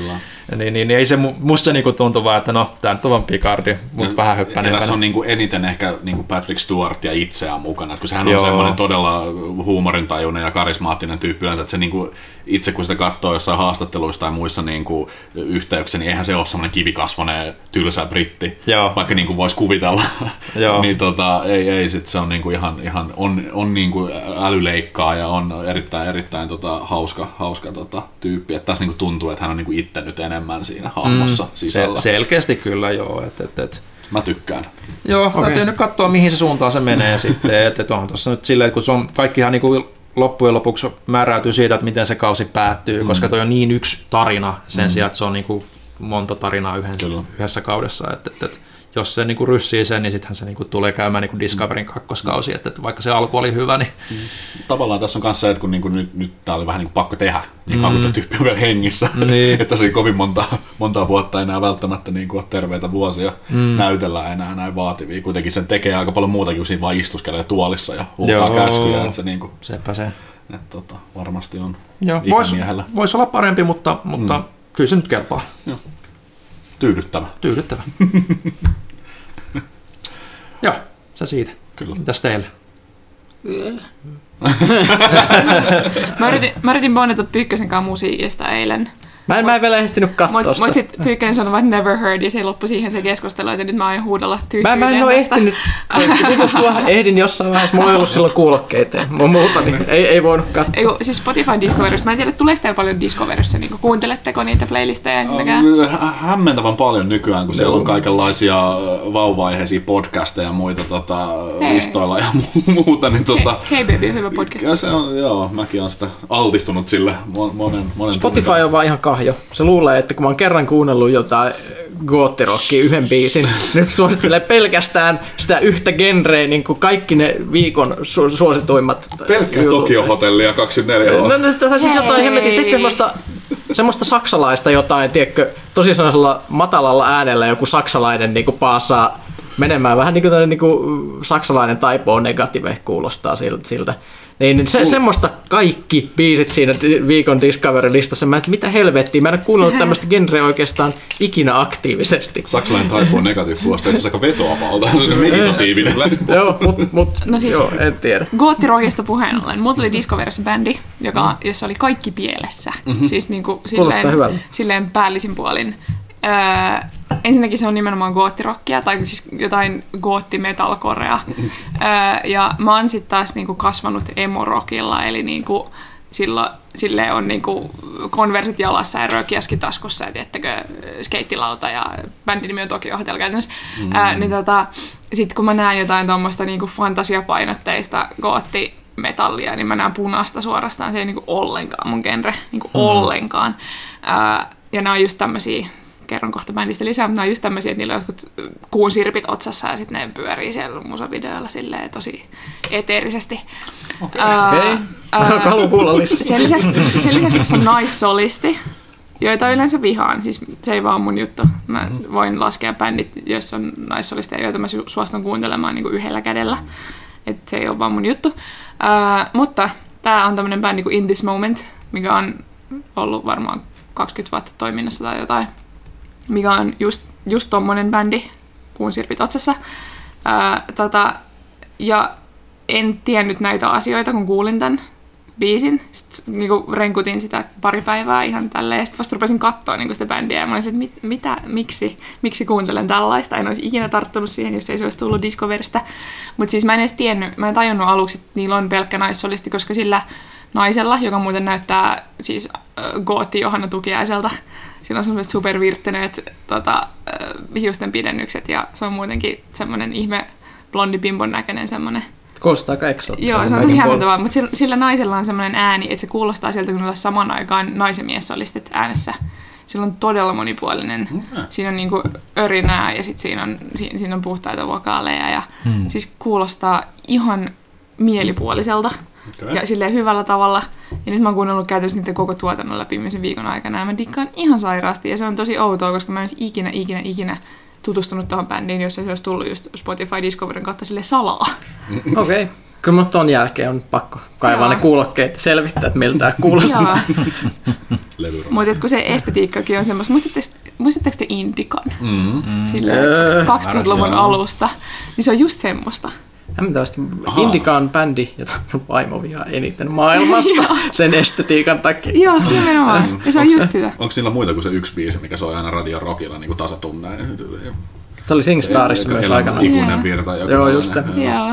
niin ei se musta se tuntuu vaan, että no, tää nyt on vaan Picardi, mutta vähän höppänempänä. Tässä on eniten ehkä Patrick Stewart ja itseään mukana, kun sehän on semmoinen todella huumorintajuinen ja karismaattinen tyyppi yleensä, että se itse kun sitä katsoo jossain haastatteluissa tai muissa yhteyksissä, niin eihän se ole semmoinen kivikasvainen tylsä britti, vaikka voisi kuvitella. Niin ei sit se on ihan on älyleikkaa ja on erittäin hauska tyyppi, että tässä tuntuu, että hän on itse nyt enemmän siinä hahmossa sisällä. Selkeästi kyllä, joo. Mä tykkään. Joo, täytyy nyt katsoa, mihin se suuntaan se menee sitten. Että on tuossa nyt silleen, kun se on kaikkihan loppujen lopuksi määräytyy siitä, että miten se kausi päättyy, koska toi on niin yksi tarina sen sijaan, että se on monta tarinaa yhdessä kaudessa. Että jos se ryssii sen, niin sittenhän se tulee käymään Discoveryn kakkoskausi, että vaikka se alku oli hyvä, niin... Tavallaan tässä on myös se, että kun nyt tää oli vähän pakko tehdä, niin kauan kun tyyppi on vielä hengissä, että se ei kovin monta vuotta enää välttämättä ole terveitä vuosia näytellä enää näin vaativia. Kuitenkin sen tekee aika paljon muutakin, kun siinä vaan istuskelee tuolissa ja huutaa käskyjä, että se sepä se. Että varmasti on ikämiehellä. Voisi olla parempi, mutta kyllä se nyt kelpaa. Joo. Tyydyttävä. Joo, se siitä. Kyllä. Mitäs teille? Mä yritin bonnata Pyykkösen kanssa musiikista eilen. Mä en vielä ehtinyt katsoa sitä. Mutta sitten Pyykkönen sanoi vain never heard ja se loppui siihen se keskustelu, että nyt mä aion huudella tyhjyyteen. Mä en ole ehtinyt tutustua, ehdin jossain vaiheessa, mulla ei ollut silloin kuulokkeita ja muuta, niin ei voinut katsoa. Siis Spotify Discoverista, mä en tiedä, tuleeko teillä paljon Discoverissa, niin kuunteletteko niitä playlisteja ensinnäkään? Hämmentävän paljon nykyään, kun siellä on kaikenlaisia vauvaiheisia podcasteja ja muita listoilla ja muuta. Niin, Hey Baby on hyvä podcast. Ja se on, joo, mäkin olen sitä altistunut sille monen Spotify on vaan ihan kahjo. Se luulee, että kun mä oon kerran kuunnellut jotain goottirockia yhden biisin, nyt suosittelee pelkästään sitä yhtä genreä, niin kuin kaikki ne viikon suosituimmat. Pelkkää Tokio-hotellia 24. No siis jotain hemmetin, semmoista saksalaista jotain, tiedätkö, tosi sellaisella matalalla äänellä joku saksalainen niin kuin paasaa menemään. Vähän niin kuin saksalainen Typo Negative kuulostaa siltä. Niin semmoista kaikki biisit siinä viikon Discovery-listassa. Mä et mitä helvettiä, mä en ole kuunnellut tämmöistä genreä oikeastaan ikinä aktiivisesti. Saksalainen Typo Negative kuulostaa itse asiassa aika vetoavalta, se on meditatiivinen. Joo, no siis, joo, en tiedä. Goottirockista puheen ollen. Mulla tuli Discoveryssä bändi, jossa oli kaikki pielessä. Siis niinku silleen päällisin puolin. Ensinnäkin se on nimenomaan goottirockia, tai siis jotain goottimetalcorea. Ja mä oon sit taas niinku kasvanut emo-rockilla, eli niinku silleen on niinku konversit jalassa ja röökiaski taskussa, ja tiettäkö, skeittilauta, ja bändin nimi on Tokio Hotel käytännössä. Niin sit kun mä näen jotain tommoista niinku fantasiapainotteista goottimetallia, niin mä näen punaista suorastaan, se ei niinku ollenkaan mun genre, niinku ollenkaan. Ja nämä on just tämmösiä, kerron kohta bändistä lisää, mutta nämä on just tämmöisiä, että niillä on jotkut kuun sirpit otsassa ja sitten ne pyörii siellä musavideoilla silleen tosi eteerisesti. Okei. Haluan kuulla lisää. Sen lisäksi tässä on naissolisti, joita yleensä vihaan. Siis se ei vaan mun juttu. Mä voin laskea bändit, joissa on naissolisteja, joita mä suostun kuuntelemaan niin kuin yhdellä kädellä. että se ei ole vaan mun juttu. Mutta tää on tämmönen bändi kuin In This Moment, mikä on ollut varmaan 20 vuotta toiminnassa tai jotain, mikä on just tommonen bändi, kuun sirpit otsassa. Ja en tiennyt näitä asioita, kun kuulin tämän biisin. Sitten niinku renkutin sitä pari päivää ihan tälleen, ja sitten vasta rupesin katsoa niinku sitä bändiä, ja mä olisin, että miksi kuuntelen tällaista. En olisi ikinä tarttunut siihen, jos ei se olisi tullut Discoverista. Mutta siis mä en edes tiennyt, mä en tajunnut aluksi, että niillä on pelkkä naissolisti, koska sillä naisella, joka muuten näyttää siis Gootti Johanna Tukiaiselta, sillä on sellaiset supervirttyneet hiusten pidennykset, ja se on muutenkin semmoinen ihme blondi bimbon näköinen semmoinen. Kuulostaa aika eksoottista. Joo, se on tosi hämmentävää, mutta sillä naisella on semmoinen ääni, että se kuulostaa sieltä, kun olisi samaan aikaan naisen miessolistit äänessä. Sillä on todella monipuolinen. Siinä on niinku örinää ja sitten siinä on puhtaita vokaaleja ja siis kuulostaa ihan mielipuoliselta ja silleen hyvällä tavalla. Ja nyt mä oon kuunnellut käytössä niiden koko tuotannon läpi viimeisen viikon aikana ja mä dikkaan ihan sairaasti ja se on tosi outoa, koska mä en olisi ikinä tutustunut tuohon bändiin, jos se olisi tullut just Spotify Discoverin kautta sille salaa. Okei. Kyllä mun ton jälkeen on pakko kaivaa ne kuulokkeet ja selvittää, että miltä tämä kuulostaa. Mutta kun se estetiikkakin on semmoista, muistatteko te Indican? Silleen 20-luvun alusta, niin se on just semmoista. Indica on bändi, jota vaimo vihaa eniten maailmassa sen estetiikan takia. Joo, nimenomaan. Ja se on just sitä. Onko sillä muita kuin se yksi biisi, mikä soi aina Radio Rockilla niin kuin tasatunne? Se oli SingStarissa myös aikana. Ikuinen virta. Joo, just se.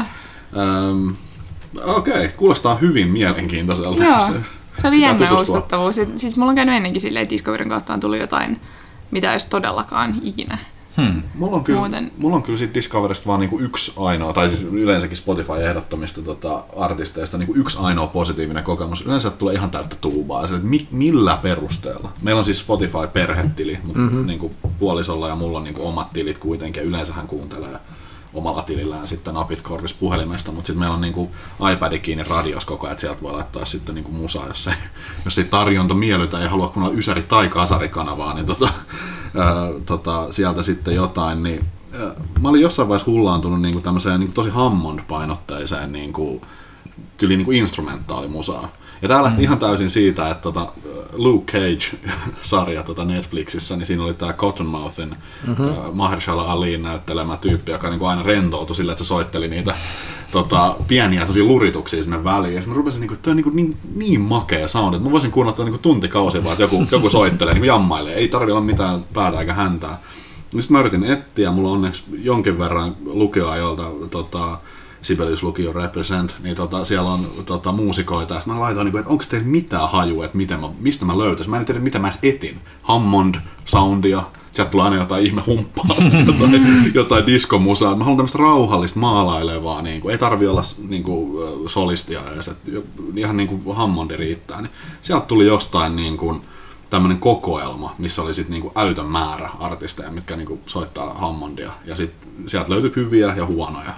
Okei, kuulostaa hyvin mielenkiintoiselta. Joo, se oli jännä uskottavuus. Siis mulla on käynyt ennenkin silleen, että Discoverin kautta on tullut jotain, mitä ei olisi todellakaan ikinä. Mulla on kyllä siitä Discoverista vaan niinku yksi ainoa, tai siis yleensäkin Spotify-ehdottomista artisteista niinku yksi ainoa positiivinen kokemus. Yleensä tulee ihan täyttä tuubaa, että millä perusteella. Meillä on siis Spotify-perhetili, mutta niinku puolisolla ja mulla on niinku omat tilit kuitenkin, ja yleensä hän kuuntelee omalla tilillään sitten napit korvis puhelimesta, mutta sitten meillä on niinku iPad kiinni radios koko ajan, että sieltä voi laittaa sitten niinku musaa, jos ei tarjonta miellytä ja halua kuunnella ysäri- tai kasarikanavaa, niin sieltä sitten jotain. Niin, mä olin jossain vaiheessa hullaantunut niinku tämmöiseen niinku tosi Hammond-painotteiseen niinku, tyli niinku instrumentaalimusaa. Ja tää lähti ihan täysin siitä, että Luke Cage-sarja Netflixissä, niin siinä oli tää Cottonmouthin Mahershala Aliin näyttelemä tyyppi, joka niinku aina rentoutui sillä, että se soitteli niitä pieniä lurituksia sinne väliin. Ja sitten mä rupesin, että toi on niin makea sound, että mä voisin kuunnella niinku tuntikausia vaan, että joku soittelee, niin jammailee. Ei tarvitse olla mitään päätä eikä häntää. Sitten mä yritin etsiä, mulla on onneksi jonkin verran lukioajolta Sibelius Lukio Represent, niin siellä on muusikoita, ja sitten mä laitoin, että onko teillä mitään hajua, että mistä mä löytäisin. Mä en tiedä, mitä mä edes etin. Hammond-soundia, sieltä tulee aina jotain ihme humppaa, jotain diskomusaa. Mä haluan tämmöistä rauhallista maalailevaa, niin kuin, ei tarvi olla niin kuin, solistia edes, että ihan niin kuin Hammondi riittää. Niin sieltä tuli jostain niin kuin, tämmöinen kokoelma, missä oli sitten niin kuin älytön määrä artisteja, mitkä niin kuin, soittaa Hammondia, ja sitten sieltä löytyi hyviä ja huonoja.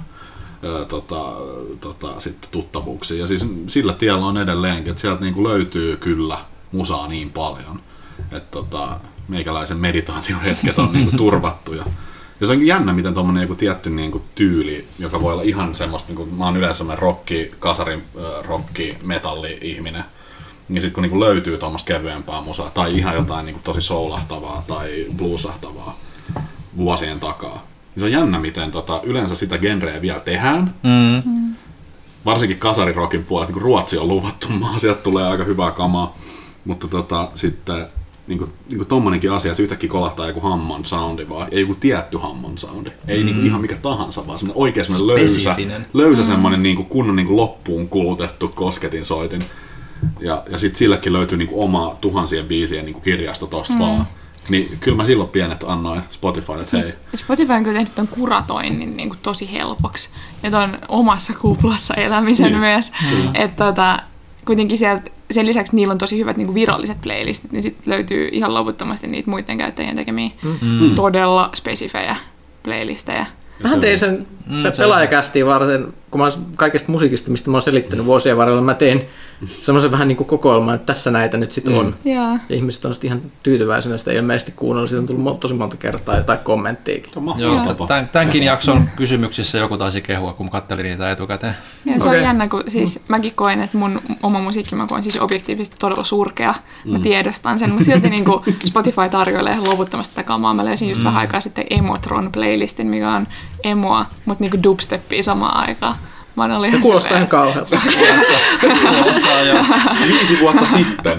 Sitten tuttavuuksia. Ja siis sillä tiellä on edelleenkin, että sieltä niinku löytyy kyllä musaa niin paljon, että meikäläisen meditaatiohetket on niinku turvattu. Ja se onkin jännä, miten tuommoinen joku tietty niinku tyyli, joka voi olla ihan semmoista, niinku, mä oon yleensä semmoinen metalli-ihminen, niin sitten kun niinku löytyy tuommoista kevyempää musaa, tai ihan jotain niinku tosi soulahtavaa tai bluesahtavaa vuosien takaa, se on jännä, miten yleensä sitä genreä vielä tehdään. Varsinkin kasarirokin puolella, kun Ruotsi on luvattu maa, sieltä tulee aika hyvää kamaa. Mutta sitten niin tommonenkin asia, että yhtäkkiä kolahtaa joku Hammond soundi vaan, ei joku tietty Hammond soundi. Ei niin ihan mikä tahansa, vaan semmoinen oikein semmoinen löysä semmoinen niin kunnon niin loppuun kulutettu kosketinsoitin. Ja sitten sillekin löytyy niin oma tuhansien biisien niin kirjasto tosta vaan. Niin kyllä mä silloin pienet annoin Spotifylle, siis Spotify on kyllä tehnyt ton kuratoinnin niin kuin tosi helpoksi. Ja ton omassa kuplassa elämisen myös. Että kuitenkin sieltä, sen lisäksi niillä on tosi hyvät niin kuin viralliset playlistit, niin sitten löytyy ihan loputtomasti niitä muiden käyttäjien tekemiä todella spesifejä playlistejä. Mähän tein sen pelaajakästiin varten, kun mä kaikesta musiikista, mistä mä oon selittänyt vuosien varrella, mä teen semmoisen vähän niin kuin kokoelman, että tässä näitä nyt sitten on. Ja ihmiset on sitten ihan tyytyväisenä sitä ilmeisesti kuunnella. Siitä on tullut tosi monta kertaa jotain kommenttiakin. Tämänkin jakson kysymyksissä joku taisi kehua, kun katselin niitä etukäteen. Ja se on jännä, kun siis mäkin koen, että mun oma musiikki mä koen siis objektiivisesti todella surkea. Mä tiedostan sen, mutta silti niin kuin Spotify tarjoilee loputtomasti sitä kamaa. Mä löysin just vähän aikaa sitten Emotron-playlistin, mikä on emoa, mutta niin kuin dubsteppia samaan aikaan. Se kuulostaa ihan kauhealta. Kuulostaa jo 5 vuotta sitten.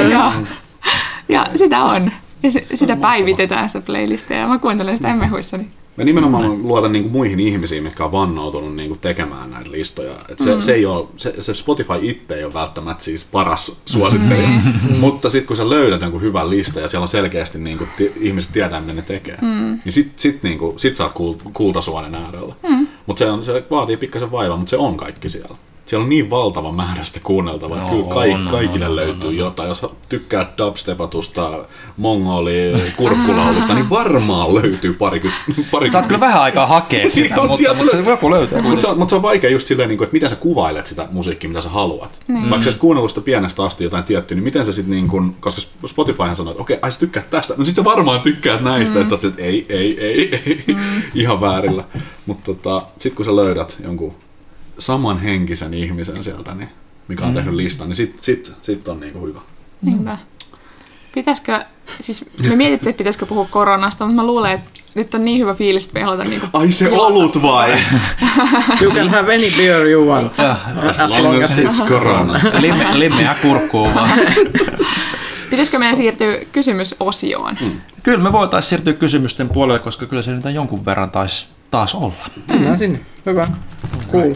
Ja sitä on. Ja sitä päivitetään sitä playlistia ja mä kuuntelen sitä emmehuissani. Mä nimenomaan luotan niinku muihin ihmisiin, mitkä on vannoutunut niinku tekemään näitä listoja. Et se, ei ole, se Spotify itse ei ole välttämättä siis paras suosittelija, mutta sitten kun sä löydät jonkun hyvän listan ja siellä on selkeästi niinku ihmiset tietää, mitä ne tekee, niin sit sä oot kultasuonen äärellä. Mutta se vaatii pikkasen vaivaa, mutta se on kaikki siellä. Siellä on niin valtava määrä sitä kuunneltavaa, että kyllä kaikille löytyy jotain. Jos tykkää dubstepatusta, mongoli, kurkkulaulusta, niin varmaan löytyy parikymmentä. Saat kyllä vähän aikaa hakea sitä, mutta se joku löytää. Mutta se on vaikea just silleen, että miten sä kuvailet sitä musiikkia, mitä sä haluat. Vaikka sä kuunnellut sitä pienestä asti jotain tiettyä, niin miten sä sitten, koska Spotifyhan sanoo, että okei, sä tykkäät tästä, no sit sä varmaan tykkäät näistä, ja sit sä oot, että ei, ihan väärillä. Mutta sit kun sä löydät jonkun samanhenkisen ihmisen sieltä, niin, mikä on tehnyt listan, niin sit on niinku hyvä. Hyvä. Pitäisikö, siis me mietittiin, että pitäisikö puhua koronasta, mutta mä luulen, että nyt on niin hyvä fiilis, että me halutaan niinku... Ai se olut vai? You can have any beer you want. As long as it's corona. Limmeä kurkkuun vaan. Pitäisikö meidän siirtyä kysymysosioon? Kyllä me voitaisiin siirtyä kysymysten puolelle, koska kyllä se nyt jonkun verran taisi taas olla. Mennään sinne. Hyvä. Cool.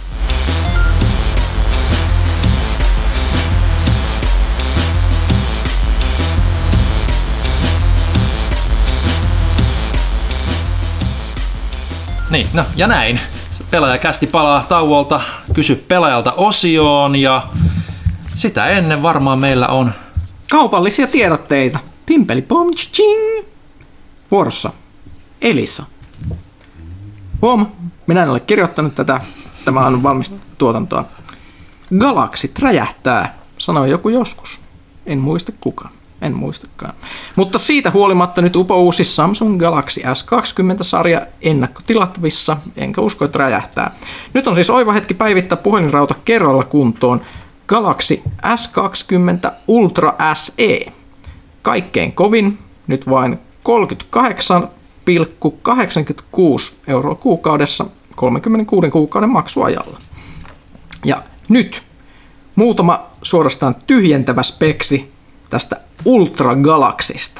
Niin, no ja näin. Pelaajakästi palaa tauolta Kysy pelaajalta -osioon ja sitä ennen varmaan meillä on kaupallisia tiedotteita. Pimpeli pom ching. Vuorossa Elisa. Minä en ole kirjoittanut tätä. Tämä on valmista tuotantoa. Galaksit räjähtää, sanoi joku joskus. En muista kuka. En muistakaan. Mutta siitä huolimatta nyt upouusi Samsung Galaxy S20-sarja ennakkotilattavissa, enkä usko, että räjähtää. Nyt on siis oiva hetki päivittää puhelinrauta kerralla kuntoon. Galaxy S20 Ultra SE. Kaikkein kovin, nyt vain 38,86 € kuukaudessa 36 kuukauden maksuajalla. Ja nyt muutama suorastaan tyhjentävä speksi tästä Ultra Galaxysta.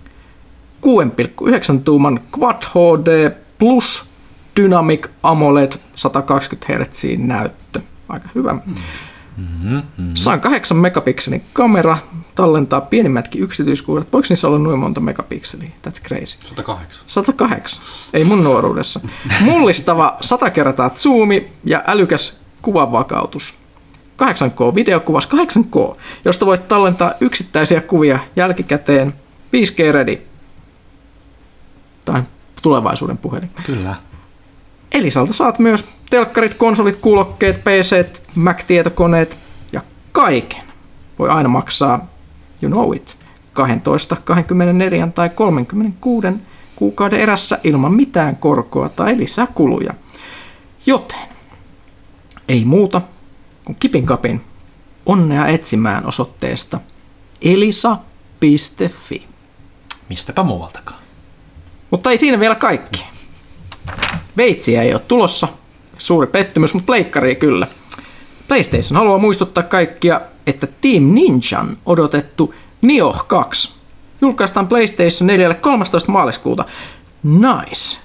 6,9 tuuman Quad HD Plus Dynamic AMOLED 120 Hz näyttö. Aika hyvä. 108 megapikselin kamera, tallentaa pienimmätkin yksityiskuvat. Voiko niissä olla noin monta megapikseliä? That's crazy. 108. Ei mun nuoruudessa. Mullistava 100 kertaa zoomi ja älykäs kuvanvakautus. 8K videokuvas, 8K, josta voit tallentaa yksittäisiä kuvia jälkikäteen. 5G ready. Tai tulevaisuuden puhelin. Kyllä. Elisalta saat myös telkkarit, konsolit, kuulokkeet, PC:t, Mac-tietokoneet ja kaiken. Voi aina maksaa, you know it, 12, 24 tai 36 kuukauden erässä ilman mitään korkoa tai lisäkuluja. Joten ei muuta kuin kipin kapin onnea etsimään osoitteesta elisa.fi. Mistäpä muualtakaan. Mutta ei siinä vielä kaikki. Veitsiä ei ole tulossa, suuri pettymys, mutta pleikkaria kyllä. PlayStation haluaa muistuttaa kaikkia, että Team Ninjan odotettu Nioh 2 julkaistaan PlayStation 4 13. maaliskuuta. Nice.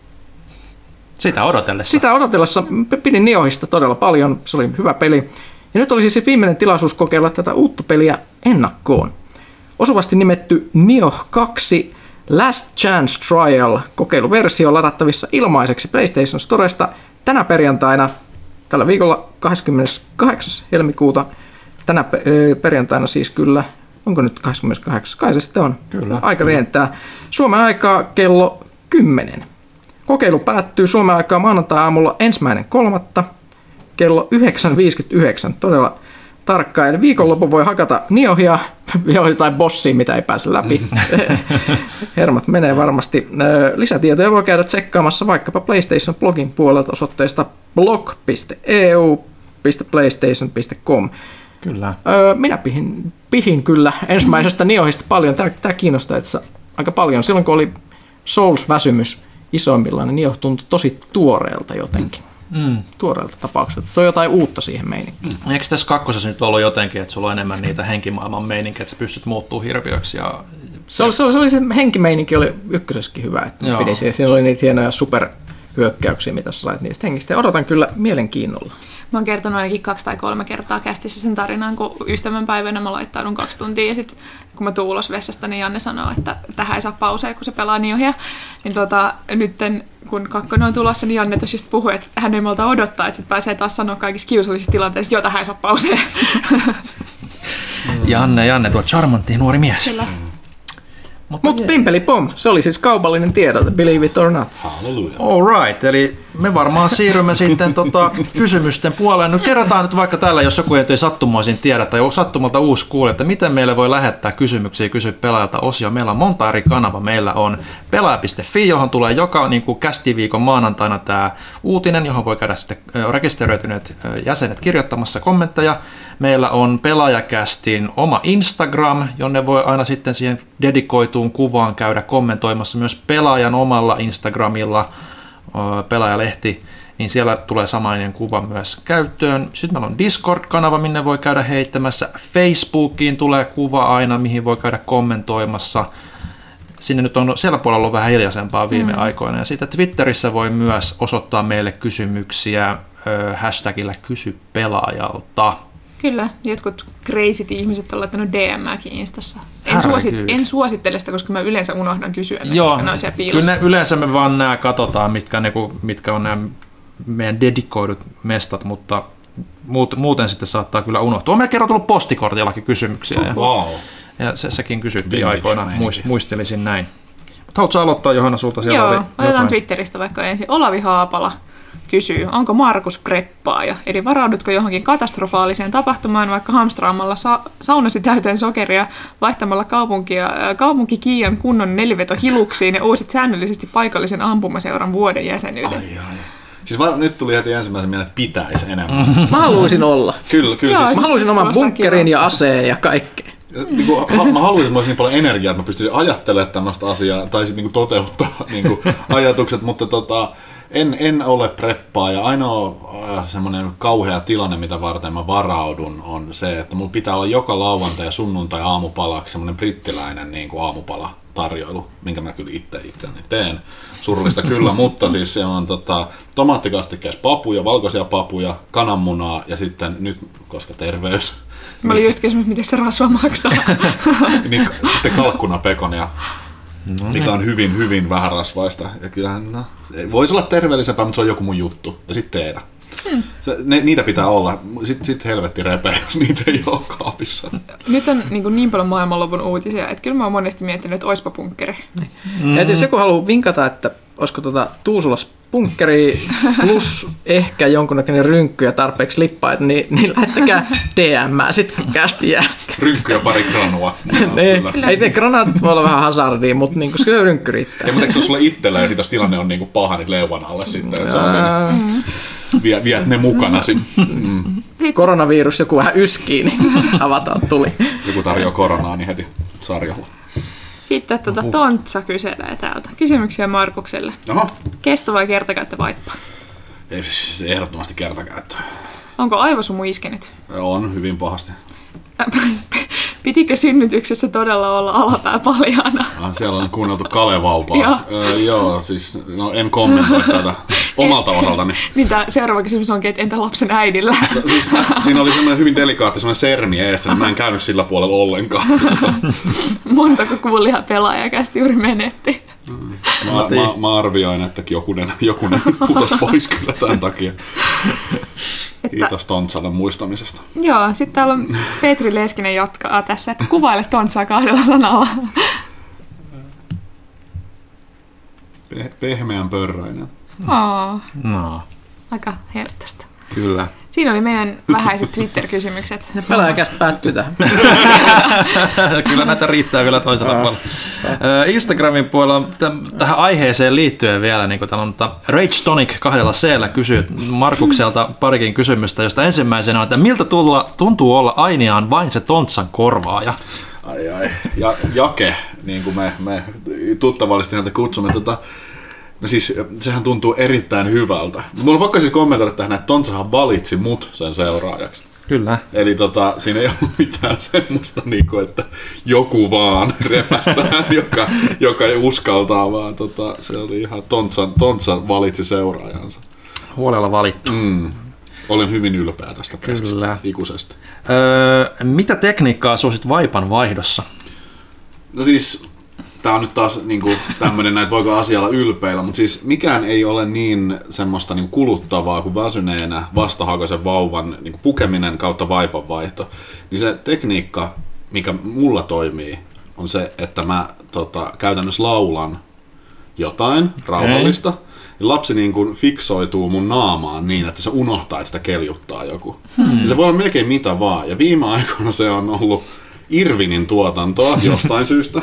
Sitä odotellessa pidin Niohista todella paljon, se oli hyvä peli. Ja nyt olisi siis viimeinen tilaisuus kokeilla tätä uutta peliä ennakkoon. Osuvasti nimetty Nioh 2 Last Chance Trial kokeiluversio ladattavissa ilmaiseksi PlayStation Storesta tänä perjantaina, tällä viikolla 28. helmikuuta. Tänä perjantaina siis kyllä, onko nyt 28? Kai se sitten on. Kyllä. Aika rientää. Suomen aikaa kello 10. Kokeilu päättyy Suomen aikaa maanantai-aamulla 1.3. kello 9.59. Todella tarkkaa. Eli viikonlopun voi hakata niohia ja jotain bossia, mitä ei pääse läpi. Hermot menee varmasti. Lisätietoja voi käydä tsekkaamassa vaikkapa PlayStation-blogin puolelta osoitteesta blog.eu.playstation.com. Kyllä. Minä pihin kyllä ensimmäisestä niohista paljon. Tämä kiinnostaa itse aika paljon. Silloin kun oli Souls-väsymys isoimmillaan, niin nioh tuntui tosi tuoreelta jotenkin. Tuoreelta tapaukselta. Se on jotain uutta siihen meininkiin. Eikö tässä kakkosessa nyt ollut jotenkin, että sulla on enemmän niitä henkimaailman meininkiä, että sä pystyt muuttumaan hirviöksi? Ja se henkimeininki oli ykkösessäkin hyvä. Että pidin siinä oli niitä hienoja superhyökkäyksiä, mitä sä lait niistä hengistä. Ja odotan kyllä mielenkiinnolla. Mä oon kertonut ainakin 2 tai 3 kertaa kästissä sen tarinan, kun ystävänpäivänä mä laittaudun 2 tuntia ja sitten kun mä tuun ulos vessasta, niin Janne sanoo, että tähän ei saa pausea, kun se pelaa niohia. Niin nytten kun 2 on tulossa, niin Janne tuossa just puhui, että hän ei malta odottaa, että sit pääsee taas sanoa kaikissa kiusallisissa tilanteissa, että tähän ei saa pausea. Janne, tuo charmantti nuori mies. Kyllä. Mutta pimpeli pom, se oli siis kaupallinen tiedote, believe it or not. Hallelujah. All right, eli me varmaan siirrymme sitten kysymysten puoleen. Nyt kerrotaan nyt vaikka täällä, jos joku ei sattumoisin tiedä tai sattumalta uusi kuulija, että miten meille voi lähettää kysymyksiä Kysy pelaajalta -osio. Meillä on monta eri kanavaa. Meillä on pelaaja.fi, johon tulee joka kästiviikon maanantaina tämä uutinen, johon voi käydä sitten rekisteröityneet jäsenet kirjoittamassa kommentteja. Meillä on Pelaajakästin oma Instagram, jonne voi aina sitten siihen dedikoituun kuvaan käydä kommentoimassa myös pelaajan omalla Instagramilla, Pelaajalehti, niin siellä tulee samainen kuva myös käyttöön. Sitten meillä on Discord-kanava, minne voi käydä heittämässä. Facebookiin tulee kuva aina, mihin voi käydä kommentoimassa. Sinne nyt on siellä puolella ollut vähän hiljaisempaa viime aikoina. Ja sitten Twitterissä voi myös osoittaa meille kysymyksiä hashtagillä Kysy pelaajalta. Kyllä, jotkut crazyt ihmiset on laittanut DM-ääkin Instassa. En suosittele sitä, koska mä yleensä unohdan kysyä, koska ne on siellä piilossa. Kyllä yleensä me vaan katsotaan, mitkä on nämä meidän dedikoidut mestat, mutta muuten sitten saattaa kyllä unohtua. On meillä kerran tullut postikortillakin kysymyksiä. Ja sekin kysyttiin aikoina, muistelisin näin. Haluatko aloittaa, Johanna, sulta siellä oli jotain? Otetaan Twitteristä vaikka ensin. Olavi Haapala kysyy, onko Markus preppaaja? Eli varaudutko johonkin katastrofaaliseen tapahtumaan, vaikka hamstraamalla saunasi täyteen sokeria, vaihtamalla kaupunkikiian kunnon nelivetohiluksiin ja uusit säännöllisesti paikallisen ampumaseuran vuoden jäsenyyden? Siis nyt tuli heti ensimmäisen mieleen, että pitäisi enemmän. Mä haluaisin olla. Kyllä. Joo, siis mä haluaisin oman bunkkerin ja aseen ja kaikkea. Mä haluaisin, että mä olisin niin paljon energiaa, että mä pystyisin ajattelemaan tämmöistä asiaa tai sitten niin toteuttaa niin ajatukset, mutta en ole preppaa ja ainoa semmoinen kauhea tilanne, mitä varten mä varaudun, on se, että mulla pitää olla joka lauantai ja sunnuntai aamupalaksi semmoinen brittiläinen niin kuin aamupalatarjoilu, minkä mä kyllä itseäni teen. Surullista kyllä, mutta siis se on tomaattikastikkeessa papuja, valkoisia papuja, kananmunaa ja sitten nyt, koska terveys. Mä olin just kysymys, miten se rasva maksaa. Niin, sitten kalkkunapekonia, mikä on hyvin, hyvin vähärasvaista. Ja kyllähän, voisi olla terveellisempää, mutta se on joku mun juttu. Ja sitten tehdä. Niitä pitää olla. Sitten helvetti repeä, jos niitä ei ole kaapissa. Nyt on niin paljon maailmanlopun uutisia, että kyllä mä oon monesti miettinyt, että oispa bunkkeri. Ja jos joku haluaa vinkata, että olisiko Tuusulas bunkkeri plus ehkä jonkunnäköinen rynkky ja tarpeeksi lippaita, niin lähettäkää DM-ää sitten kästi jälkeen. Rynkky ja pari granua. Ei ne granaatit voi olla vähän hazardia, mutta niin, koska se rynkky riittää. Ja mutta eikö se ole sulle itsellä ja sit, jos tilanne on niin kuin paha, niin leuvan alle sitten. Että se on sen, viet ne mukana sitten. Koronavirus, joku vähän yskii, niin avataan tuli. Joku tarjoaa koronaa, niin heti sarjalla. Sitten Tontsa kyselee täältä. Kysymyksiä Markukselle. Oho. Kesto vai kertakäyttövaippaa? Ehdottomasti kertakäyttö. Onko aivosumu iskenyt? On, hyvin pahasti. Pitikö synnytyksessä todella olla alapää paljaana? Siellä on kuunneltu Kalevauvaa. Joo, siis en kommentoi tätä omalta osaltani. Niin tämä seuraava kysymys onkin, että entä lapsen äidillä? Siis siinä oli semmoinen hyvin delikaatti semmoinen sermi eessä, niin mä en käynyt sillä puolella ollenkaan. Montako kuulijaa pelaajakästi juuri menetti? Mä arvioin, että jokunen putosi pois kyllä tämän takia. Kiitos Tontsalle muistamisesta. Joo, sitten täällä on Petri Leskinen jatkaa tässä, että kuvaile Tontsaa 2 sanalla. Pehmeän pörröinen. No. Aika herttästä. Kyllä. Siinä oli meidän vähäiset Twitter-kysymykset. Pelaajakästä päättyy tähän. Kyllä näitä riittää vielä toisella puolella. Instagramin puolella tähän aiheeseen liittyen vielä, niin kuin täällä on Rage Tonic 2C:llä kysyy Markukselta parikin kysymystä, josta ensimmäisenä on, että miltä tuntuu olla Ainiaan vain se Tontsan korvaaja? Ai. Jake, niin kuin me tuttavallisesti häntä kutsumme. No siis, sehän tuntuu erittäin hyvältä. Mulla on pakko siis kommentoida tähän, että Tontsahan valitsi mut sen seuraajaksi. Kyllä. Eli siinä ei ollut mitään semmoista, että joku vaan repästään, joka ei uskaltaa, vaan se oli ihan Tontsa valitsi seuraajansa. Huolella valittu. Olen hyvin ylpeä tästä Kyllä. ikuisesti. Mitä tekniikkaa suosit vaipan vaihdossa? No siis, tää on nyt taas tämmönen, että voiko asialla ylpeillä, mutta siis mikään ei ole niin semmoista kuluttavaa kuin väsyneenä vastahakoisen vauvan pukeminen kautta vaipanvaihto. Niin se tekniikka, mikä mulla toimii, on se, että mä käytännössä laulan jotain rauhallista. Ja lapsi fiksoituu mun naamaan niin, että se unohtaa, että sitä keljuttaa joku. Ja se voi olla melkein mitä vaan. Ja viime aikoina se on ollut Irvinin tuotantoa jostain syystä.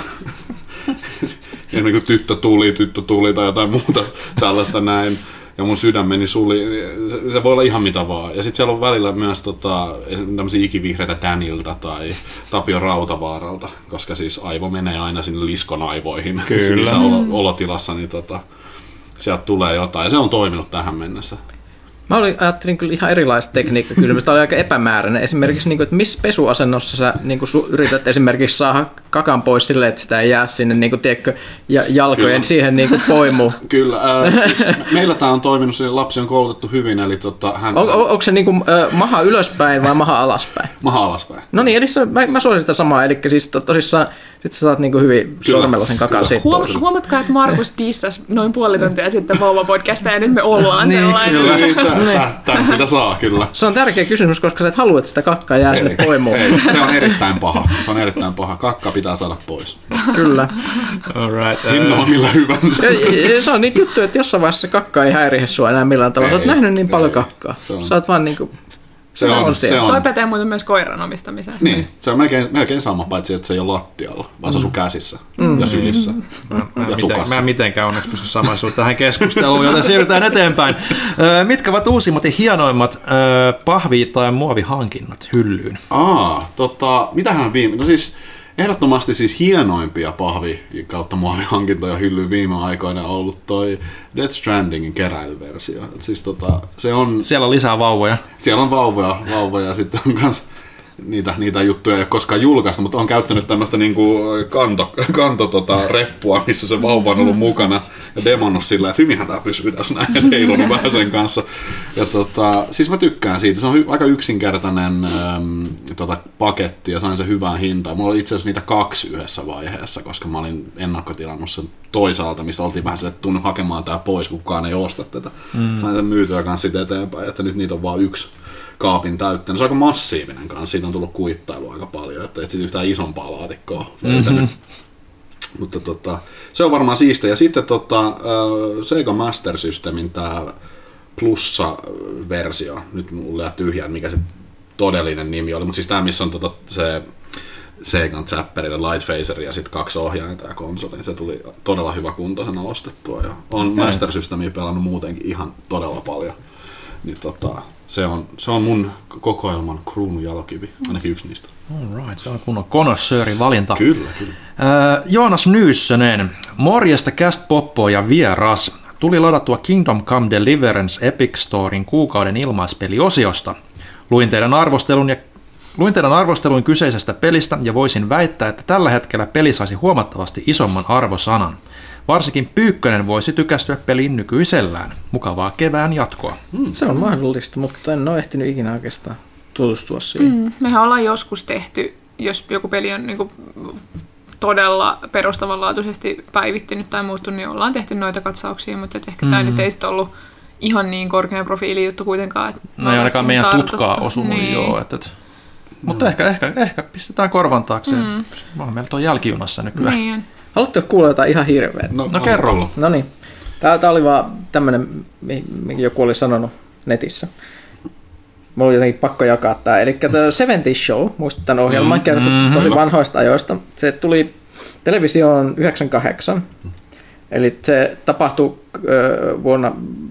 Ja niin kuin tyttö tuli tai jotain muuta tällaista näin. Ja mun sydämeni suli. Se voi olla ihan mitä vaan. Ja sitten siellä on välillä myös tämmöisiä ikivihreitä Danilta tai Tapio Rautavaaralta, koska siis aivo menee aina sinne liskon aivoihin. Siinä olotilassa, niin sieltä tulee jotain. Ja se on toiminut tähän mennessä. Mä ajattelin kyllä ihan erilaista tekniikkakysymystä. Tämä oli aika epämääräinen. Esimerkiksi, että missä pesuasennossa sä yrität esimerkiksi saada kakan pois silleen, että sitä ei jää sinne jalkojen kyllä. Siihen poimuun. Kyllä. Siis meillä tämä on toiminut, lapsi on koulutettu hyvin. Eli onko se maha ylöspäin vai maha alaspäin? Maha alaspäin. No niin, eli mä suosin sitä samaa. Eli siis tosissaan sit sä saat hyvin kyllä. Sormella sen kakan siitä pois. Huomatkaa, että Markus dissasi noin puoli tuntia sitten Vauva-podcasta ja nyt me ollaan sellainen. Tämän sitä saa kyllä. Se on tärkeä kysymys, koska sä et halua, että sitä kakkaa jää sinne poimuun. Se on erittäin paha. Kakka pitää saada pois. Kyllä. Alright. Hinnalla millä hyvänsä. Se on niitä juttuja, että jossain vaiheessa se kakka ei häirihe sua enää millään tavalla. Sä oot nähnyt niin paljon kakkaa. Sä oot vaan Se on. Toi pätee muuten myös koiran omistamiseen. Niin, se on melkein sama, paitsi että se ei ole lattialla, vaan se on sun käsissä ja sylissä ja tukassa. Mä en mitenkään onneksi pysty samaisuuteen tähän keskusteluun, joten siirrytään eteenpäin. Mitkä ovat uusimmat ja hienoimmat pahvi- tai muovihankinnat hyllyyn? Mitähän viime... No siis ehdottomasti siis hienoimpia pahvi- kautta muovihankintoja hyllyyn viime aikoina on ollut toi Death Strandingin keräilyversio. Siis se on... Siellä on lisää vauvoja. Siellä on vauvoja ja sitten on kans niitä juttuja ei ole koskaan julkaistu, mutta on käyttänyt tämmöistä reppua, missä se vauva on ollut mukana ja demonnut sillä, että hyvinhän tää pysyy tässä näin, heilunut vähän sen kanssa. Ja siis mä tykkään siitä, se on aika yksinkertainen paketti ja sain sen hyvään hintaan. Mulla oli itse asiassa niitä 2 yhdessä vaiheessa, koska mä olin ennakkotilannut sen toisaalta, mistä oltiin vähän se, että tunnu hakemaan tää pois, kun kukaan ei osta tätä. Sain sen myytyä kanssa siitä eteenpäin, että nyt niitä on vaan 1 kaapin täyttänyt. Se on aika massiivinen kanssa, siitä on tullut kuittailua aika paljon, että et sit yhtään isompaa laatikkoa löytänyt. Mutta se on varmaan siistiä. Ja sitten Sega Master Systemin tää plussa-versio, nyt mulle jää tyhjään, mikä se todellinen nimi oli, mutta siis tää missä on se Segan Zapperille Light Phaser ja sitten 2 ohjainta ja konsoli, se tuli todella hyvä kuntoisena ostettua ja on Master Systemia pelannut muutenkin ihan todella paljon. Niin se on mun kokoelman kruununjalokivi, ainakin yksi niistä. Alright, se on kunnon connoisseurin valinta. Kyllä. Joonas Nyyssönen, morjesta Cast Poppo ja vieras. Tuli ladattua Kingdom Come Deliverance Epic Storen kuukauden ilmaispeliosiosta. Luin teidän arvostelun kyseisestä pelistä ja voisin väittää, että tällä hetkellä peli saisi huomattavasti isomman arvosanan. Varsinkin Pyykkönen voisi tykästyä peliin nykyisellään. Mukavaa kevään jatkoa. Se on mahdollista, mutta en ole ehtinyt ikinä oikeastaan tutustua siihen. Mehän ollaan joskus tehty, jos joku peli on todella perustavanlaatuisesti päivittynyt tai muuttunut, niin ollaan tehty noita katsauksia, mutta ehkä tämä nyt ei sitten ollut ihan niin korkean profiilin juttu kuitenkaan. No ei ainakaan meidän tutkaa osunut, niin. Joo. Mutta ehkä pistetään korvan taakse. Meillä on jälkijunassa nykyään. Niin. Haluatteko kuulla jotain ihan hirveä? No kerro. No niin. Tämä oli vaan tämmöinen, mikä joku oli sanonut netissä. Mulla oli jotenkin pakko jakaa tämä. Eli The 70's Show, muistat tämän ohjelman, kertoo tosi vanhoista ajoista. Se tuli televisioon 98. Eli se tapahtui vuonna...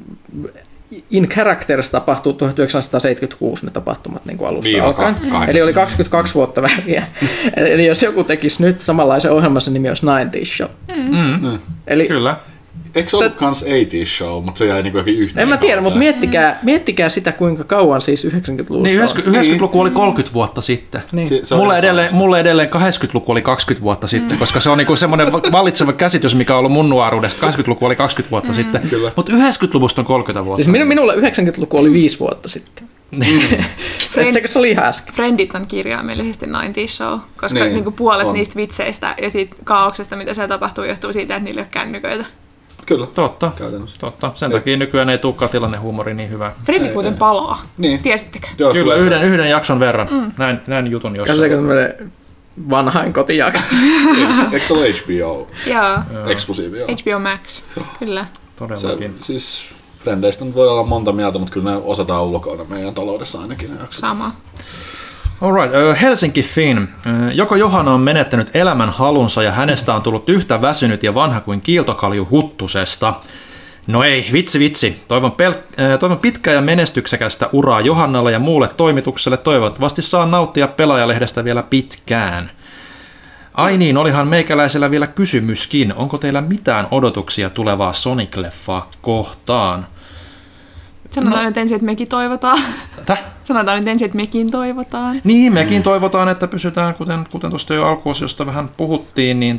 In Characters tapahtuu 1976 ne tapahtumat niin kuin alusta alkaen. Eli oli 22 vuotta väliä. Eli jos joku tekisi nyt samanlaisen ohjelman, sen nimi olisi 90's Show. Eli, kyllä. Eikö se ollut kans 80's Show, mutta se jäi niinku yhteen. En mä tiedä, mutta miettikää sitä, kuinka kauan siis 90-luvusta niin, 90-luku oli 30 vuotta sitten. Niin. Mulle edelleen 80-luku oli 20 vuotta sitten, koska se on niinku semmoinen vallitseva käsitys, mikä on ollut mun nuoruudesta. 80-luku oli 20 vuotta sitten, mutta 90-luvusta on 30 vuotta. Siis minulle 90-luku oli 5 vuotta sitten. Se oli ihan äsken. Friendit on kirjaimellisesti 90's Show, koska niinku puolet niistä vitseistä ja siitä kaauksesta, mitä siellä tapahtuu, johtuu siitä, että niillä ei ole kännyköitä. Kyllä. Totta. Sen takia nykyään ei tulekaan tilannehuumori niin hyvä. Frendi muuten palaa. Niin. Tiesittekö? Joo, kyllä, yhden jakson verran. Näin jutun jossain. Käsitäkö tämmöinen vanhain kotijakso? Eikö se ole HBO? Joo. Eksklusiivi, joo. HBO Max, kyllä. Todellakin. Siis Frendeistä nyt voi olla monta mieltä, mutta kyllä ne osataan ulkoa meidän taloudessa ainakin. Sama. Alright, Helsinki Finn. Joko Johanna on menettänyt elämän halunsa ja hänestä on tullut yhtä väsynyt ja vanha kuin kiiltokalju Huttusesta? No ei, vitsi. Toivon pitkää ja menestyksekästä uraa Johannalle ja muulle toimitukselle. Toivottavasti saa nauttia Pelaajalehdestä vielä pitkään. Ai niin, olihan meikäläisellä vielä kysymyskin. Onko teillä mitään odotuksia tulevaa Sonic-leffaa kohtaan? Sanotaan nyt ensin, että mekin toivotaan. Sanotaan nyt ensin, että mekin toivotaan. Niin, mekin toivotaan, että pysytään, kuten tuosta jo alkuosiosta vähän puhuttiin, niin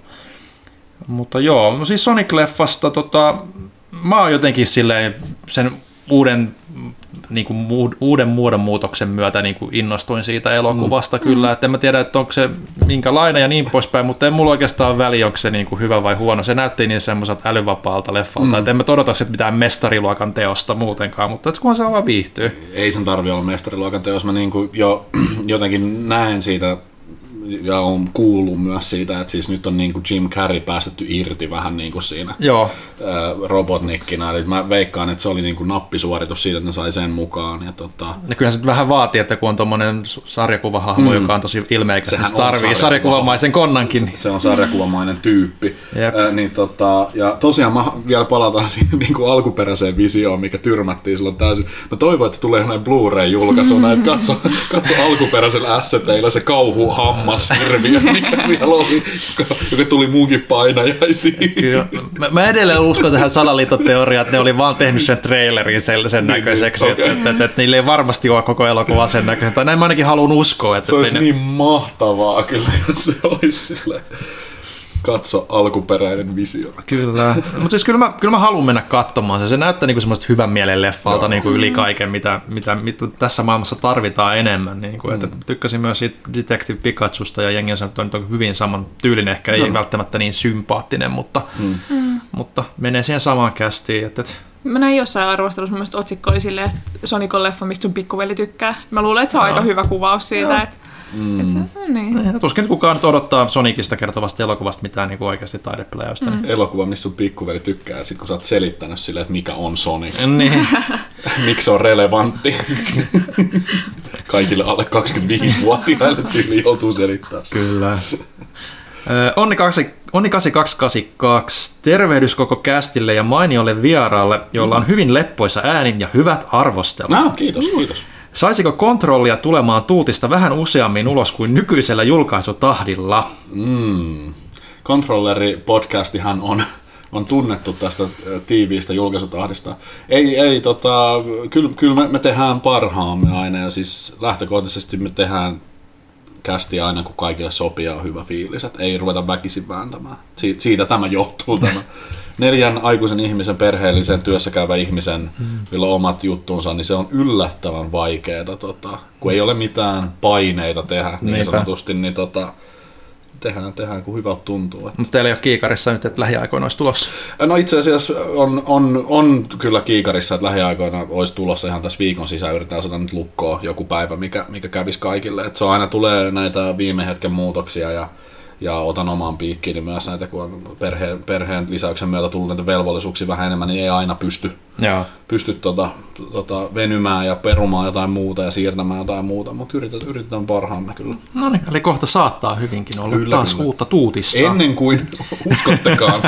mutta joo, no siis Sonic-leffasta mä oon jotenkin silleen sen uuden muodonmuutoksen myötä niin kuin innostuin siitä elokuvasta kyllä, että en mä tiedä, että onko se minkälainen ja niin poispäin, mutta ei mulla oikeastaan väliä, onko se niin kuin hyvä vai huono. Se näytti niin semmoiselta älyvapaalta leffalta, että en mä odota sitten mitään mestariluokan teosta muutenkaan, mutta kunhan se vaan viihtyy. Ei sen tarvitse olla mestariluokan teos, mä niin kuin jo jotenkin näen siitä ja on kuullut myös siitä, että siis nyt on niin kuin Jim Carrey päästetty irti vähän niin kuin siinä Robotnikkina. Eli mä veikkaan, että se oli niin kuin nappisuoritus siitä, että ne sai sen mukaan. Ja kyllähän se vähän vaatii, että kun on tommonen sarjakuvahahmo, joka on tosi ilmeikäs, niin se tarvii sarjakuvamaisen konnankin. Se on sarjakuvamainen tyyppi. Ja tosiaan mä vielä palataan siihen niin kuin alkuperäiseen visioon, mikä tyrmättiin silloin täysin. Mä toivon, että se tulee näin Blu-ray-julkaisu, että katso alkuperäisellä asseteilla se kauhuhamma. Hirviö, mikä siellä oli, joka tuli munkin painajaisiin. Kyllä. Mä edelleen uskon tähän salaliittoteoriaan, että ne oli vaan tehnyt sen trailerin sen näköiseksi, että niille ei varmasti ole koko elokuva sen näköistä. Tai näin mä ainakin haluan uskoa. Että se olisi niin mahtavaa kyllä, jos se olisi silleen. Katso alkuperäinen visio. Kyllä. Mutta siis kyllä mä haluan mennä katsomaan se. Se näyttää niinku semmoista hyvän mielen leffalta niinku yli kaiken, mitä tässä maailmassa tarvitaan enemmän. Niinku. Että tykkäsin myös siitä Detective Pikachusta ja jengi on sanonut, että on hyvin saman tyylin, ehkä ei välttämättä niin sympaattinen, mutta menee siihen samaan kästiin. Mä näin jossain arvostelussa, mun otsikko oli silleen, että Sonic on leffa, mistä sun pikkuveli tykkää. Mä luulen, että se on aika hyvä kuvaus siitä, että niin. Tuskin kukaan nyt odottaa Sonicista kertovasta elokuvasta mitään niin oikeasti taidepelejäystä. Elokuva, missä sun pikkuveli tykkää, ja sit kun sä oot selittänyt silleen, että mikä on Sonic. Niin. Miksi se on relevantti. Kaikille alle 25-vuotiaille tyyli joutuu selittämään. Kyllä. Onni 8282, tervehdys koko kästille ja mainiolle vieraalle, jolla on hyvin leppoisa ääni ja hyvät arvostelut. Kiitos. Saisiko kontrollia tulemaan tuutista vähän useammin ulos kuin nykyisellä julkaisutahdilla? Controlleri-podcastihan on tunnettu tästä tiiviistä julkaisutahdista. Kyllä me tehdään parhaamme aina, ja siis lähtökohtaisesti me tehdään kästiä aina, kun kaikille sopii ja on hyvä fiilis, että ei ruveta väkisin vääntämään. Siitä tämä johtuu, tämä 4 aikuisen ihmisen, perheellisen, työssäkäyvän ihmisen, millä on omat juttuunsa, niin se on yllättävän vaikeaa, kun ei ole mitään paineita tehdä niin sanotusti, niin tehdään kun hyvältä tuntuu. Mutta teillä ei ole kiikarissa nyt, että lähiaikoina olisi tulossa? No itse asiassa on kyllä kiikarissa, että lähiaikoina olisi tulossa ihan tässä viikon sisään. Yritetään saada nyt lukkoon joku päivä, mikä kävisi kaikille. Että se aina tulee näitä viime hetken muutoksia ja ja otan omaan piikkiin myös näitä, kun on perheen lisäyksen myötä tullut näitä velvollisuuksia vähän enemmän, niin ei aina pysty venymään ja perumaan jotain muuta ja siirtämään jotain muuta, mutta yritetään parhaamme kyllä. No niin, eli kohta saattaa hyvinkin olla taas uutta tuutista. Ennen kuin uskottekaan.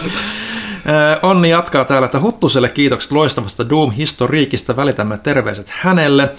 Onni jatkaa täällä, että Huttuselle kiitokset loistavasta Doom-historiikista, välitämme terveiset hänelle.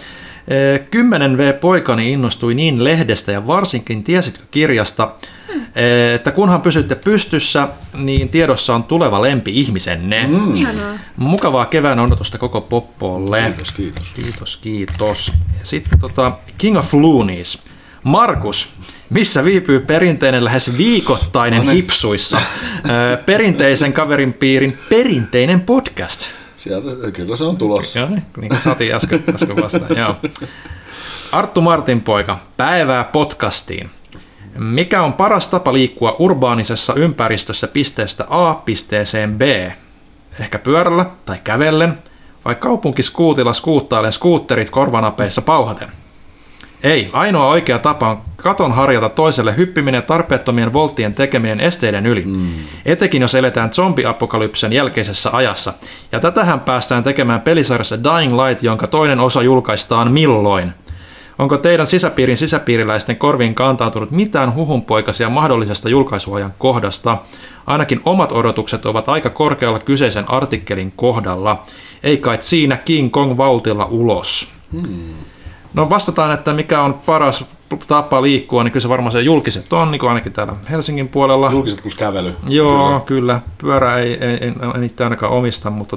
10V-poikani innostui niin lehdestä ja varsinkin tiesitkö kirjasta, että kunhan pysytte pystyssä, niin tiedossa on tuleva lempi-ihmisenne. Mukavaa kevään odotusta koko Poppolle. Kiitos. Ja sitten King of Loonies. Markus, missä viipyy perinteinen lähes viikoittainen hipsuissa perinteisen kaverin piirin perinteinen podcast? Sieltä kyllä se on tulossa. Joo, niin kuin saatiin äsken vastaan. Joo. Arttu Martin poika, päivää podcastiin. Mikä on paras tapa liikkua urbaanisessa ympäristössä pisteestä A pisteeseen B? Ehkä pyörällä tai kävellen, vai kaupunkiskuutilla skuuttailen skuutterit korvanapeissa pauhaten? Ei, ainoa oikea tapa on katon harjata toiselle hyppiminen ja tarpeettomien volttien tekeminen esteiden yli. Etenkin jos eletään zombiapokalypsen jälkeisessä ajassa. Ja tätähän päästään tekemään pelisarjassa Dying Light, jonka toinen osa julkaistaan milloin. Onko teidän sisäpiiriläisten korviin kantautunut mitään huhunpoikaisia mahdollisesta julkaisuajan kohdasta? Ainakin omat odotukset ovat aika korkealla kyseisen artikkelin kohdalla. Ei kai siinä King Kong Vaultilla ulos. No vastataan, että mikä on paras tapa liikkua, niin kyllä se varmaan se julkiset on, niin kuin ainakin täällä Helsingin puolella. Julkiset plus kävely. Joo, kyllä. Pyörä ei niitä ainakaan omista, mutta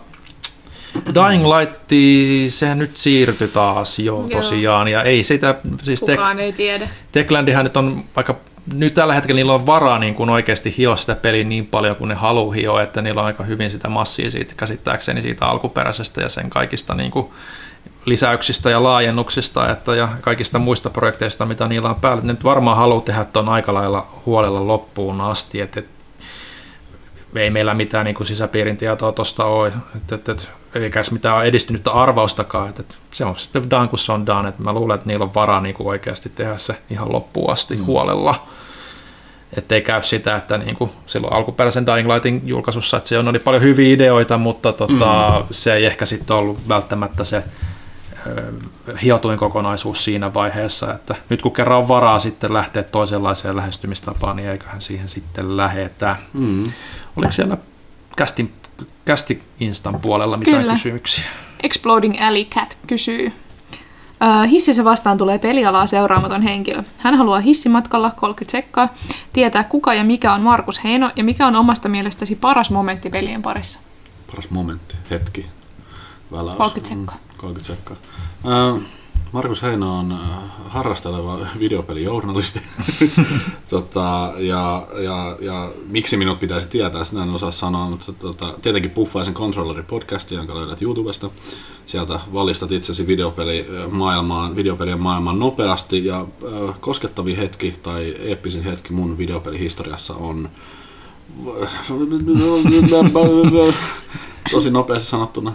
Dying Light, sehän nyt siirtyi taas tosiaan, ja ei sitä, siis kukaan ei tiedä. Techlandihan nyt on aika, nyt tällä hetkellä niillä on varaa niin kuin oikeasti hioa sitä peliä niin paljon kuin ne haluaa hioa, että niillä on aika hyvin sitä massia siitä käsittääkseni siitä alkuperäisestä ja sen kaikista niin kuin lisäyksistä ja laajennuksista ja kaikista muista projekteista, mitä niillä on päällä. Ne nyt varmaan haluaa tehdä tuon aika lailla huolella loppuun asti, että ei meillä mitään niin kuin sisäpiirin tietoa tuosta ole, eikä mitään edistynyttä arvaustakaan. Että se on sitten done, kun se on done. Että mä luulen, että niillä on varaa niin kuin oikeasti tehdä se ihan loppuun asti huolella. Että ei käy sitä, että niin kuin silloin alkuperäisen Dying Lightin julkaisussa, että se oli paljon hyviä ideoita, mutta se ei ehkä sitten ollut välttämättä se hiotuin kokonaisuus siinä vaiheessa, että nyt kun kerran on varaa sitten lähteä toisenlaiseen lähestymistapaan, niin eiköhän siihen sitten lähetä. Oliko siellä Kästi Instan puolella mitään kysymyksiä? Exploding Alley Cat kysyy. Hississä vastaan tulee pelialaa seuraamaton henkilö. Hän haluaa hissimatkalla 30 sekkaa tietää kuka ja mikä on Markus Heino ja mikä on omasta mielestäsi paras momentti pelien parissa. Paras momentti, hetki, väläys. 30 sekkaa. 30 sekkaa. Markus Heino on harrasteleva videopelijournalisti. ja miksi minut pitäisi tietää, sitä en osaa sanoa, mutta tietenkin Puffaisen Controlleri-podcasti, jonka löydät YouTubesta. Sieltä valistat itsesi videopelien maailmaan nopeasti, ja koskettavin hetki tai eeppisin hetki mun videopelihistoriassa on tosi nopeasti sanottuna.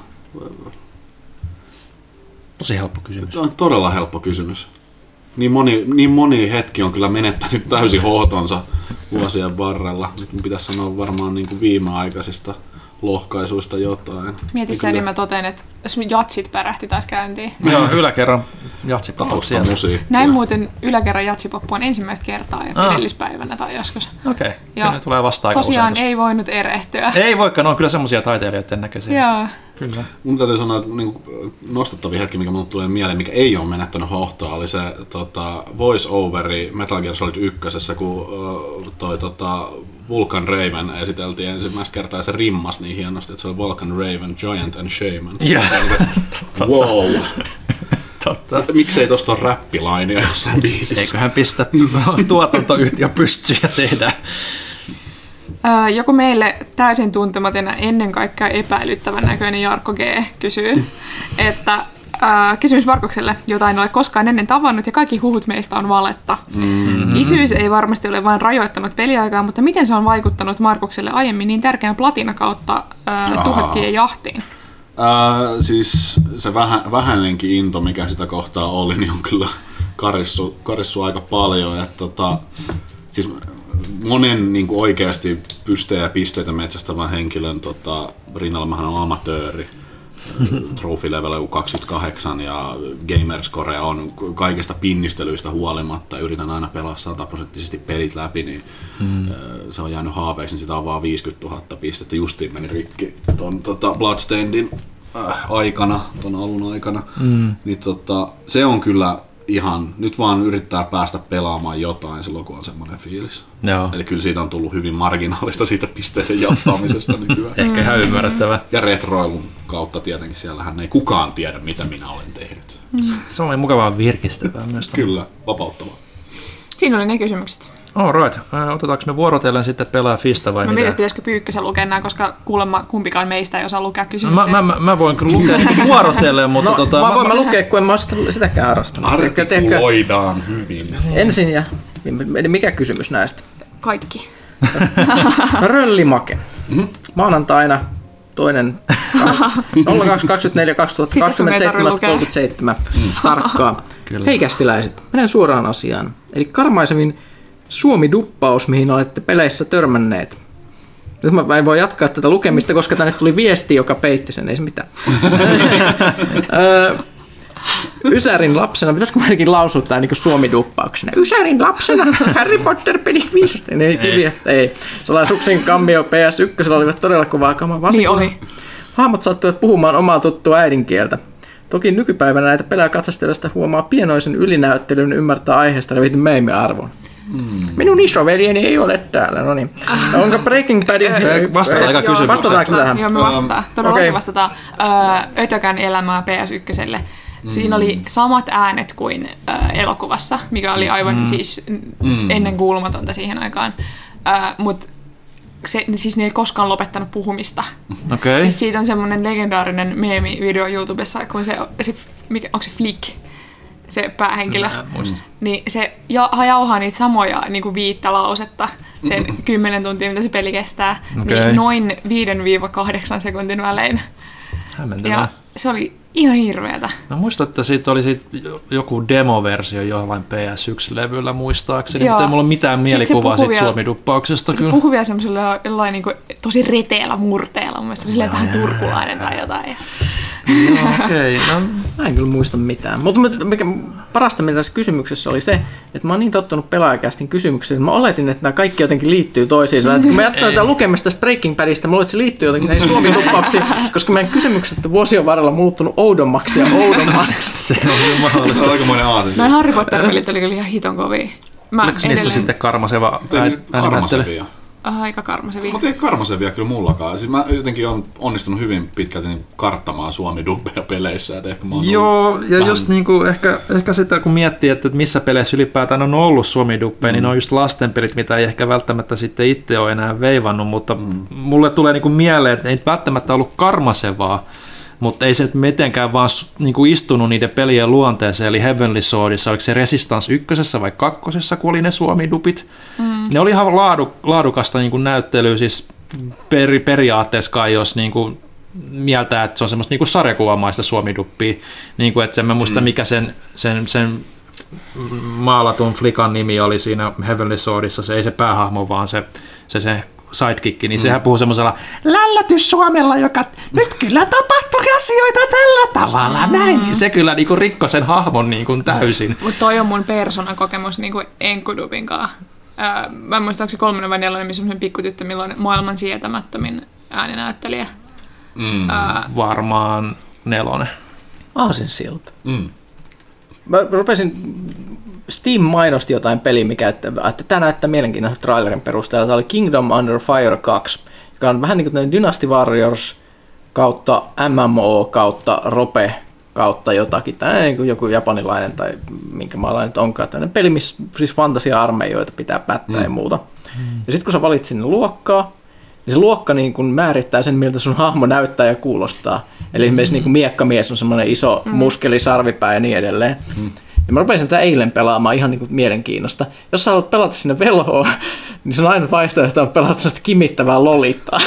Tosi helppo kysymys. On todella helppo kysymys. Niin moni hetki on kyllä menettänyt täysin hootonsa vuosien varrella. Nyt mun pitäisi sanoa varmaan niin kuin viimeaikaisista lohkaisuista jotain. Mieti sen, niin mä totean, että jatsit pärähti taas käyntiin. Joo, yläkerran jatsipoppu siellä. Näin muuten yläkerran jatsipoppu on ensimmäistä kertaa edellispäivänä tai joskus. Okei, ne tulee vasta aika tosiaan usein. Ei voinut erehtyä. Ei voikaan, ne on kyllä semmoisia taiteilijoiden näköisiä. Joo. Kyllä. Mun täytyy sanoa, että niin nostettavia hetki, mikä mulle tulee mieleen, mikä ei ole menettänyt hohtoa, oli se voice-overi Metal Gear Solid 1, kun Vulcan Raven esiteltiin ensimmäistä kertaa, ja se rimmas niin hienosti, että se oli Vulcan Raven, Giant and Shaman. Wow! Totta. Miksei tosta ole räppilainia jossain biisissä? Eiköhän pistä tuotantoyhtiö pystyyn ja tehdään. Joku meille täysin tuntematon ja ennen kaikkea epäilyttävän näköinen Jarkko G. kysyy, että kysymys Markukselle, jota en ole koskaan ennen tavannut ja kaikki huhut meistä on valetta. Isyys ei varmasti ole vain rajoittanut peliaikaa, mutta miten se on vaikuttanut Markukselle aiemmin niin tärkeän platina kautta 1000 jahtiin? Siis se vähäinenkin into, mikä sitä kohtaa oli, niin on kyllä karissu aika paljon. Että siis monen niin kuin oikeasti pystejä ja pisteitä metsästävän henkilön rinnalla mähän on amatööri. Trophy level 28 ja Gamerscore on kaikista pinnistelyistä huolimatta. Yritän aina pelaa 100% pelit läpi, niin se on jäänyt haaveeksi, niin sitä on vaan 50 000 pistettä. Justiin meni rikki ton Bloodstainedin aikana, ton alun aikana. Niin se on kyllä ihan, nyt vaan yrittää päästä pelaamaan jotain silloin, kun on semmoinen fiilis. Joo. Eli kyllä siitä on tullut hyvin marginaalista siitä pisteiden jahtamisesta nykyään. Ehkä ihan ymmärrettävä. Ja retroilun kautta tietenkin, siellähän ei kukaan tiedä, mitä minä olen tehnyt. Se on mukavaa virkistävää myös. Kyllä, vapauttavaa. Siinä oli ne kysymykset. All right. Otetaanko me vuorotellen sitten pelaa Fista vai mä mitä? mietin, pitäisikö Pyykkösen lukea nämä, koska kuulemma kumpikaan meistä ei osaa lukea kysymyksiä. Mä voin kyllä lukea vuorotellen, mutta... Mä lukea, kun en mä ole sitäkään harrastanut. Artikuloidaan hyvin. Ensin ja... Mikä kysymys näistä? Kaikki. Röllimake. Maanantaina 02.24.2027 tarkkaa. Hei kästiläiset, menen suoraan asiaan. Eli karmaisevin Suomi-duppaus, mihin olette peleissä törmänneet. Nyt mä en voi jatkaa tätä lukemista, koska tänne tuli viesti, joka peitti sen, ei se mitään. Ysärin lapsena, pitäisikö mä jotenkin lausua tämä niin Suomi-duppauksena? Ysärin lapsena, Harry Potter-pelit viisasta. Ei. Salaisuksin kammio PS1 olivat todella kovaa kamaa. Niin oli. Hahmot saattuivat puhumaan omaa tuttua äidinkieltä. Toki nykypäivänä näitä pelejä katsastellasta huomaa pienoisen ylinäyttelyn ymmärtää aiheesta revityn meemiarvon. Minun isoveljeni ei ole täällä, no niin. Onko Breaking Badin... Vastataan aika kysymykseen. Vastataanko tähän? Joo, me vastataan. Todellakin vastataan. Ötökän elämää PS1:lle. Siinä oli samat äänet kuin elokuvassa, mikä oli aivan siis ennen kuulumatonta siihen aikaan. Mutta siis ne ei koskaan lopettanut puhumista. Okay. Siis siitä on semmoinen legendaarinen meemi-video YouTubessa, kun onko se Flick, se päähenkilö. Niin se jauhaa niitä samoja niin kuin 5 lausetta sen 10 tuntia, mitä se peli kestää, niin noin 5-8 sekuntin välein. Hämmentävää. Ja se oli ihan hirveätä. Mä muistan, että siitä oli joku demoversio jollain PS1-levyllä muistaakseni, mutta ei mulla ole mitään mielikuvaa siitä Suomi-duppauksesta. Se puhui vielä semmoisella jollain niin kuin, tosi reteellä murteella, mun mielestä silleen vähän turkulainen tai jotain. Okei. No, mä en kyllä muista mitään. Mutta mikä parasta mitä tässä kysymyksessä oli se, että mä oon niin tottunut pelaajakästin kysymyksiin, että mä oletin, että nämä kaikki jotenkin liittyy toisiinsa. Kun mä jatkoin tätä lukemista tästä Breaking Badista, mä luulen, että se liittyy jotenkin näihin Suomi-duppauksiin, koska meidän kysymykset on vuosien varrella muuttunut oudommaksi ja oudommaksi. Se on mahdollista. Se on aikamoinen aasin. Nämä Harry Potter-pelit oli kyllä ihan hiton kovia. Oliko niissä sitten karmaseva äänimättely? Aika karmasevia. Mutta ei karmasevia kyllä mullakaan. Siis mä jotenkin on onnistunut hyvin pitkälti karttamaan Suomi-duppeja peleissä. Että ehkä joo, ja just niinku ehkä sitä kun miettii, että missä peleissä ylipäätään on ollut Suomi-duppeja, niin ne on just lastenpelit, mitä ei ehkä välttämättä sitten itse ole enää veivannut, mutta mulle tulee niinku mieleen, että ei välttämättä ollut karmasevaa, mutta ei se nyt mitenkään vaan niinku istunut niiden pelien luonteeseen, eli Heavenly Swordissa, oliko se Resistance 1 vai 2, kun oli ne Suomi-dupit. Ne oli ihan laadukasta niinku näyttelyä, siis periaatteessa kai, jos niinku mieltää, että se on semmoista niinku sarjakuvamaista Suomi-duppia, niinku, että mä muista mikä sen maalatun flikan nimi oli siinä Heavenly Swordissa, se ei se päähahmo, vaan se sidekick, niin sehän puhuu semmoisella lällätys Suomella, joka nyt kyllä tapahtui asioita tällä tavalla, näin, niin se kyllä niinku rikkoi sen hahmon niinku täysin. Mutta toi on mun persoonakokemus niinku Enkudupin kanssa. Mä en muista, onko se 3 vai 4, missä semmoinen pikkutyttö, milloin maailman sietämättömin ääninäyttelijä. Varmaan 4. Aasinsilta. Mä rupesin... Steam mainosti jotain peliä, että tämä näyttää mielenkiintoista trailerin perusteella. Tämä oli Kingdom Under Fire 2, joka on vähän niin kuin Dynasty Warriors kautta MMO kautta Rope kautta jotakin. Tämä on niin kuin joku japanilainen tai minkä maalainen nyt onkaan. Tällainen peli, missä siis fantasia-armeijoita pitää pättää ja muuta. Ja sitten kun sä valitsit sinne luokkaa, niin se luokka niin kuin määrittää sen, miltä sun hahmo näyttää ja kuulostaa. Eli esimerkiksi niin kuin miekkamies on semmoinen iso muskeli, sarvipää ja niin edelleen. Ja mä rupesin tätä eilen pelaamaan ihan niin kuin mielenkiinnosta. Jos sä haluat pelata sinne velhoa, niin se on aina vaihtoehto pelata sellaista kimittävää lolittaa.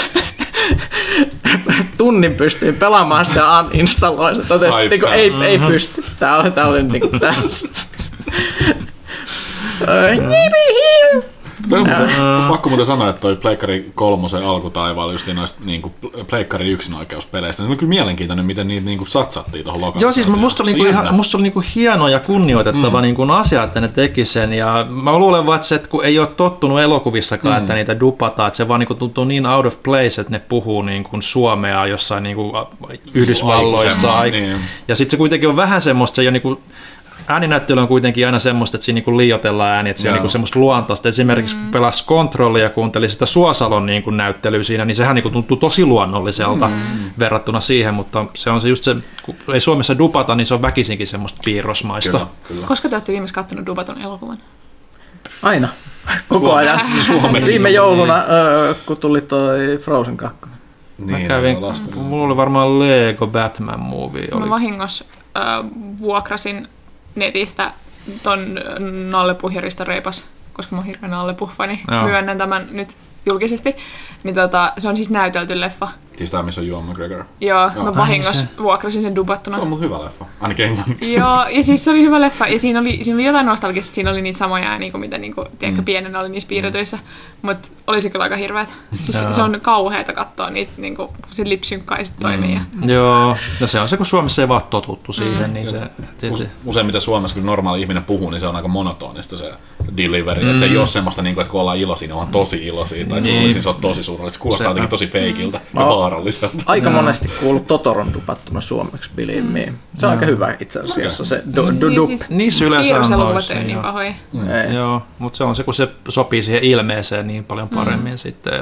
Tunnin pystyy pelaamaan sitä ja uninstalloin. Se totesi, että ei pysty. Tää oli niin kuin tässä. Pakko muuten sanoa, että toi Pleikkari 3 alkutaivaalla just noista niinku Pleikkari yksinoikeuspeleistä, niin oli kyllä mielenkiintoinen, miten niitä niinku satsattiin tuohon lokalisaatioon. Joo, siis musta oli niinku hieno ja kunnioitettava niinku asia, että ne teki sen, ja mä luulen vaan, että se, että kun ei ole tottunut elokuvissakaan, että niitä dupataan, että se vaan niinku tuntuu niin out of place, että ne puhuu niinku suomea jossain niinku Yhdysvalloissa. Ja sitten se kuitenkin on vähän semmoista, se ei ole niinku ääninäyttely on kuitenkin aina semmoista, että siinä niinku liioitellaan ääni, että se on niinku semmoista luontaista. Esimerkiksi kun pelasi Controlia ja kuunteli sitä Suosalon niinku näyttelyä siinä, niin sehän niinku tuntuu tosi luonnolliselta verrattuna siihen, mutta se on se just se, kun ei Suomessa dupata, niin se on väkisinkin semmoista piirrosmaista. Kyllä. Koska te olette viimeksi kattonut dupaton elokuvan? Aina. Koko ajan. Viime jouluna, kun tuli toi Frozen 2. Mä kävin, mulla oli varmaan Lego Batman movie. Mä vahingossa vuokrasin netistä ton Nalle Puh ja Risto Reipas, koska mä oon hirveän Nalle Puh-fani, myönnän tämän nyt julkisesti, niin se on siis näytelty leffa. Siis tää, missä on Ewan McGregor. Joo, mä vahingossa vuokrasin sen dubattuna. Se on mun hyvä leffa, ainakin englanniksi. Joo, ja siis se oli hyvä leffa, ja siinä oli jotain nostalgista, siinä oli niitä samoja ääniä kuin mitä tiedätkö, pienenä oli niissä piirretyissä, mutta oli se kyllä aika hirveät. Siis se on kauheata katsoa niitä, niinku, se lipsynkkaa ja sit toimii. Joo, no se on se, kun Suomessa ei vaan totuttu siihen, niin se tietysti. Usein mitä Suomessa, kun normaali ihminen puhuu, niin se on aika monotonista se delivery, että se ei ole semmoista, että kun ollaan iloisia, niin on tosi iloisia, tai se on tosi surullista, se kuulostaa jotenkin tosi feikiltä ja vaaralliselta. Aika monesti kuullut Totoron dupattuna suomeksi bilimiin. Se on aika hyvä itse asiassa se dup. Niissä yleensä on noissa. Niin pahoja. Joo, mutta se on se, kun se sopii siihen ilmeeseen niin paljon paremmin sitten.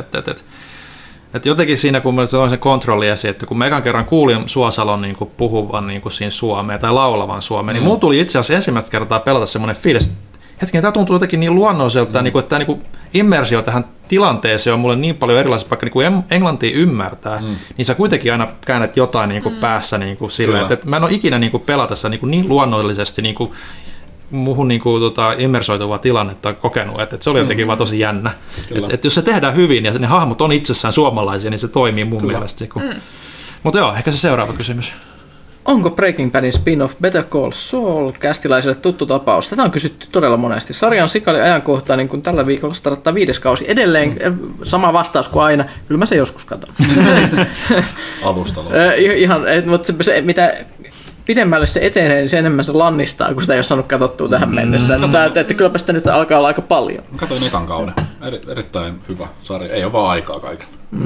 Et jotenkin siinä, kun se on se kontrolli esiin, että kun mä ekan kerran kuulin Suosalon niin puhuvan niin siinä suomea tai laulavan suomea, niin mulla tuli itse asiassa ensimmäistä kertaa pelata semmoinen fiilis, että hetkinen, tämä tuntuu jotenkin niin luonnolliselta, että tämä immersio tähän tilanteeseen on mulle niin paljon erilaisia, vaikka niin englantia ymmärtää, niin sä kuitenkin aina käännät jotain niin päässä niin sillä, että mä en ole ikinä niin pelatessa niin luonnollisesti niin muuhun niin immersoituvaa tilannetta kokenut, että se oli jotenkin vaan tosi jännä. Että jos se tehdään hyvin ja ne hahmot on itsessään suomalaisia, niin se toimii mun mielestä. Mutta joo, ehkä se seuraava kysymys. Onko Breaking Badin spin-off Better Call Saul kästiläiselle tuttu tapaus? Tätä on kysytty todella monesti. Sarja on sikali ajankohtainen, kun tällä viikolla starttaa 5. kausi. Edelleen sama vastaus kuin aina. Kyllä mä se joskus katson. Alustalo. Ihan, mutta se, mitä pidemmälle se etenee, niin se enemmän se lannistaa, kun sitä ei ole saanut katsottua tähän mennessä. Että kylläpä sitä nyt alkaa olla aika paljon. Katoin ekan kauden. Erittäin hyvä sarja. Ei ole vaan aikaa kaiken.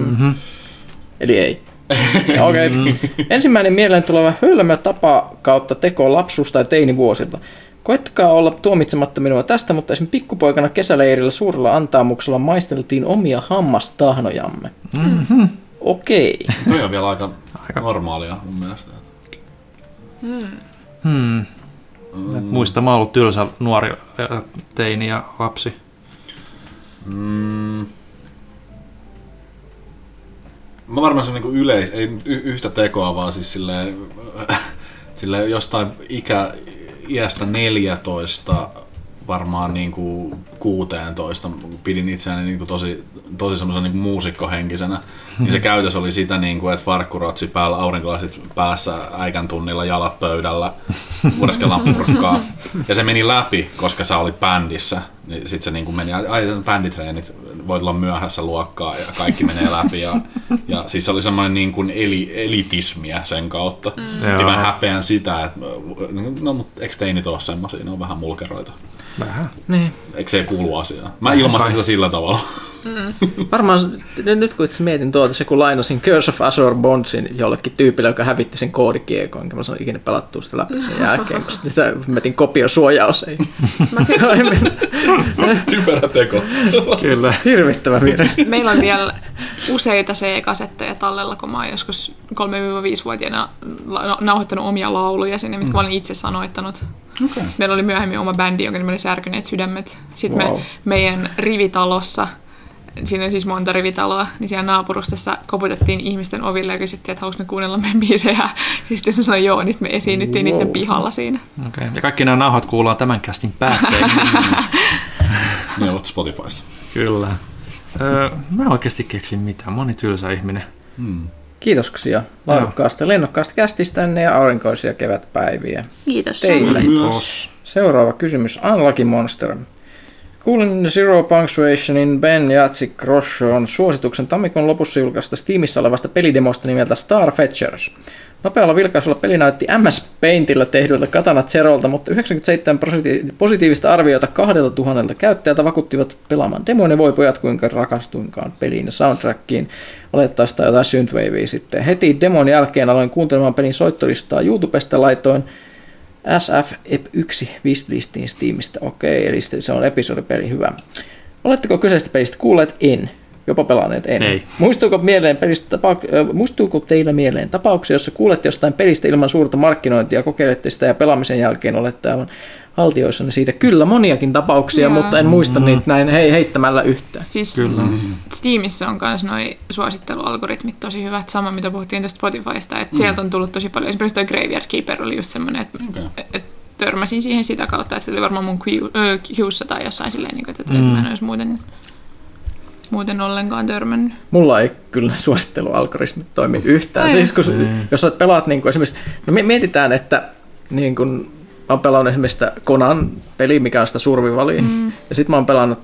Eli ei. Okay. Ensimmäinen mieleen tuleva hölmö tapa kautta teko lapsuus- tai teinivuosilta. Koettakaa olla tuomitsematta minua tästä, mutta esimerkiksi pikkupoikana kesäleirillä suurella antaamuksella maisteltiin omia hammastahnojamme. Okei. Toi on vielä aika normaalia mun mielestä. Muista, mä oon ollut tylsä nuori teini ja lapsi. Mä varmaan se on niin yleis, ei yhtä tekoa, vaan siis silleen jostain iästä 14 varmaan niin kuin 16 pidin itseäni niin kuin tosi semmoisen niin kuin muusikkohenkisenä. Niin se käytös oli sitä, niin kuin, että farkkurotsi päällä, aurinkolasit päässä, äikän tunnilla, jalat pöydällä, vuodeskellaan purkkaa. Ja se meni läpi, koska sä olit bändissä. Niin sitten se niin kuin meni, bänditreenit, voit olla myöhässä luokkaa ja kaikki menee läpi. Ja siis se oli semmoinen niin kuin elitismiä sen kautta. Ja mä häpeän sitä, että no mutta eikö teinit ole semmoisia, ne on vähän mulkeroita. Vähän. Niin. Eikö se kuulu asiaan? Mä ilmaisin sitä sillä tavalla. Varmaan nyt kun itse mietin se kun lainasin Curse of Azor Bondsin jollekin tyypille, joka hävitti sen koodikiekon, enkä mä sanoin ikinä pelattua sitä läpi sen jälkeen, kun sitä metin kopiosuojaus. Ei. Typerä teko. Kyllä. Hirvittävä virhe. Meillä on vielä useita C-kasetteja tallella, kun mä oon joskus 3-5-vuotiaana nauhoittanut omia lauluja sinne, mitkä mä olin itse sanoittanut. Okay. Sitten meillä oli myöhemmin oma bändi, jonka nimi oli Särkyneet sydämet. Sitten meidän rivitalossa, siinä on siis monta rivitaloa, niin siellä naapurustassa koputettiin ihmisten oville ja kysyttiin, että haluaisi me kuunnella meidän biisejä. Ja sitten jos ne sanoi joo, niin sitten me esiinnyttiin niiden pihalla siinä. Okay. Ja kaikki nämä nauhat kuullaan tämän kästin päätteeksi. Ne ovat Spotifyssa. Kyllä. Mä en oikeasti keksin mitään. Mä oon niin tylsä ihminen. Kiitoksia laadukkaasta ja lennokkaasta kästistänne ja aurinkoisia kevätpäiviä. Kiitos teille. Kiitos. Seuraava kysymys. Unlucky Monster. Kuulin Zero Punctuationin Ben Jacek Rochon suosituksen tammikuun lopussa julkaista Steamissa olevasta pelidemosta nimeltä Star Fetchers. Nopealla vilkaisulla peli näytti MS Paintilla tehdyiltä Katana Zerolta, mutta 97% positiivista arviota 2000 käyttäjältä vakuuttivat pelaamaan demon ja voi pojat kuinka rakastuinkaan peliin ja soundtrackiin. Olettaisiin jotain synthwavea sitten. Heti demon jälkeen aloin kuuntelemaan pelin soittolistaa YouTubesta, laitoin SF1 wishlisttiin Steamista. Okei, eli se on episodipeli, hyvä. Oletteko kyseistä pelistä kuulleet? En. Jopa pelaaneet? En. Ei. Muistuuko teillä mieleen tapauksia, jossa kuulette jostain pelistä ilman suurta markkinointia, kokeilette sitä ja pelaamisen jälkeen olette aivan haltioissanne siitä? Kyllä, moniakin tapauksia, mutta en muista niitä näin heittämällä yhtään. Siis Steamissa on myös noi suosittelualgoritmit tosi hyvät, sama mitä puhuttiin tuosta Spotifysta, että sieltä on tullut tosi paljon. Esimerkiksi toi Graveyard Keeper oli just semmoinen, että törmäsin siihen sitä kautta, että se oli varmaan mun queuessa tai jossain silleen, että mä en olisi muuten ollenkaan törmännyt. Mulla ei kyllä suosittelualgoritmit toimi yhtään. Siis, jos sä pelaat niin esimerkiksi, mietitään, että niin kun, mä oon pelannut esimerkiksi sitä Conan peliä, mikä on sitä survivalia, ja sit mä oon pelannut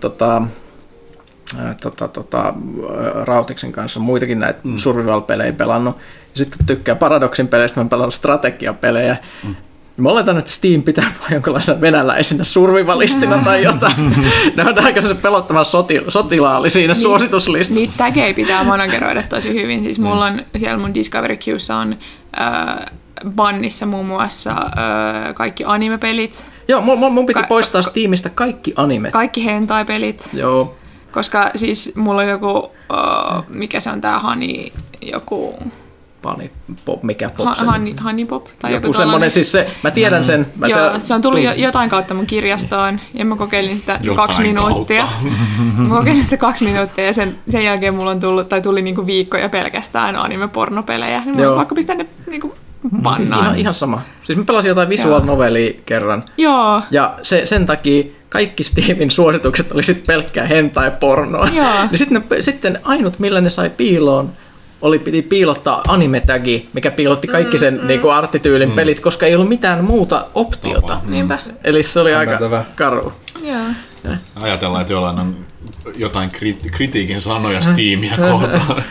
Rautiksen kanssa muitakin näitä survival-pelejä pelannut, ja sitten tykkää Paradoxin peleistä, mä oon pelannut strategiapelejä. Mä oletan, että Steam pitää jonkinlaisena venäläisenä survivalistina tai jotain. Ne on aika se pelottavan sotilaali siinä suosituslistassa. Niitä tägejä pitää manageroida tosi hyvin. Siis mulla on siellä mun Discovery Queuessa on bannissa muun muassa kaikki anime-pelit. Joo, mun piti poistaa Steamista kaikki animet. Kaikki hentai-pelit. Joo. Koska siis mulla on joku, mikä se on tää Hani, joku... Mikä pop Honey Pop tai joku semmoinen, siis se, mä tiedän sen. Se on tullut jotain kautta mun kirjastoon ja mä kokeilin sitä 2 minuuttia. Mä kokeilin sitä 2 minuuttia ja sen jälkeen mulla on tuli niinku viikkoja pelkästään anime-pornopelejä. Mä voin vaikka pistää ne niinku pannaan. Ihan sama. Siis mä pelasin jotain visual novelia kerran. Joo. Ja sen takia kaikki Steamin suositukset oli sit pelkkää hentai-pornoa. Niin sitten ainut millä ne sai piiloon piti piilottaa anime-tagi, mikä piilotti kaikki sen niinku arttityylin pelit, koska ei ollut mitään muuta optiota. Niinpä. Eli se oli aika karu. Joo. Ajatellaan, että jollain on jotain kritiikin sanoja Steamia kohtaan.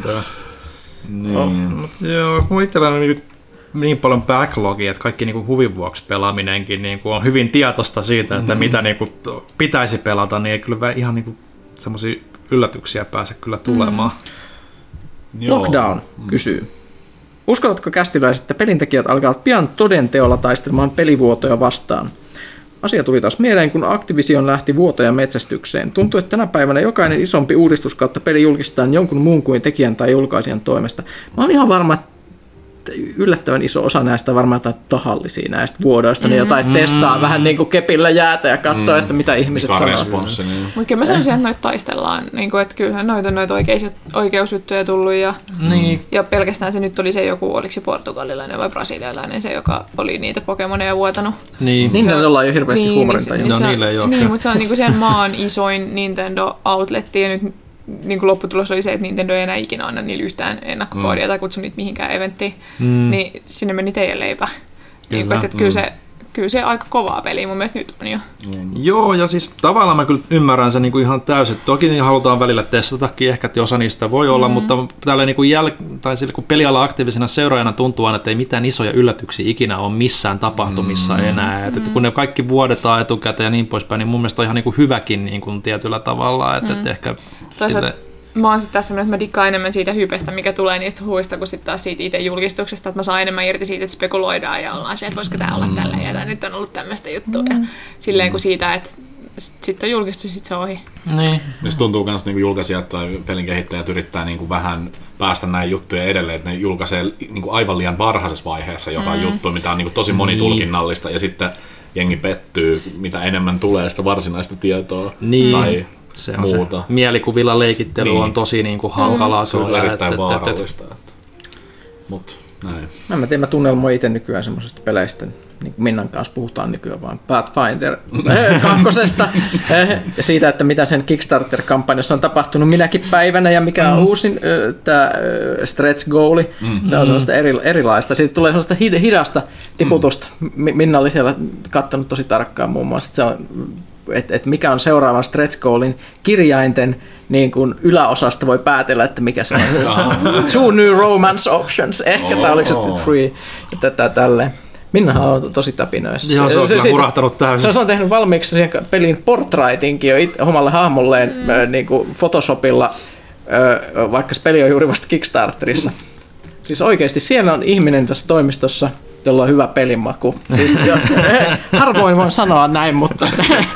Joo, kun itsellä on niin paljon backlogia, että kaikki niinku huvin vuoksi pelaaminenkin niinku on hyvin tietoista siitä, että mitä niinku pitäisi pelata, niin ei kyllä ihan niinku semmoisia yllätyksiä pääse kyllä tulemaan. Lockdown kysyy. Uskallatko kästiläiset, että pelintekijät alkavat pian todenteolla taistelemaan pelivuotoja vastaan? Asia tuli taas mieleen, kun Activision lähti vuotoja metsästykseen. Tuntuu, että tänä päivänä jokainen isompi uudistus kautta peli julkistetaan jonkun muun kuin tekijän tai julkaisijan toimesta. Mä oon ihan varma, että yllättävän iso osa näistä varmaan jotain tahallisia näistä vuodoista, niin jotain testaa vähän niin kuin kepillä jäätä ja katsoo, että mitä ihmiset sanoo. Mutta kyllä mä sanoisin, että noita taistellaan, niin kuin, että kyllähän noita oikeusjuttuja tullut ja pelkästään se nyt oli se joku, oliko se portugalilainen vai brasilialainen, se joka oli niitä Pokemoneja vuotanut. Niin ne ollaan jo hirveästi huumorintajia. Niin, mutta se on niin kuin sen maan isoin Nintendo outletti ja nyt niin kuin lopputulos oli se, että Nintendo ei enää ikinä anna niille yhtään ennakkokoodia tai kutsu niitä mihinkään eventtiin, niin sinne meni teidän leipä. Niin kuin, että kyllä se aika kovaa peliä mun mielestä nyt on jo. Joo, ja siis tavallaan mä kyllä ymmärrän sen niin kuin ihan täysin. Toki halutaan välillä testatakin ehkä, että osa niistä voi olla, mutta tällä niin kuin kun peliala aktiivisena seuraajana tuntuu aina, että ei mitään isoja yllätyksiä ikinä ole missään tapahtumissa enää. Että kun ne kaikki vuodetaan etukäteen ja niin poispäin, niin mun mielestä on ihan niin kuin hyväkin niin kuin tietyllä tavalla. Että ehkä mä oon sitten tässä sellainen, että mä dikkaan enemmän siitä hypestä, mikä tulee niistä huista, kuin sitten taas siitä itse julkistuksesta, että mä saan enemmän irti siitä, että spekuloidaan ja ollaan se, että voisiko tää olla tällä ja nyt on ollut tämmöistä juttua. Ja silleen kuin siitä, että sitten on julkistus, sitten se on ohi. Niin. Se tuntuu myös niin julkaisijat tai pelin kehittäjät yrittää niin kuin vähän päästä näin juttuja edelleen, että ne julkaisee niin kuin aivan liian varhaisessa vaiheessa jotain juttua, mitä on niin kuin tosi monitulkinnallista ja sitten jengi pettyy, mitä enemmän tulee sitä varsinaista tietoa tai se on muuta. Se mielikuvilla leikittely on tosi niin kuin hankalaa. Se on erittäin vaarallista. Mut näin. Mä tiedän, mä tunnelmoin itse nykyään semmoisesta peleistä, niin kuin Minnan kanssa puhutaan nykyään vaan Pathfinder 2. Ja siitä, että mitä sen Kickstarter-kampanjassa on tapahtunut minäkin päivänä ja mikä on uusin tämä stretch goali. Se on sellaista erilaista. Siitä tulee sellaista hidasta tiputusta. Minna oli siellä kattanut tosi tarkkaan muun muassa, että se on että mikä on seuraavan stretch goalin kirjainten niin kuin yläosasta voi päätellä, että mikä se on. 2 new romance options, ehkä tai oliko se 3, ja tälleen. Minnahan on tosi täpinöissä. Joo, se on kyllä hurahtanut täysin. Se on tehnyt valmiiksi siihen pelin portraitinkin jo omalle hahmolleen niin kuin Photoshopilla, vaikka se peli on juuri vasta Kickstarterissa. Siis oikeasti siellä on ihminen tässä toimistossa, jolla on hyvä pelimaku. Siis, harvoin voin sanoa näin, mutta...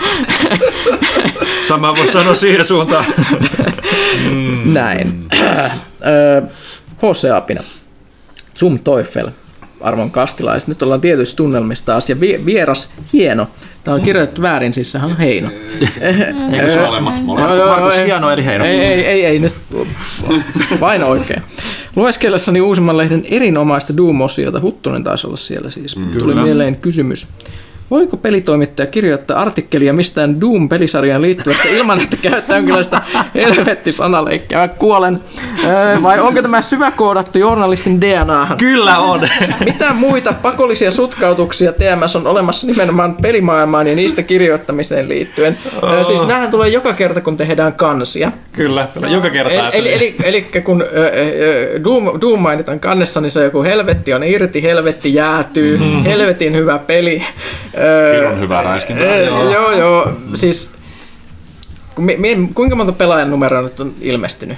Sama voi sanoa siihen suuntaan. Näin. H.C. Apina. Zum Teufel. Arvon kastilaiset. Nyt ollaan tietyissä tunnelmissa taas. Ja vieras hieno. Tämä on kirjoitettu väärin, siis sehän on Heino. Eikö se molemmat? Markus Hieno eli Heino. Ei nyt. Vain oikein. Lueskellessani uusimman lehden erinomaista Doom-osiota, Huttunen taisi olla siellä siis. Tuli mieleen kysymys. Voiko pelitoimittaja kirjoittaa artikkelia mistään Doom-pelisarjaan liittyvästä ilman, että käyttää jonkinlaista helvetti-sanaleikkiä? Mä kuolen. Vai onko tämä syväkoodattu journalistin DNAhan? Kyllä on. Mitä muita pakollisia sutkautuksia TMS on olemassa nimenomaan pelimaailmaan ja niistä kirjoittamiseen liittyen? Siis näähän tulee joka kerta, kun tehdään kansia. Kyllä, joka kerta. Eli kun Doom mainitaan kannessa, niin se joku helvetti on irti, helvetti jäätyy, helvetin hyvä peli. Pirun hyvä räiskintä. Joo. Siis kuinka monta pelaajan numeroa nyt on ilmestynyt?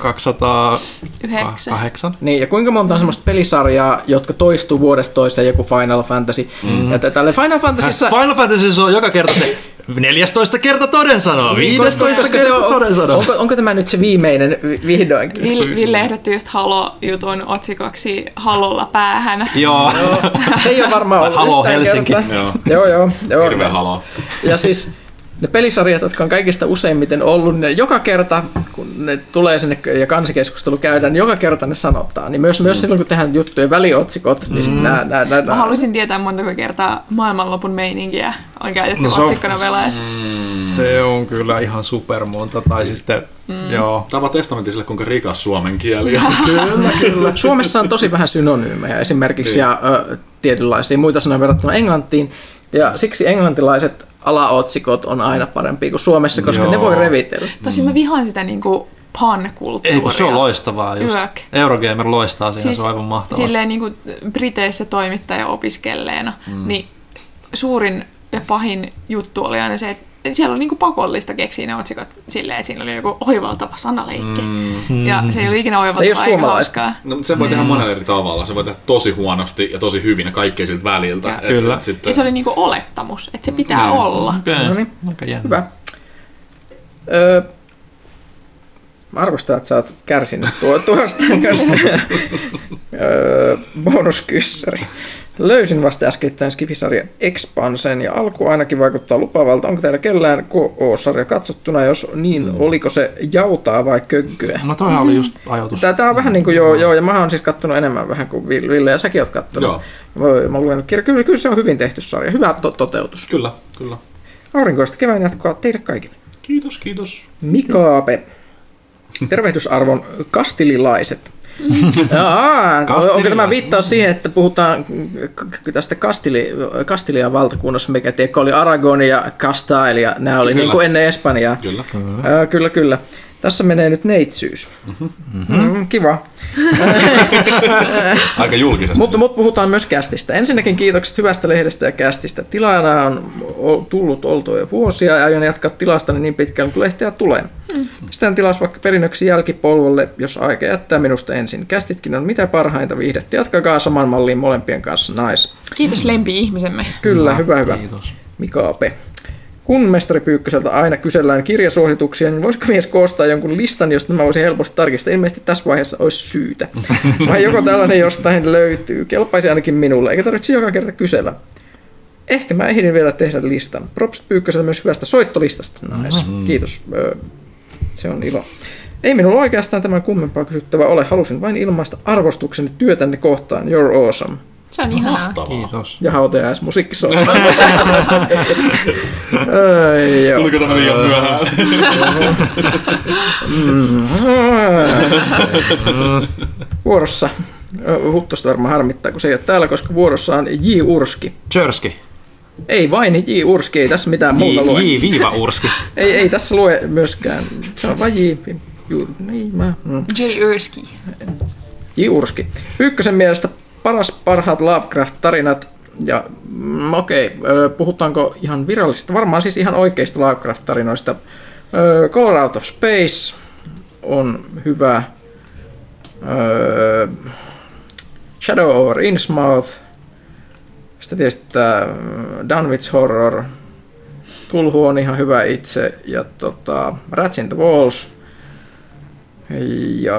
208. Niin, ja kuinka monta on semmoista pelisarjaa, jotka toistuu vuodesta toiseen, joku Final Fantasy. Ja tälle Final Fantasyssa... Final Fantasyssa on joka kerta se 14 kerta toden sanoo, 15 kerta toden sanoo. Onko tämä nyt se viimeinen vihdoinkin? Ville ehdotti just Halo-jutun otsikoksi Halolla päähän. Joo. Se ei ole varmaan ollut Halo Helsinki. Joo. Hirveä halo. Ja siis ne pelisarjat, jotka on kaikista useimmiten ollut, ne joka kerta, kun ne tulee sinne ja kansikeskustelu käydään, joka kerta ne sanotaan. Niin myös silloin, kun tehdään juttujen väliotsikot, niin Mä haluaisin tietää, montako kertaa maailmanlopun meininkiä on käytetty otsikkona pelaajassa. Se on kyllä ihan supermonta. Tai sitten, joo. Tämä on testamentti sille, kuinka rikas suomen kieli on. Kyllä. Suomessa on tosi vähän synonyymejä esimerkiksi ja tietynlaisia muita sanoja verrattuna englantiin. Ja siksi englantilaiset alaotsikot on aina parempia kuin Suomessa, koska ne voi revitellä. Tosin mä vihaan sitä niinku pan-kulttuuria. Ei, se on loistavaa just. Eurogamer loistaa siinä, siis, se on aivan mahtavaa. Silleen niinku Briteissä toimittaja opiskelleena, niin suurin ja pahin juttu oli aina se, että siellä oli niinku pakollista keksiä ne otsikot silleen, että siinä oli joku oivaltava sanaleikki. Ja se ei ole ikinä oivaltava eikä hauskaa. No, se voi tehdä monella eri tavalla. Se voi tehdä tosi huonosti ja tosi hyvin ja kaikkea siltä väliltä. Kyllä. Ja se oli niinku olettamus, että se pitää olla. No niin, hyvä. Mä arvostan, että sä oot kärsinyt tuosta. Bonuskyssäri. Löysin vasta äskettäin Skifi-sarja Expansen ja alku ainakin vaikuttaa lupaavalta. Onko teillä kellään KO-sarja katsottuna, jos niin, oliko se jautaa vai kökkyä? No toihan oli just ajatus. Tää on vähän niin kuin joo, ja mä oon siis kattonut enemmän vähän kuin Ville ja säkin oot kattonut. Joo. Mä oon lukenut kirja. Kyllä se on hyvin tehty sarja, hyvä toteutus. Kyllä. Aurinkoista kevään jatkoa teille kaikille. Kiitos. Mikaape. Tervehdysarvon kastililaiset. Onko tämä viittaus siihen, että puhutaan tästä Kastilian valtakunnassa, mikä tiedä, oli Aragon ja Castile ja nämä oli niin kuin ennen Espanjaa. Kyllä. Tässä menee nyt neitsyys. Kiva. Aika julkisesti. Mutta puhutaan myös kästistä. Ensinnäkin kiitokset hyvästä lehdestä ja kästistä. Tilaajana on tullut oltua jo vuosia ja aion jatkaa tilastani niin pitkään kuin lehteä tulee. Pistän tilaus vaikka perinnöksi jälkipolvolle, jos aika jättää minusta ensin. Kästitkin on mitä parhainta viihdettä. Jatkakaa saman malliin molempien kanssa. Nice. Kiitos lempi-ihmisemme. Kyllä, hyvä. Kiitos. Mikaape. Kun mestari Pyykköseltä aina kysellään kirjasuosituksia, niin voisiko mies koostaa jonkun listan, josta mä voisin helposti tarkistaa? Ilmeisesti tässä vaiheessa olisi syytä. Vai joko tällainen jostain löytyy? Kelpaisi ainakin minulle, eikä tarvitse joka kerta kysellä. Ehkä mä ehdin vielä tehdä listan. Props Pyykköseltä myös hyvästä soittolistasta. Nice. Kiitos. Se on ilo. Ei minulla oikeastaan tämän kummempaa kysyttävää ole. Halusin vain ilmaista arvostukseni työtänne kohtaan. You're awesome. Se on ihanaa. Mahtavaa. Kiitos. Ja hautajaismusiikki soi. Tuliko tämä liian myöhään? Vuorossa. Huttosta varmaan harmittaa, kun se ei ole täällä, koska vuorossa on J. Urski. Jörski. Ei vain J. Urski, ei tässä mitään muuta lue. J-Urski. ei tässä lue myöskään. Se on vain J. J. Urski. J. Urski. Pyykkösen mielestä parhaat Lovecraft-tarinat. Ja puhutaanko ihan virallisista, varmaan siis ihan oikeista Lovecraft-tarinoista. Color Out of Space on hyvä. Shadow over Innsmouth. Sitten tietysti tämä Dunwich Horror. Tulhu on ihan hyvä itse. Ja Rats in the Walls. Ja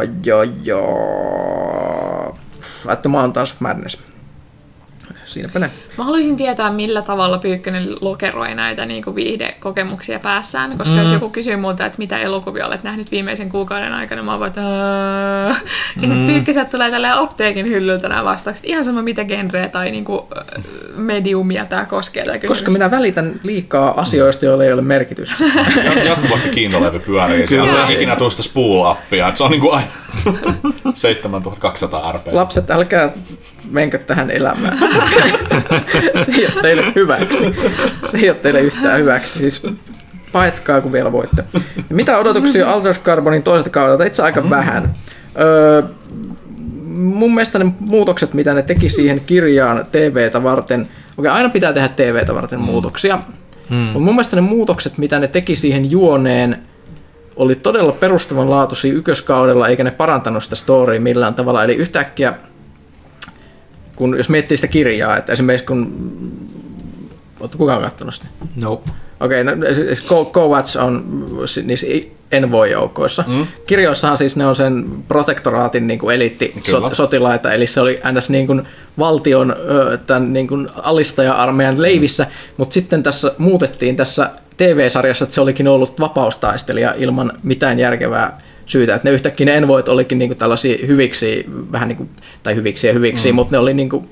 At the Mountains of Madness. Siinäpä ne. Mä haluaisin tietää, millä tavalla Pyykkönen lokeroi näitä niinku viihdekokemuksia päässään, koska jos joku kysyy multa, että mitä elokuvia olet nähnyt viimeisen kuukauden aikana, mä oon vaan, että ja sitten Pyykköset tulee tälleen apteekin hyllyltä nämä vastaukset, ihan sama mitä genreä tai niinku mediumia tää koskee. Tää koska minä välitän liikaa asioista, joilla ei ole merkitystä. Jatkuvasti kiintolevy pyörii, siellä ei ikinä tuosta spool-appia, että se on niinku aina 7200 RP. Lapset, älkää menkö tähän elämään. Se ei ole teille hyväksi. Se ei ole teille yhtään hyväksi. Siis paetkaa, kun vielä voitte. Mitä odotuksia Altered Carbonin toiselta kaudelta? Itse aika vähän. Mun mielestä ne muutokset, mitä ne teki siihen kirjaan TV:tä varten, aina pitää tehdä TV:tä varten muutoksia, mutta mun mielestä ne muutokset, mitä ne teki siihen juoneen, oli todella perustavanlaatuisia ykköskaudella, eikä ne parantanut sitä storya millään tavalla. Eli yhtäkkiä, jos miettii sitä kirjaa, että esimerkiksi oletko kukaan katsonut sitä? Nope. Okei, Kovacs on niissä Envoy-joukoissa. Kirjoissahan siis ne on sen protektoraatin niin kuin eliittisotilaita, eli se oli ns. Niin kuin valtion tämän niin kuin alistaja-armeijan leivissä, mutta sitten tässä muutettiin tässä TV-sarjassa, että se olikin ollut vapaustaistelija ilman mitään järkevää syytä, että ne yhtäkkiä ne Envoyt olikin niin kuin tällaisia hyviksi, vähän niin kuin, tai hyviksi, mutta ne oli niin kuin,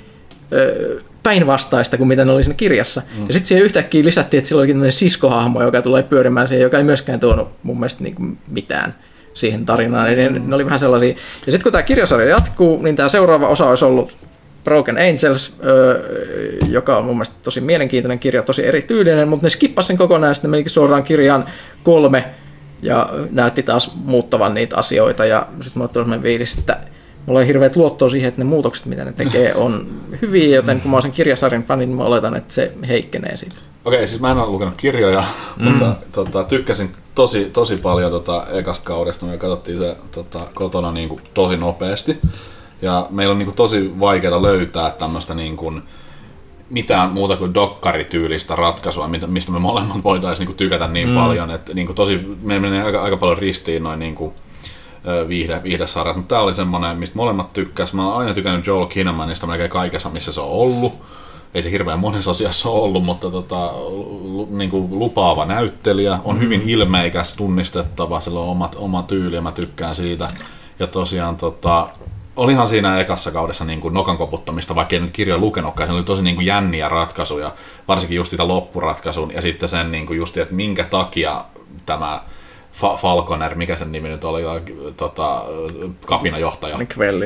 päinvastaista kuin mitä ne oli siinä kirjassa. Ja sitten siihen yhtäkkiä lisättiin, että sillä olikin tämmöinen siskohahmo, joka tulee pyörimään siihen, joka ei myöskään tuonut mun mielestä niin kuin mitään siihen tarinaan. Eli ne oli vähän sellaisia. Ja sitten kun tämä kirjasarja jatkuu, niin tämä seuraava osa olisi ollut Broken Angels, joka on mun mielestä tosi mielenkiintoinen kirja, tosi erityylinen, mutta ne skippasi sen kokonaan ja sitten menikin suoraan kirjaan 3 ja näytti taas muuttavan niitä asioita. Ja sitten mulla tuli sellainen fiilis, että mulla on hirveät luottoa siihen, että ne muutokset, mitä ne tekee, on hyviä, joten kun mä oon sen kirjasarjan fani, niin mä oletan, että se heikkenee siitä. Okei, siis mä en ole lukenut kirjoja, mutta tykkäsin tosi paljon ekasta kaudesta. Me katsottiin se kotona niin kuin tosi nopeasti. Ja meillä on niin kuin tosi vaikeaa löytää tämmöistä niin kuin mitään muuta kuin dokkarityylistä ratkaisua, mistä me molemmat voitaisiin niin kuin tykätä niin paljon. Että niin kuin meillä menee aika paljon ristiin noin niin kuin viihdesarjat, mutta tää oli semmonen, mistä molemmat tykkäs. Mä oon aina tykännyt Joel Kinnamanista melkein kaikessa, missä se on ollut. Ei se hirveän monessa asiassa ole ollut, mutta niinku lupaava näyttelijä. On hyvin ilmeikäs, tunnistettava, sillä on oma tyyli ja mä tykkään siitä. Ja tosiaan olihan siinä ekassa kaudessa niin kuin nokan koputtamista, vaikka ei nyt kirjoja lukenutkaan, se oli tosi niin kuin jänniä ratkaisuja, varsinkin just sitä loppuratkaisun ja sitten sen niin kuin just, että minkä takia tämä Falconer, mikä sen nimi nyt oli, kapinajohtaja. Quelli,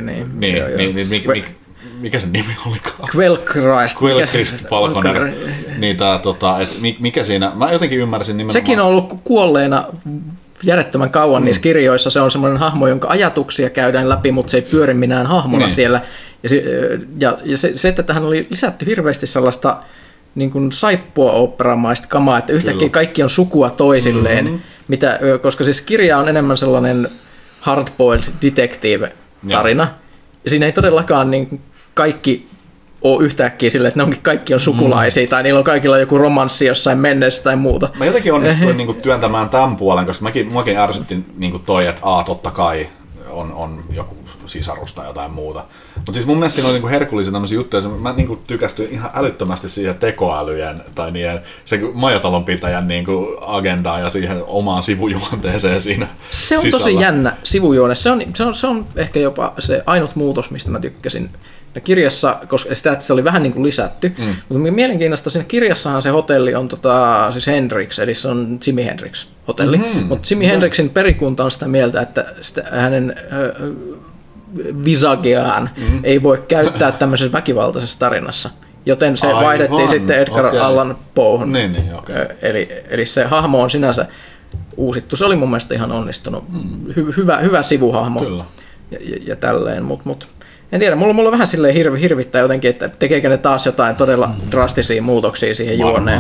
mikä sen nimi olikaan? Quellcrist Falconer. Niin mikä siinä, mä jotenkin ymmärsin nimenomaan. Sekin on ollut kuolleena järjettömän kauan niissä kirjoissa. Se on semmoinen hahmo, jonka ajatuksia käydään läpi, mutta se ei pyöri minään hahmona siellä. Ja se, että tähän oli lisätty hirveästi sellaista niin kuin saippua-oopperamaista kamaa, että yhtäkkiä kaikki on sukua toisilleen, koska siis kirja on enemmän sellainen hard-boiled detective-tarina. Ja siinä ei todellakaan niin kaikki ole yhtäkkiä silleen, että ne kaikki on sukulaisia, tai niillä on kaikilla joku romanssi jossain menneessä tai muuta. Mä jotenkin onnistuin niin kuin työntämään tämän puolen, koska muakin ärsytti niin kuin toi, että totta kai on joku sisarus tai jotain muuta. Mutta siis mun mielestä siinä oli niinku herkullisia tämmöisiä juttuja. Mä niinku tykästyin ihan älyttömästi siihen tekoälyjen tai sen majatalonpitäjän niinku agendaan ja siihen omaan sivujuonteeseen siinä se on sisällä. Tosi jännä sivujuone. Se on ehkä jopa se ainut muutos, mistä mä tykkäsin kirjassa, koska sitä, että se oli vähän niin kuin lisätty. Mutta mielenkiintoista siinä kirjassahan se hotelli on siis Hendrix, eli se on Jimi Hendrix hotelli. Mutta Jimi Hendrixin perikunta on sitä mieltä, että hänen visageaan ei voi käyttää tämmöisessä väkivaltaisessa tarinassa. joten se vaihdettiin sitten Edgar Allan Poehon. Okay. Eli se hahmo on sinänsä uusittu. Se oli mun mielestä ihan onnistunut. Hyvä sivuhahmo. Kyllä. Ja tälleen, mut en tiedä, mulla vähän silleen hirvittää jotenkin, että tekeekö ne taas jotain todella drastisia muutoksia siihen juoneen.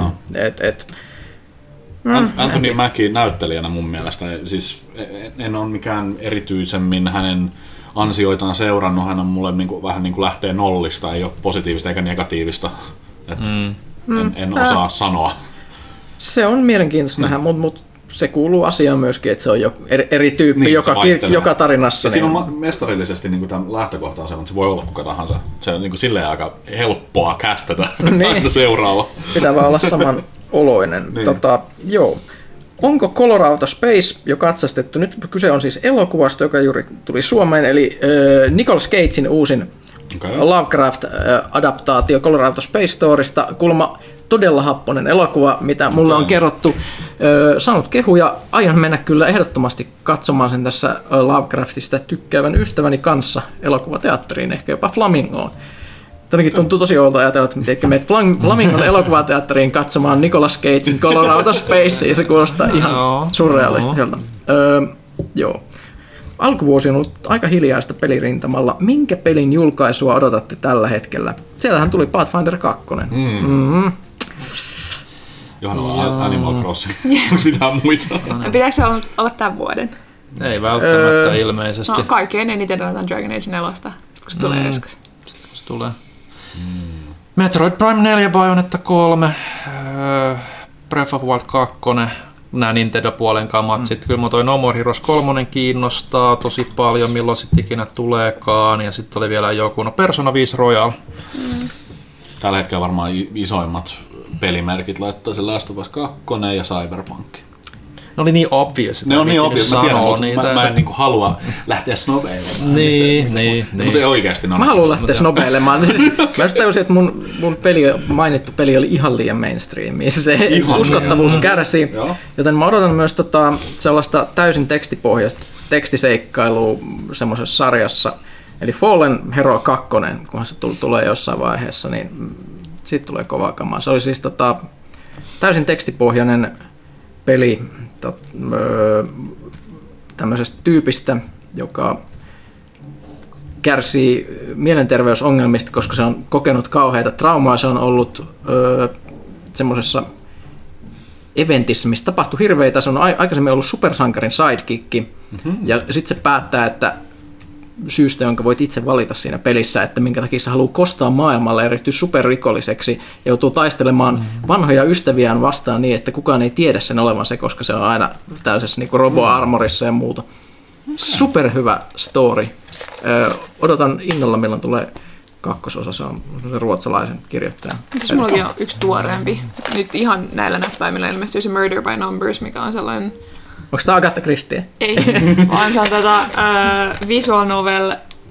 Anthony Mackie näyttelijänä mun mielestä, siis en ole mikään erityisemmin hänen ansioitaan seurannut, hän on mulle vähän niin kuin lähtee nollista, ei ole positiivista eikä negatiivista, en osaa sanoa. Se on mielenkiintoista nähdä, mutta se kuuluu asiaan myöskin, että se on eri tyyppi niin, joka tarinassa. Siinä on mestarillisesti niin tämän lähtökohtaan että se voi olla kuka tahansa. Se on niin silleen aika helppoa kästetä niin. Seuraava. Pitää vaan olla saman oloinen. Niin. Joo. Onko Color Space jo katsastettu? Nyt kyse on siis elokuvasta, joka juuri tuli Suomeen, eli Nicolas Cagein uusin Lovecraft-adaptaatio Color Space Storysta. Kuulemma todella happonen elokuva, mitä mulle on kerrottu. Saanut kehuja. Aion mennä kyllä ehdottomasti katsomaan sen tässä Lovecraftista tykkäävän ystäväni kanssa elokuvateatteriin, ehkä jopa Flamingoon. Tänäkin tuntuu tosi oudolta ajatella, että miten menet Flamingon elokuvateatteriin katsomaan Nicolas Cagein Color Out of Space, ja se kuulostaa ihan surrealistiselta. Joo. Alkuvuosi on ollut aika hiljaista pelirintamalla. Minkä pelin julkaisua odotatte tällä hetkellä? Sieltähän tuli Pathfinder 2. Johanna Animal Crossing. Onko mitään muita? Pitääkö se olla tämän vuoden? Ei välttämättä ilmeisesti. No kaikkein eniten odotan Dragon Age 4, kun se tulee joskus. Tulee. Metroid Prime 4, Bayonetta 3, Breath of the Wild 2, nämä Nintendo-puolen kamat. Sitten kyllä toi No More Heroes 3 kiinnostaa tosi paljon, milloin sitten ikinä tuleekaan. Ja sitten oli vielä joku, Persona 5 Royal. Tällä hetkellä varmaan isoimmat pelimerkit laittaa se Last of Us 2 ja Cyberpunk. Ne oli niin obvious. Ne on niin obvious, mä tiedän, mutta mä en niinku halua lähteä snobeilemaan. Niin. Mutta oikeasti mä haluan lähteä snobeilemaan. Mä just tajusin, että mun mainittu peli oli ihan liian mainstreamia. Se uskottavuus kärsii. Joten mä odotan myös sellaista täysin tekstipohjaista tekstiseikkailua semmoisessa sarjassa. Eli Fallen Hero 2, kunhan se tulee jossain vaiheessa, niin siitä tulee kovaa kamaa. Se oli siis täysin tekstipohjainen peli tämmöisestä tyypistä, joka kärsii mielenterveysongelmista, koska se on kokenut kauheita traumaa. Se on ollut semmoisessa eventissä, missä tapahtui hirveitä. Se on aikaisemmin ollut supersankarin sidekick, ja sitten se päättää, että syystä, jonka voit itse valita siinä pelissä, että minkä takia se haluaa kostaa maailmalle ja ryhtyä superrikolliseksi ja joutuu taistelemaan vanhoja ystäviään vastaan niin, että kukaan ei tiedä sen olevan se, koska se on aina tällaisessa niin robo-armorissa ja muuta. Superhyvä story. Odotan innolla, milloin tulee kakkososa. Se on ruotsalaisen kirjoittajan. Mullakin on yksi tuoreempi. Nyt ihan näillä näppäimillä ilmestyy se Murder by Numbers, mikä on sellainen... Onko tämä Agatha Christie? Ei, vaan se on visual novel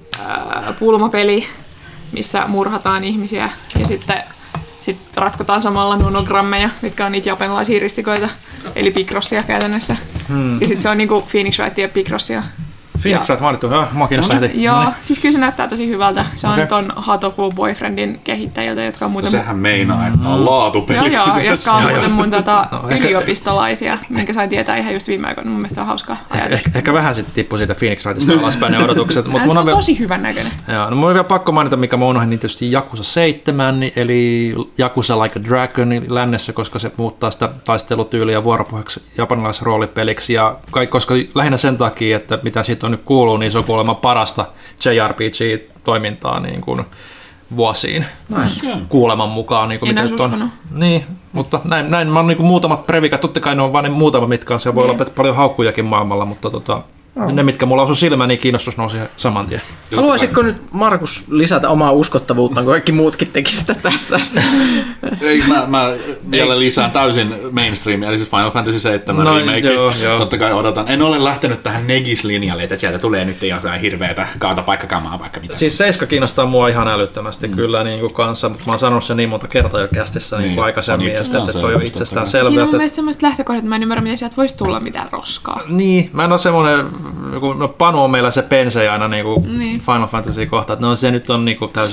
pulmapeli, missä murhataan ihmisiä ja sitten ratkotaan samalla nonogrammeja, mitkä on niitä japanilaisia ristikoita, eli Picrossia käytännössä. Ja sitten se on niinku Phoenix Wright ja Picrossia. Phoenix Wright mainittu, mua kiinnostaa heti. Joo, siis kyllä se näyttää tosi hyvältä. Se on ton Hatoku Boyfriendin kehittäjiltä, jotka on muuten... Sehän meinaa, että on laatupeli. Joo, jotka on muuten mun yliopistolaisia, minkä sain tietää ihan just viime aikoina. Mun mielestä on hauska ajatus. Ehkä vähän sitten tippui siitä Phoenix Wrightista alaspäin ne odotukset. Se on tosi hyvän näköinen. Joo, no mun on vielä pakko mainita, mikä mä unohdin, niin tietysti Yakuza 7, eli Yakuza Like a Dragon lännessä, koska se muuttaa sitä taistelutyyliä vuoropuheeksi japanilaisroolipeliksi. Ja koska lähinnä sen takia, että mitä siitä on nyt kuuluu, niin se on kuulemma parasta JRPG-toimintaa niin kuin vuosiin kuuleman mukaan. Niin kuin en olisi uskonut. Niin, mutta näin mä oon niin kuin muutamat previkat, totta kai ne on vain ne muutama, mitkä on siellä, voi olla paljon haukkujakin maailmalla, mutta ne, mitkä mulla osui silmään, niin kiinnostus nousi saman tien. Haluaisitko nyt, Markus, lisätä omaa uskottavuuttaan, kun kaikki muutkin tekisivät sitä tässä? Ei, mä vielä lisään täysin mainstreamia, eli siis Final Fantasy 7 remake. Joo. Totta kai odotan. En ole lähtenyt tähän Negis-linjalle, että sieltä tulee nyt jotain hirveätä kaatapaikkakamaa vaikka mitä. Siis 7 kiinnostaa mua ihan älyttömästi kyllä niin kuin kanssa, mutta mä oon sanonut sen niin monta kertaa jo kästissä niin aikaisemmin, että se on jo itsestään selvää. Siinä on mun mielestä sellaiset lähtökohdat, että mä en ymmärrä, miten sieltä voisi tulla mitään roskaa. Niin, mä en ole semmoinen... Panu on meillä se pensei aina niin. Final Fantasy kohta, että se nyt on niin täysin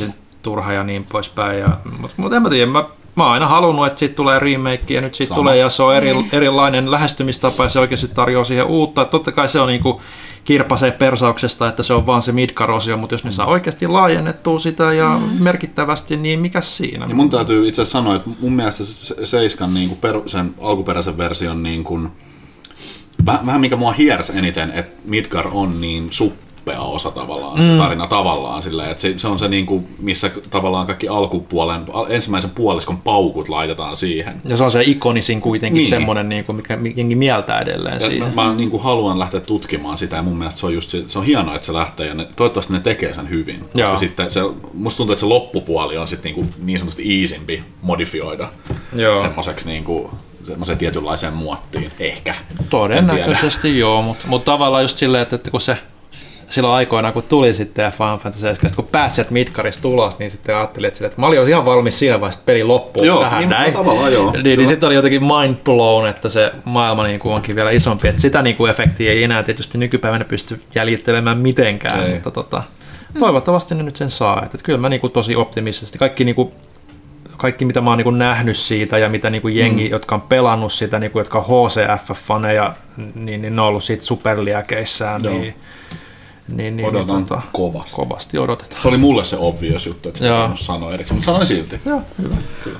turha ja niin poispäin. Mutta en mä tiedä, mä oon aina halunnut, että siitä tulee remake ja nyt siitä tulee ja se on erilainen lähestymistapa ja se oikeasti tarjoaa siihen uutta. Totta kai se on niinku kirpasee persauksesta, että se on vaan se Midgar-osio, mutta jos ne saa oikeasti laajennettua sitä ja merkittävästi, niin mikäs siinä? Ja mun täytyy itse asiassa sanoa, että mun mielestä Seiskan niinku sen alkuperäisen version niinku, vähän mikä mua hiersi eniten, että Midgar on niin suppea osa tavallaan, se tarina tavallaan silleen, että se on se niinku, missä tavallaan kaikki alkupuolen, ensimmäisen puoliskon paukut laitetaan siihen. Ja se on se ikonisin kuitenkin semmoinen, niinku, mikä jengi mieltää edelleen ja siihen. Mä niinku haluan lähteä tutkimaan sitä ja mun mielestä se on just se on hienoa, että se lähtee ja toivottavasti ne tekee sen hyvin. Koska sitten musta tuntuu, että se loppupuoli on sitten niinku niin sanotusti easimpi modifioida semmoiseksi niinku semmoiseen tietynlaiseen muottiin, ehkä. Todennäköisesti joo, mutta tavallaan just silleen, että kun se silloin aikoinaan, kun tuli sitten Final Fantasy 7, kun pääsi sieltä Midgarista ulos, niin sitten ajattelin, että mä olin ihan valmis siinä vaiheessa, että peli loppuu tähän näin. Niin sitten oli jotenkin mind blown, että se maailma niin kuin onkin vielä isompi, että sitä niin kuin efektiä ei enää tietysti nykypäivänä pysty jäljittelemään mitenkään, mutta toivottavasti ne nyt sen saa. Että kyllä mä niin kuin tosi optimistisesti, kaikki mitä mä oon niin nähnyt siitä ja mitä niin jengi, jotka on pelannut sitä, niin kuin, jotka on HCF-faneja, niin ne on ollut siitä superliäkeissään. Niin, odotan kovasti odotetaan. Se oli mulle se obvious juttu, että sitä ei sanoa erikseen, mutta sanoin silti. Joo, hyvä. Kyllä.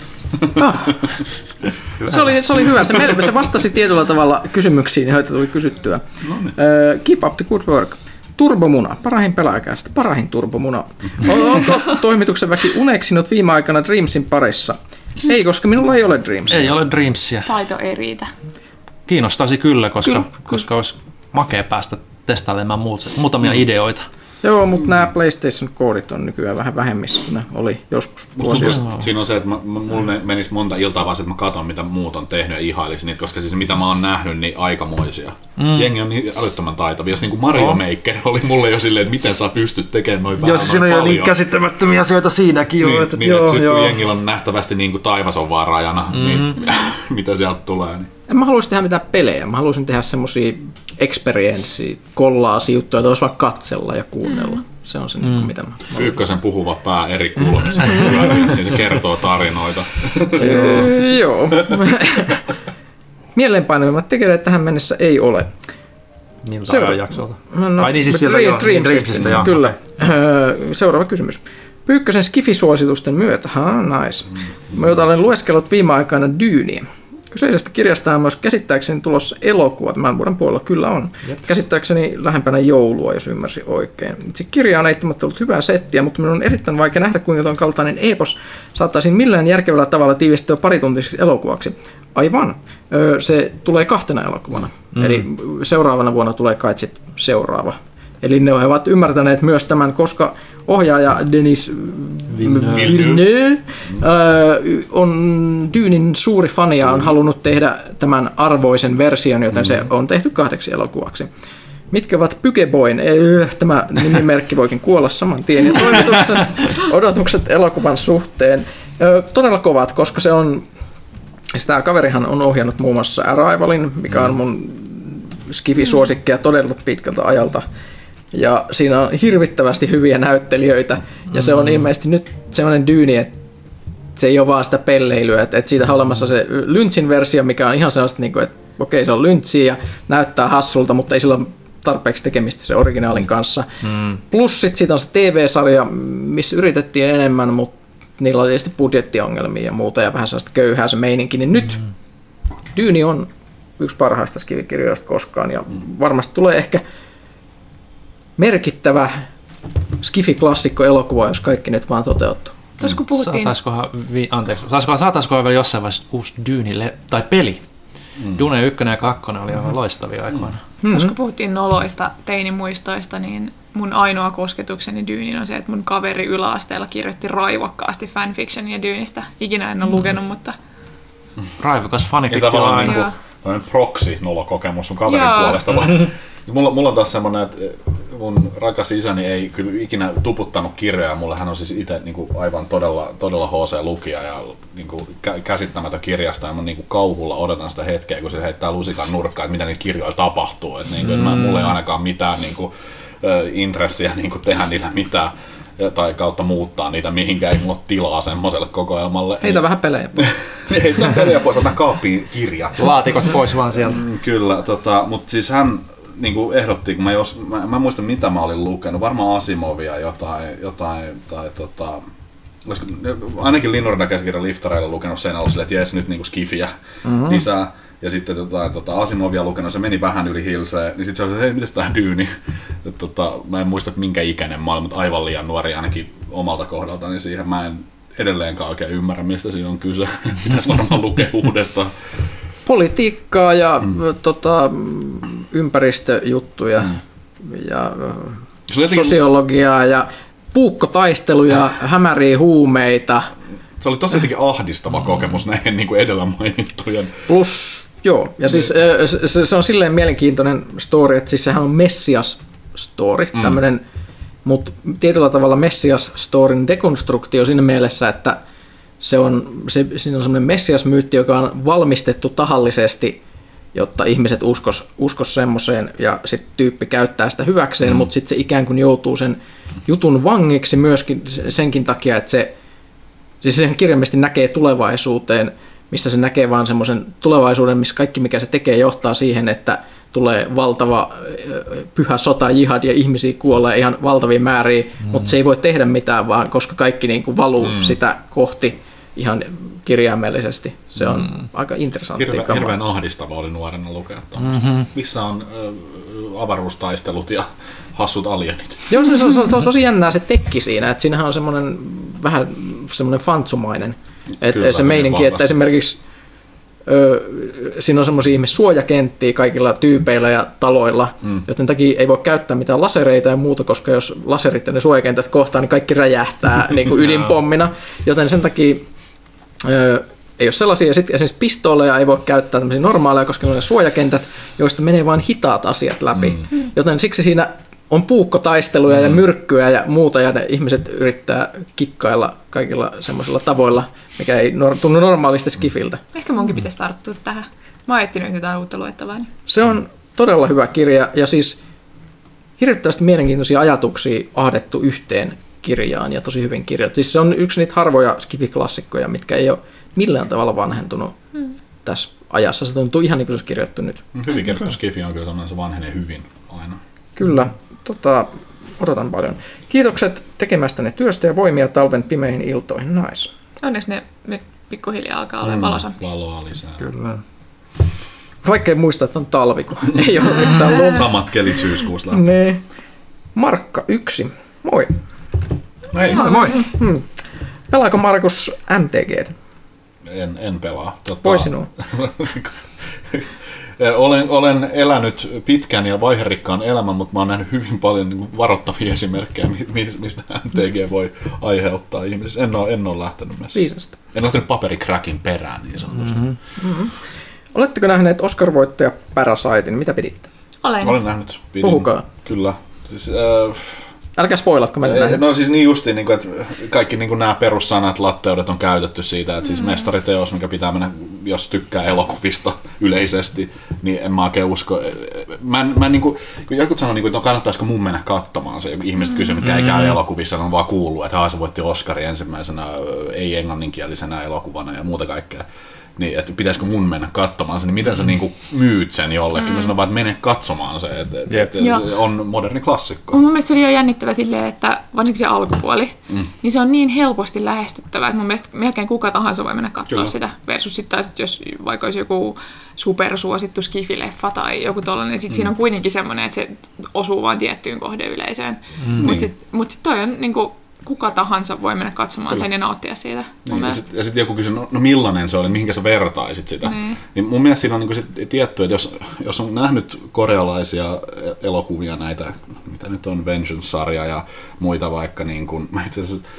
Se oli hyvä. Se vastasi tietyllä tavalla kysymyksiin, joita tuli kysyttyä. Keep up the good work. Turbomuna, parahin pelaajakästä, parahin turbomuna. Onko toimituksen väki uneksinut viime aikana Dreamsin parissa? Ei, koska minulla ei ole Dreamsia. Ei ole Dreamsia. Taito ei riitä. Kiinnostaisi kyllä, koska olisi makea päästä testailemaan muutamia ideoita. Joo, mutta nämä PlayStation-koodit on nykyään vähän vähemmissä, kun ne oli joskus vuosia. Siinä on se, että mulle menisi monta iltaa vaan, että mä katson, mitä muut on tehnyt ja ihailisin niitä, koska siis mitä mä oon nähnyt, niin aikamoisia. Jengi on niin älyttömän taitavia. Jos niin kuin Mario Maker oli mulle jo silleen, että miten sä pystyt tekemään noin vähän. Joo, siinä on jo niin käsittämättömiä asioita siinäkin. Sitten kun jengillä on nähtävästi niin kuin taivas on vaan rajana, niin mitä sieltä tulee. Niin. En mä haluaisi tehdä mitään pelejä. Mä haluaisin tehdä semmosia kollaasi-juttuja, joita olisi vaan katsella ja kuunnella. Se on se, mitä mä Pyykkösen puhuva pää eri kulmissa. Siinä se kertoo tarinoita. Joo. Mieleenpainuvimmat tekijät tähän mennessä ei ole. Miltä ajanjaksolta? Ai niin, siis sieltä Dreamsista, kyllä. Seuraava kysymys. Pyykkösen Skifi-suositusten myötä, nice. Mä olen lueskellut viime aikana Dyniä. Kyseisestä kirjasta on myös käsittääkseni tulossa elokuva. Tämän vuoden puolella kyllä on. Käsittääkseni lähempänä joulua, jos ymmärsin oikein. Se kirja on eittämättä ollut hyvää settiä, mutta minun on erittäin vaikea nähdä, kuinka tuon kaltainen epos saattaisiin millään järkevällä tavalla tiivistyä parituntiseksi elokuvaksi. Aivan. Se tulee 2 elokuvana. Eli seuraavana vuonna tulee kai sitten seuraava. Eli ne ovat ymmärtäneet myös tämän, koska ohjaaja Denis Villeneuve on Dynin suuri fani ja on halunnut tehdä tämän arvoisen version, joten se on tehty 2 elokuvaksi. Mitkä ovat Pykeboyn, tämä nimimerkki voikin kuolla saman tien, ja odotukset elokuvan suhteen todella kovat, koska se on, tämä kaverihan on ohjannut muun muassa Arrivalin, mikä on mun Skifi-suosikkeja todella pitkältä ajalta. Ja siinä on hirvittävästi hyviä näyttelijöitä, ja se on ilmeisesti nyt sellainen Dyni, että se ei ole vaan sitä pelleilyä, että siitä on olemassa se Lynchin versio, mikä on ihan sellaista, että okei, se on Lynchia ja näyttää hassulta, mutta ei sillä ole tarpeeksi tekemistä se originaalin kanssa. Plus sit siitä on se TV-sarja, missä yritettiin enemmän, mutta niillä oli tietysti budjettiongelmia ja muuta, ja vähän sellaista köyhää se meininki, niin nyt Dyni on yksi parhaista skifikirjoista koskaan, ja varmasti tulee ehkä merkittävä skifi-klassikko-elokuva, jos kaikki nyt vaan toteutuu. Saataisikohan vielä jossain vaiheessa uusi Dune tai peli? Dune 1 ja 2 oli aivan loistavia aikoina. Koska puhuttiin noloista teinimuistoista, niin mun ainoa kosketukseni Dyyniin on se, että mun kaveri yläasteella kirjoitti raivokkaasti fanfictionia Dyynistä. Ikinä en ole lukenut, mutta... Raivokas fanifiktio. Tavallaan niin proxy-nolokokemus sun kaverin puolesta. Mulla on taas semmoinen, että mun rakas isäni ei kyllä ikinä tuputtanut kirjoja. Mulle hän on siis itse niin kuin aivan todella HC-lukija ja niin kuin käsittämätön kirjasta. Ja mä niin kuin kauhulla odotan sitä hetkeä, kun se heittää lusikan nurkkaan, että mitä niillä kirjoilla tapahtuu. Että niin kuin, mulla ei ainakaan mitään niin kuin, intressiä niin kuin tehdä niillä mitään. tai kautta muuttaa niitä mihinkään, ei mulla ole tilaa semmoiselle kokoelmalle. Heitä vähän pelejä pois. Heitä pelejä pois, otan kaappiin kirjat. Laatikot pois vaan sieltä. Kyllä, mutta siis hän niinku ehdotti, kun mä en muista mitä mä olin lukenut, varmaan Asimovia jotain tai ainakin Linnunradan käsikirjan liftareilla lukenut sen ollut silleen, että jes nyt niinku skifiä lisää. Ja sitten Asimovia lukenut, se meni vähän yli hilseen, niin sitten se oli, että hei, mitäs tää Dyyni? Mä en muista minkä ikäinen mä olin, mutta aivan liian nuori ainakin omalta kohdalta, niin siihen mä en edelleenkaan oikein ymmärrä, mistä siinä on kyse. Pitäisi varmaan lukea uudestaan. Politiikkaa ja ympäristöjuttuja ja sosiologiaa ja puukkotaisteluja, hämäriä huumeita. Se oli tosi jotenkin ahdistava kokemus näiden niin kuin edellä mainittujen. Plus, joo, ja siis se on silleen mielenkiintoinen story, että siis sehän on Messias-story, tämmöinen, mutta tietyllä tavalla Messias-storin dekonstruktio siinä mielessä, että siinä on semmoinen Messias-myytti, joka on valmistettu tahallisesti, jotta ihmiset uskos semmoiseen, ja sitten tyyppi käyttää sitä hyväkseen, mutta sitten se ikään kuin joutuu sen jutun vangiksi myöskin senkin takia, että siis sehän kirjaimellisesti näkee tulevaisuuteen, missä se näkee vaan semmoisen tulevaisuuden, missä kaikki mikä se tekee johtaa siihen, että tulee valtava pyhä sota, jihad ja ihmisiä kuolee ihan valtavia määriä, mutta se ei voi tehdä mitään vaan, koska kaikki niin kuin valuu sitä kohti ihan kirjaimellisesti. Se on aika interessantti. Hirveän ahdistava oli nuorena lukea. Missä on avaruustaistelut ja hassut alienit? Joo, se on tosi jännää se tekki siinä, että siinähän on semmoinen vähän semmoinen fantsumainen. Että se meininki, että esimerkiksi siinä on semmoisia suojakenttiä kaikilla tyypeillä ja taloilla, joten takia ei voi käyttää mitään lasereita ja muuta, koska jos laserit ja ne suojakentät kohtaa, niin kaikki räjähtää niin kuin ydinpommina, joten sen takia ei ole sellaisia. Ja sitten esimerkiksi pistooleja ei voi käyttää tämmöisiä normaaleja, koska ne on suojakentät, joista menee vain hitaat asiat läpi. Joten siksi siinä on puukkotaisteluja ja myrkkyä ja muuta, ja ne ihmiset yrittää kikkailla kaikilla semmoisilla tavoilla, mikä ei tunnu normaalisti skifiltä. Ehkä munkin pitäisi tarttua tähän. Mä oon etsinyt jotain uutta luettavaa. Niin. Se on todella hyvä kirja, ja siis hirvittävästi mielenkiintoisia ajatuksia ahdettu yhteen kirjaan, ja tosi hyvin kirjoitettu. Siis se on yksi niitä harvoja skifiklassikkoja, mitkä ei ole millään tavalla vanhentunut tässä ajassa. Se tuntuu ihan niin kuin se olisi kirjoittu nyt. Hyvin kirjoittu skifi on kyllä sellainen, se vanhenee hyvin aina. Kyllä, odotan paljon. Kiitokset tekemästänne työstä ja voimia talven pimeihin iltoihin. Nice. Onneksi ne nyt pikkuhiljaa alkaa olla valoisampia. Valoa lisää. Kyllä. Vaikka ei muista, että on talvi, kun ei ole yhtään lunta. Samat kelit syyskuussa lähtee. Ne. Markka 1. Moi. Hei. Moi. Pelaako Markus MTG:tä? En pelaa. Voi sinua. Olen elänyt pitkän ja vaiherikkaan elämän, mutta mä oon nähnyt hyvin paljon varoittavia esimerkkejä, mistä MTG voi aiheuttaa ihmisissä. En ole lähtenyt messiin. Viisasta. En ole lähtenyt papericrackin perään niin sanotusti. Oletteko nähneet Oscar-voittaja Parasitein? Mitä piditte? Olen nähnyt. Puhukaa. Kyllä. Siis, älkää spoilatko mä näin. No siis niin justiin, että kaikki nämä perussanat, latteudet on käytetty siitä, että siis mestariteos, mikä pitää mennä, jos tykkää elokuvista yleisesti, niin en mä oikein usko. Mä kun jotkut sanoo, että no kannattaisiko mun mennä katsomaan se, ihmiset kysyvät, mitkä ei käy elokuvissa, on vaan kuullut, että se voitti Oscarin ensimmäisenä ei-englanninkielisenä elokuvana ja muuta kaikkea. Niin, että pitäisikö mun mennä katsomaan se, niin miten sä niinku myyt sen jollekin? Mä sanon vaan, että mene katsomaan se, että on moderni klassikko. Mun mielestä se oli jo jännittävä silleen, että varsinkin se alkupuoli, niin se on niin helposti lähestyttävä, että mun mielestä melkein kuka tahansa voi mennä katsoa sitä, versus sitten taas, että jos vaikka olisi joku supersuosittu skifileffa tai joku tollainen, niin sitten siinä on kuitenkin semmoinen, että se osuu vain tiettyyn kohdeyleisöön. Mutta sit toi on niinku kuka tahansa voi mennä katsomaan sen ja nauttia siitä. Niin, ja sitten joku kysyy, no millainen se oli, mihinkä sä vertaisit sitä. Niin mun mielestä siinä on niinku sit tietty, että jos on nähnyt korealaisia elokuvia, näitä, mitä nyt on, Vengeance-sarja ja muita vaikka, niin kun, mä itse asiassa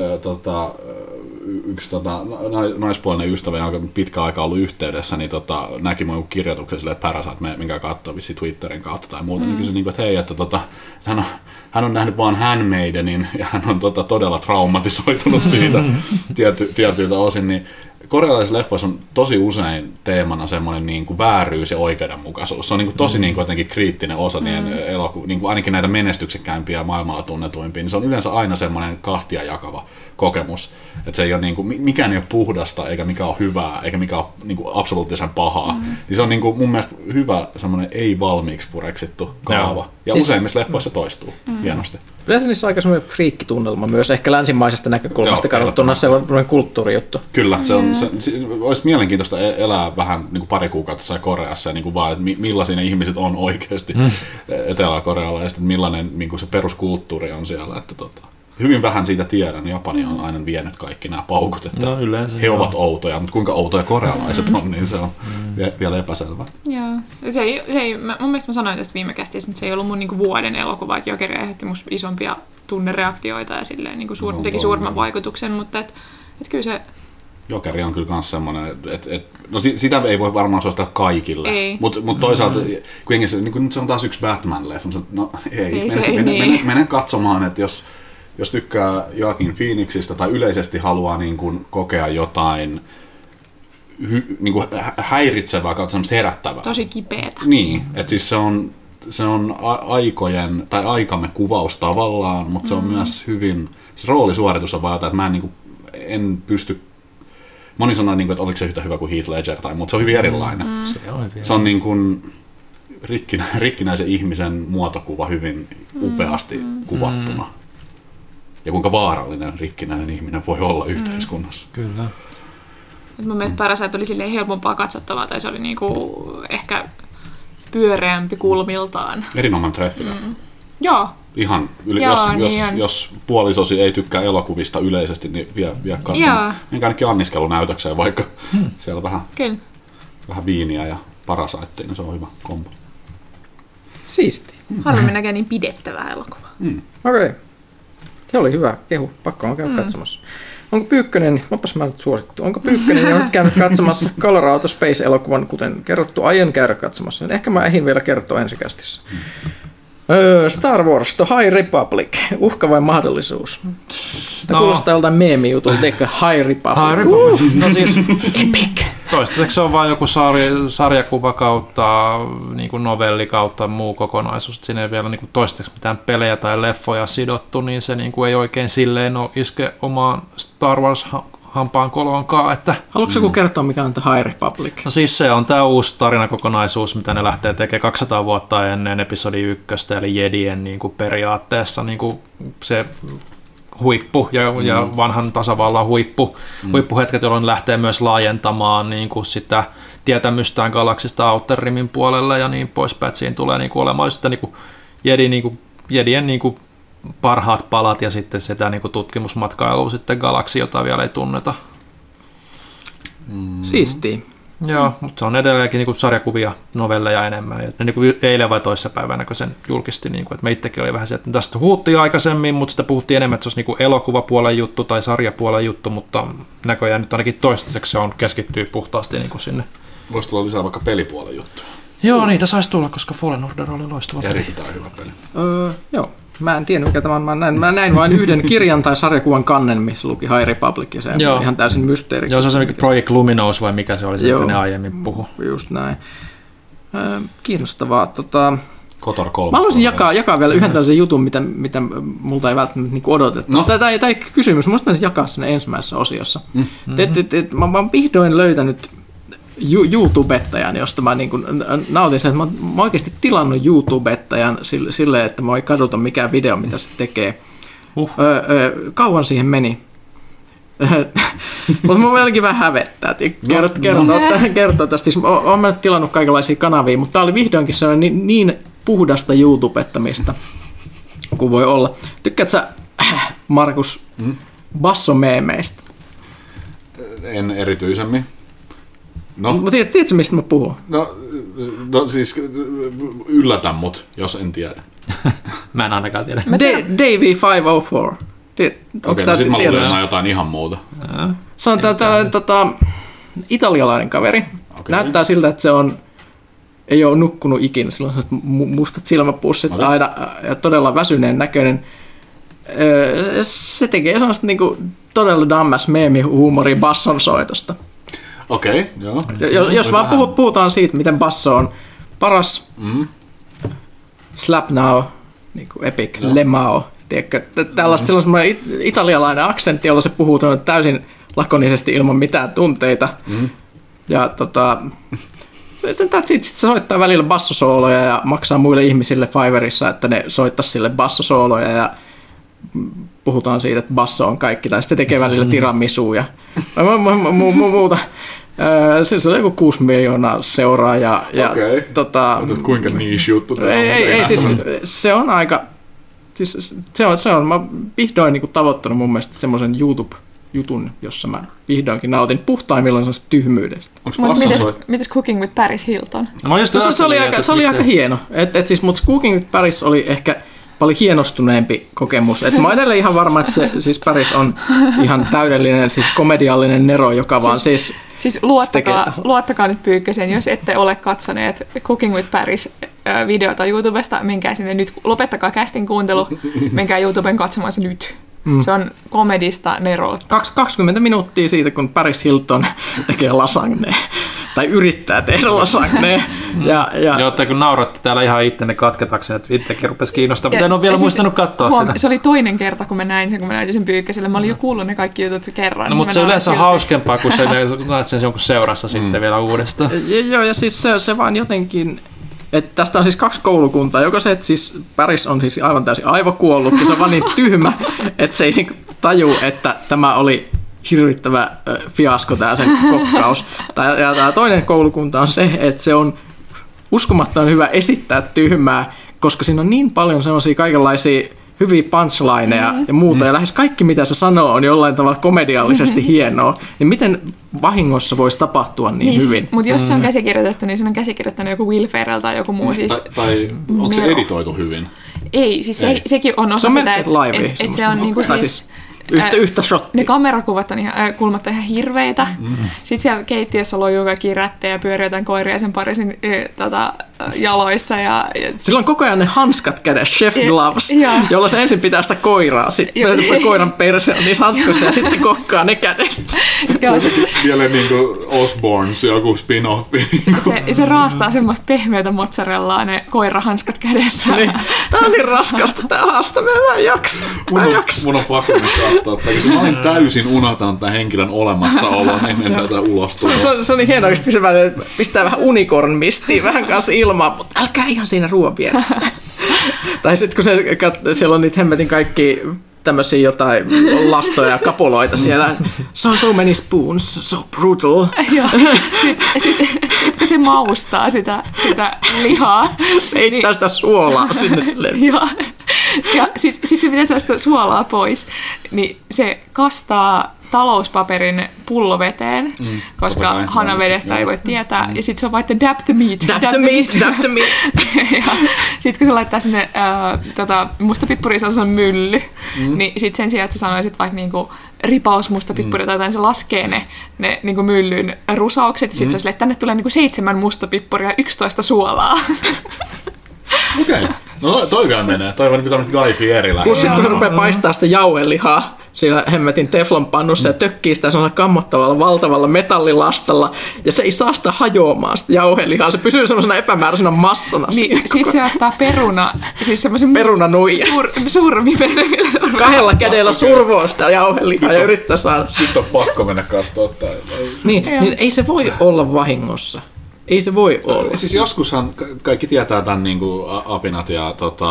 yksi naispuolinen ystävä, joka on pitkä aika ollut yhteydessä, niin näki mun kirjoituksen silleen, että Parasite, minkä katsoo vissi Twitterin kautta tai muuta, niin kysyi, että hei, että hän on nähnyt vaan Handmaidenin ja hän on todella traumatisoitunut siitä tietyiltä osin, niin korealaisissa leffoissa on tosi usein teemana semmoinen niin kuin vääryys ja oikeudenmukaisuus. Se on niin kuin tosi niin kuin jotenkin kriittinen osa niiden niin kuin ainakin näitä menestyksekkäimpiä maailmalla tunnetuimpia, niin se on yleensä aina semmoinen kahtia jakava kokemus. Että se ei ole niin kuin, mikään ei ole puhdasta, eikä mikä ole hyvää, eikä mikä ole niin kuin absoluuttisen pahaa. Niin se on niin kuin mun mielestä hyvä semmoinen ei-valmiiksi pureksittu kaava. Ja useimmissa leffoissa toistuu hienosti. Yleensä niissä on aika semmoinen friikkitunnelma myös, ehkä länsimaisesta näkökulmasta katsottuna sellainen kulttuurijuttu. Kyllä, olisi mielenkiintoista elää vähän niin kuin pari kuukautta siellä Koreassa ja niin kuin vaan, että millaisia ne ihmiset on oikeasti etelä-korealaiset, että millainen niin kuin se peruskulttuuri on siellä. Että hyvin vähän siitä tiedän. Japani on aina vienyt kaikki nämä paukut, että he ovat outoja, mutta kuinka outoja korealaiset on, niin se on vielä epäselvä. Joo. Mun mielestä mä sanoin tästä viime kästissä, mutta se ei ollut mun niinku vuoden elokuva, että Jokeri aiheutti musta isompia tunnereaktioita ja silleen, niinku teki suuremman vaikutuksen, mutta et kyllä se... Jokeri on kyllä myös semmoinen, että no sitä ei voi varmaan suositella kaikille, mutta toisaalta kuitenkin se, niin se on taas yksi Batman-leffa, no mene katsomaan, että jos tykkää Joaquin Phoenixista tai yleisesti haluaa niin kuin kokea jotain niin kuin häiritsevää kautta semmoista herättävää. Tosi kipeätä. Niin, että siis se on aikojen tai aikamme kuvaus tavallaan, mutta se on myös hyvin, se roolisuoritus on vaan jotain, että mä en pysty, moni sanoo, niin kuin, että oliko se yhtä hyvä kuin Heath Ledger, mutta se on hyvin erilainen. Se on niin kuin rikkinäisen ihmisen muotokuva hyvin upeasti kuvattuna. Ja kuinka vaarallinen rikkinäinen ihminen voi olla yhteiskunnassa. Kyllä. Mun mielestä Parasite oli silleen helpompaa katsottavaa, tai se oli niinku ehkä pyöreämpi kulmiltaan. Erinomainen treffileffa. Joo. Ihan, jos puolisosi ei tykkää elokuvista yleisesti, niin vie katsomaan. Enkä ainakin anniskelunäytökseen, vaikka siellä vähän viiniä ja Parasite, niin se on hyvä kombo. Siisti. Harvemmin näkee niin pidettävää elokuvaa. Okei. Se oli hyvä kehu, pakko on käydä katsomassa. Onko Pyykkönen, opas mä nyt suosittu, onko Pyykkönen jo nyt käynyt katsomassa Colorado Space-elokuvan, kuten kerrottu, aion käydä katsomassa. Ehkä mä ehdin vielä kertoa ensikästissä. Star Wars, The High Republic, uhka vai mahdollisuus? Tämä kuulostaa joltain meemijutulta, eikä High Republic. No siis epic. Toistaiseksi se on vain joku sarjakuva kautta, niin kuin novelli kautta muu kokonaisuus. Siinä ei vielä niin kuin toistaiseksi mitään pelejä tai leffoja sidottu, niin se niin kuin ei oikein silleen iske omaan Star Wars hampaan koloonkaan. Että... Haluatko joku kertoa, mikä on The High Republic? No siis se on tämä uusi tarinakokonaisuus, mitä ne lähtee tekemään 200 vuotta ennen episodi 1, eli Jedien niin kuin periaatteessa niin kuin se huippu ja vanhan tasavallan huippuhetket, jolloin lähtee myös laajentamaan niin kuin sitä tietämystään galaksista Outer Rimin puolelle ja niin poispäin. Siinä tulee niin kuin olemaan sitä niin kuin Jedien niin kuin parhaat palat ja sitten sitä niin kuin tutkimusmatkailua sitten galaksi, jota vielä ei tunneta. Siistiä. Joo, mutta se on edelleenkin niin sarjakuvia, novelleja enemmän. Ja niin kuin eilen vai toissapäivänä, kun sen julkisti, niin kuin, että me itsekin oli vähän se, että tästä puhuttiin aikaisemmin, mutta sitä puhuttiin enemmän, että se olisi niin kuin elokuvapuolen juttu tai sarjapuolen juttu, mutta näköjään nyt ainakin toistaiseksi se on keskittyy puhtaasti niin kuin sinne. Voisi tulla lisää vaikka pelipuolen juttuja. Joo, niitä saisi tulla, koska Fallen Order oli loistava peli. Erittäin hyvä peli. Joo. Mä en tiedä, mikä tämä on. Mä näin vain yhden kirjan tai sarjakuvan kannen, missä luki High Republic, ja se on ihan täysin mysteeriksi. Joo, se on Project Luminous vai mikä se oli, sitten ne aiemmin puhui. Just näin. Kiinnostavaa. Kotor 3. Mä haluaisin jakaa vielä yhden tällaisen jutun, mitä multa ei välttämättä niinku odotettu. No. Tämä ei kysymys, musta pitäisi jakaa sinne ensimmäisessä osiossa. Mä oon vihdoin löytänyt YouTubettajan, josta mä niin kuin nautin sen, että mä oikeasti tilannut YouTubettajan silleen, että mä ei kaduta mikään video, mitä se tekee. Kauan siihen meni. Mutta mä jotenkin vähän hävettää, kertoo tästä. Siis oon mä tilannut kaikenlaisia kanavia, mutta tää oli vihdoinkin sellainen niin puhdasta YouTubettamista kuin voi olla. Tykkäätkö sä, Markus, bassomeemeistä? En erityisemmin. No. Tiedätkö, mistä mä puhun? No siis yllätän mut, jos en tiedä. Mä en ainakaan tiedä. Davey 504. Okei, no sit mä luulen jotain ihan muuta. Se on italialainen kaveri. Okay. Näyttää siltä, että se ei ole nukkunut ikinä. Sillä on sellaiset mustat silmäpussit aina ja todella väsyneen näköinen. Se tekee sellaista niinku todella dammas meemi-huumoria basson soitosta. Okei, joo. Jos vaan puhutaan siitä, miten basso on paras, Slap Now, niin kuin Epic, Lemao, tiedätkö, tällaista sillä on semmoinen italialainen aksentti, jolla se puhuu täysin lakonisesti ilman mitään tunteita. Ja sitten se soittaa välillä bassosooloja ja maksaa muille ihmisille Fiverrissa, että ne soittaisi sille bassosooloja ja puhutaan siitä, että basso on kaikki, tai sitten se tekee välillä tiramisua ja muuta. Se on joku 6 miljoonaa seuraajaa. Okei. Kuinka niche juttu tämä on? Ei, siis se on aika... Siis se on. Mä oon vihdoin niin kuin tavoittanut mun mielestä semmoisen YouTube-jutun, jossa mä vihdoinkin nautin puhtaimmillaan sellaisesta tyhmyydestä. Mites Cooking with Paris Hilton? Se oli aika hieno. Mutta Cooking with Paris oli ehkä paljon hienostuneempi kokemus. Mä oon edelleen ihan varma, että se siis Paris on ihan täydellinen siis komediallinen nero, joka vaan siis luottakaa nyt Pyykkösen, jos ette ole katsoneet Cooking with Paris videota YouTubesta, menkää sinne nyt, lopettakaa kästin kuuntelu, menkää YouTuben katsomaan se nyt. Se on komedista neroa. 20 minuuttia siitä, kun Paris Hilton tekee lasagnea. Tai yrittää tehdä lasagnea. Joo, kun nauratte täällä ihan ittenne katketakseen, että itsekin rupesi kiinnostaa, mutta en ole vielä muistanut katsoa sitä. Se oli toinen kerta, kun mä näin sen, kun mä näytin sen Pyykkäselle. Mä olin jo kuullut ne kaikki jutut kerran. No, mutta se yleensä on hauskempaa, kun näet sen jonkun seurassa sitten vielä uudestaan. Joo, ja siis se vaan jotenkin... Että tästä on siis 2 koulukuntaa, joka se, että siis Paris on siis aivan täysin aivokuollut, kun se on vaan niin tyhmä, että se ei taju, että tämä oli hirvittävä fiasko tämä sen kokkaus. Ja tämä toinen koulukunta on se, että se on uskomattoman hyvä esittää tyhmää, koska siinä on niin paljon sellaisia kaikenlaisia hyviä punchlineja ja muuta, ja lähes kaikki mitä se sanoo on jollain tavalla komediallisesti hienoa, niin miten vahingossa voisi tapahtua niin hyvin? Mutta jos se on käsikirjoitettu, niin se on käsikirjoittanut joku Will Ferrell tai joku muu. Siis, tai onko se editoitu hyvin? Ei, siis sekin on osa sitä, että se on niinku siis... Yhtä shottia. Ne kamerakuvat on kulmat on ihan hirveitä. Sitten siellä keittiössä lojuu kaikkia rättejä ja pyörii jotain koiria sen Parisin jaloissa. Sillä on koko ajan ne hanskat kädessä, chef gloves, jolla se ensin pitää sitä koiraa. Sitten koiran perse on niissä hanskoissa ja sitten se kokkaa ne kädessä. Vielä niin kuin Osborns, joku spin-offi. Se raastaa semmoista pehmeätä mozzarellaa ne koirahanskat kädessä. Niin. Tää on niin raskasta tää haasta, mä en jaksa. Mun on pakko nyt katsoa, koska mä olin täysin unohtanut tämän henkilön olemassaolon ennen tätä ulostuloa. Se on niin hienoa, että se pistää vähän unicorn-mistiin vähän kanssa ilmaa, mutta älkää ihan siinä ruoan vieressä. Tai sitten kun siellä on niitä hemmetin kaikki tämmöisiä jotain lastoja ja kapuloita siellä. So many spoons, so brutal. Sitten kun se maustaa sitä lihaa. Heittää sitä suolaa sinne. Ja sitten se pitäisi ostaa suolaa pois, niin se kastaa talouspaperin pulloveteen, koska hanavedestä ei voi tietää. Ja sitten se on vaan, että dab the meat. Dab the meat. Ja sitten kun se laittaa sinne mustapippuriin, se on sellainen mylly, niin sitten sen sijaan, että sä sanoisit vaikka niinku ripaus mustapippuria tai jotain, se laskee ne niinku myllyn rusaukset. Ja sitten se on silleen, että tänne tulee niinku 7 mustapippuria ja 11 suolaa. Okei. No toikaan menee. Toivon, pitää nyt Guy Fieri lähteä. Plus sitten kun se rupeaa paistaa sitä jauhelihaa siinä hemmetin teflonpannussa ja tökkii sitä sellaisella kammottavalla valtavalla metallilastalla ja se ei saa sitä hajoamaan sitä jauhelihaa. Se pysyy semmoisena epämääräisenä massana. Niin, sitten se ottaa siis semmoisen perunanuija. Surviperillä. 2 kädellä survoo sitä jauhelihaa ja yrittää saada. Sitten on pakko mennä katsoa. Niin ei se voi olla vahingossa. Ei se voi olla. Siis joskushan kaikki tietää tämän niin kuin apinat ja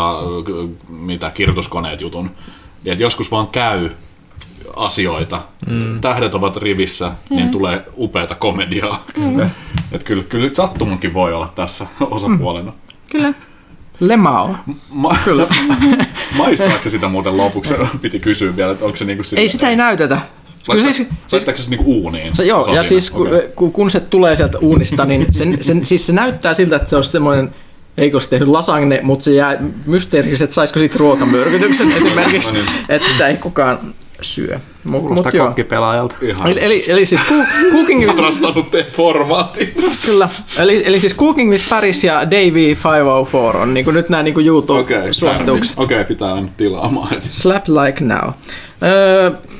mitä kirjoituskoneet jutun. Et joskus vaan käy asioita. Tähdet ovat rivissä, niin tulee upeata komediaa. Et kyllä sattumankin voi olla tässä osapuolena. Kyllä. Lemao. Kyllä. Maistaako se sitä muuten lopuksi? Piti kysyä vielä, että onko se niinku sitä. Ei sitä ei näytetä. Laittaako se niinku uuniin? Joo, ja siis kun se tulee sieltä uunista, niin se näyttää siltä, että se on semmoinen heikosti tehty lasagne, mutta se jää mysteeriseksi, että saisiko siitä ruokamyrkytyksen esimerkiksi, että sitä ei kukaan syö. Kuulostaa kokkipelaajalta. Eli siis Cooking with... Rastanut formaatti. Kyllä. Eli siis Cooking with Paris ja Davey 504 on niin nyt nämä niin YouTube-suositukset. Okei, pitää aina tilaamaan. Slap Like Now.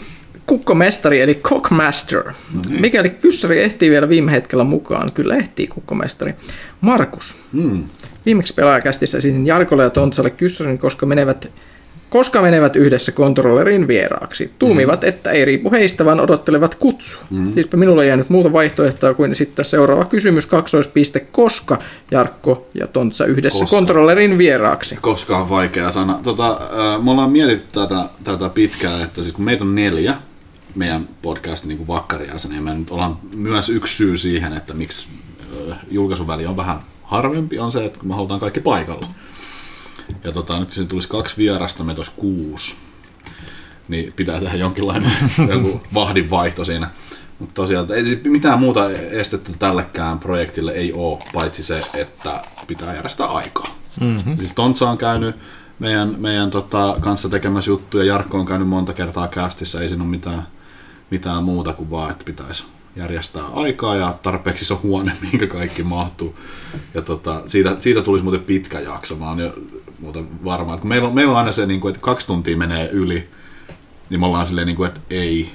Kukkomestari eli Cockmaster. Mikäli kyssäri ehtii vielä viime hetkellä mukaan, kyllä ehtii kukkomestari. Markus. Viimeksi pelaajakästissä esitin Jarkolle ja Tontsalle kyssärin, koska menevät yhdessä kontrollerin vieraaksi. Tuumivat, että ei riipu heistä, vaan odottelevat kutsua. Siispä minulla ei jäänyt muuta vaihtoehtoa kuin esittää seuraava kysymys, koska Jarkko ja Tontsa yhdessä kontrollerin vieraaksi. Koska on vaikea sana. Me ollaan mietitty tätä pitkään, että siis kun meitä on 4 meidän podcastin niin vakkariaisen, niin me nyt ollaan myös yksi syy siihen, että miksi julkaisuväli on vähän harvempi, on se, että kun me halutaan kaikki paikalla. Ja nyt kun tulisi 2 vierasta, meitä olisi 6, niin pitää tehdä jonkinlainen joku vahdinvaihto siinä. Mutta tosiaan ei mitään muuta estettä tällekään projektille ei ole, paitsi se, että pitää järjestää aikaa. Siis Tontsa on käynyt meidän kanssa tekemässä juttuja, Jarkko on käynyt monta kertaa castissa, ei siinä ole mitään muuta kuin vaan, että pitäisi järjestää aikaa ja tarpeeksi iso huone, minkä kaikki mahtuu. Ja siitä tulisi muuten pitkä jakso, mä oon jo muuten varma. Että kun meillä on aina se, että 2 tuntia menee yli, niin me ollaan silleen, että ei,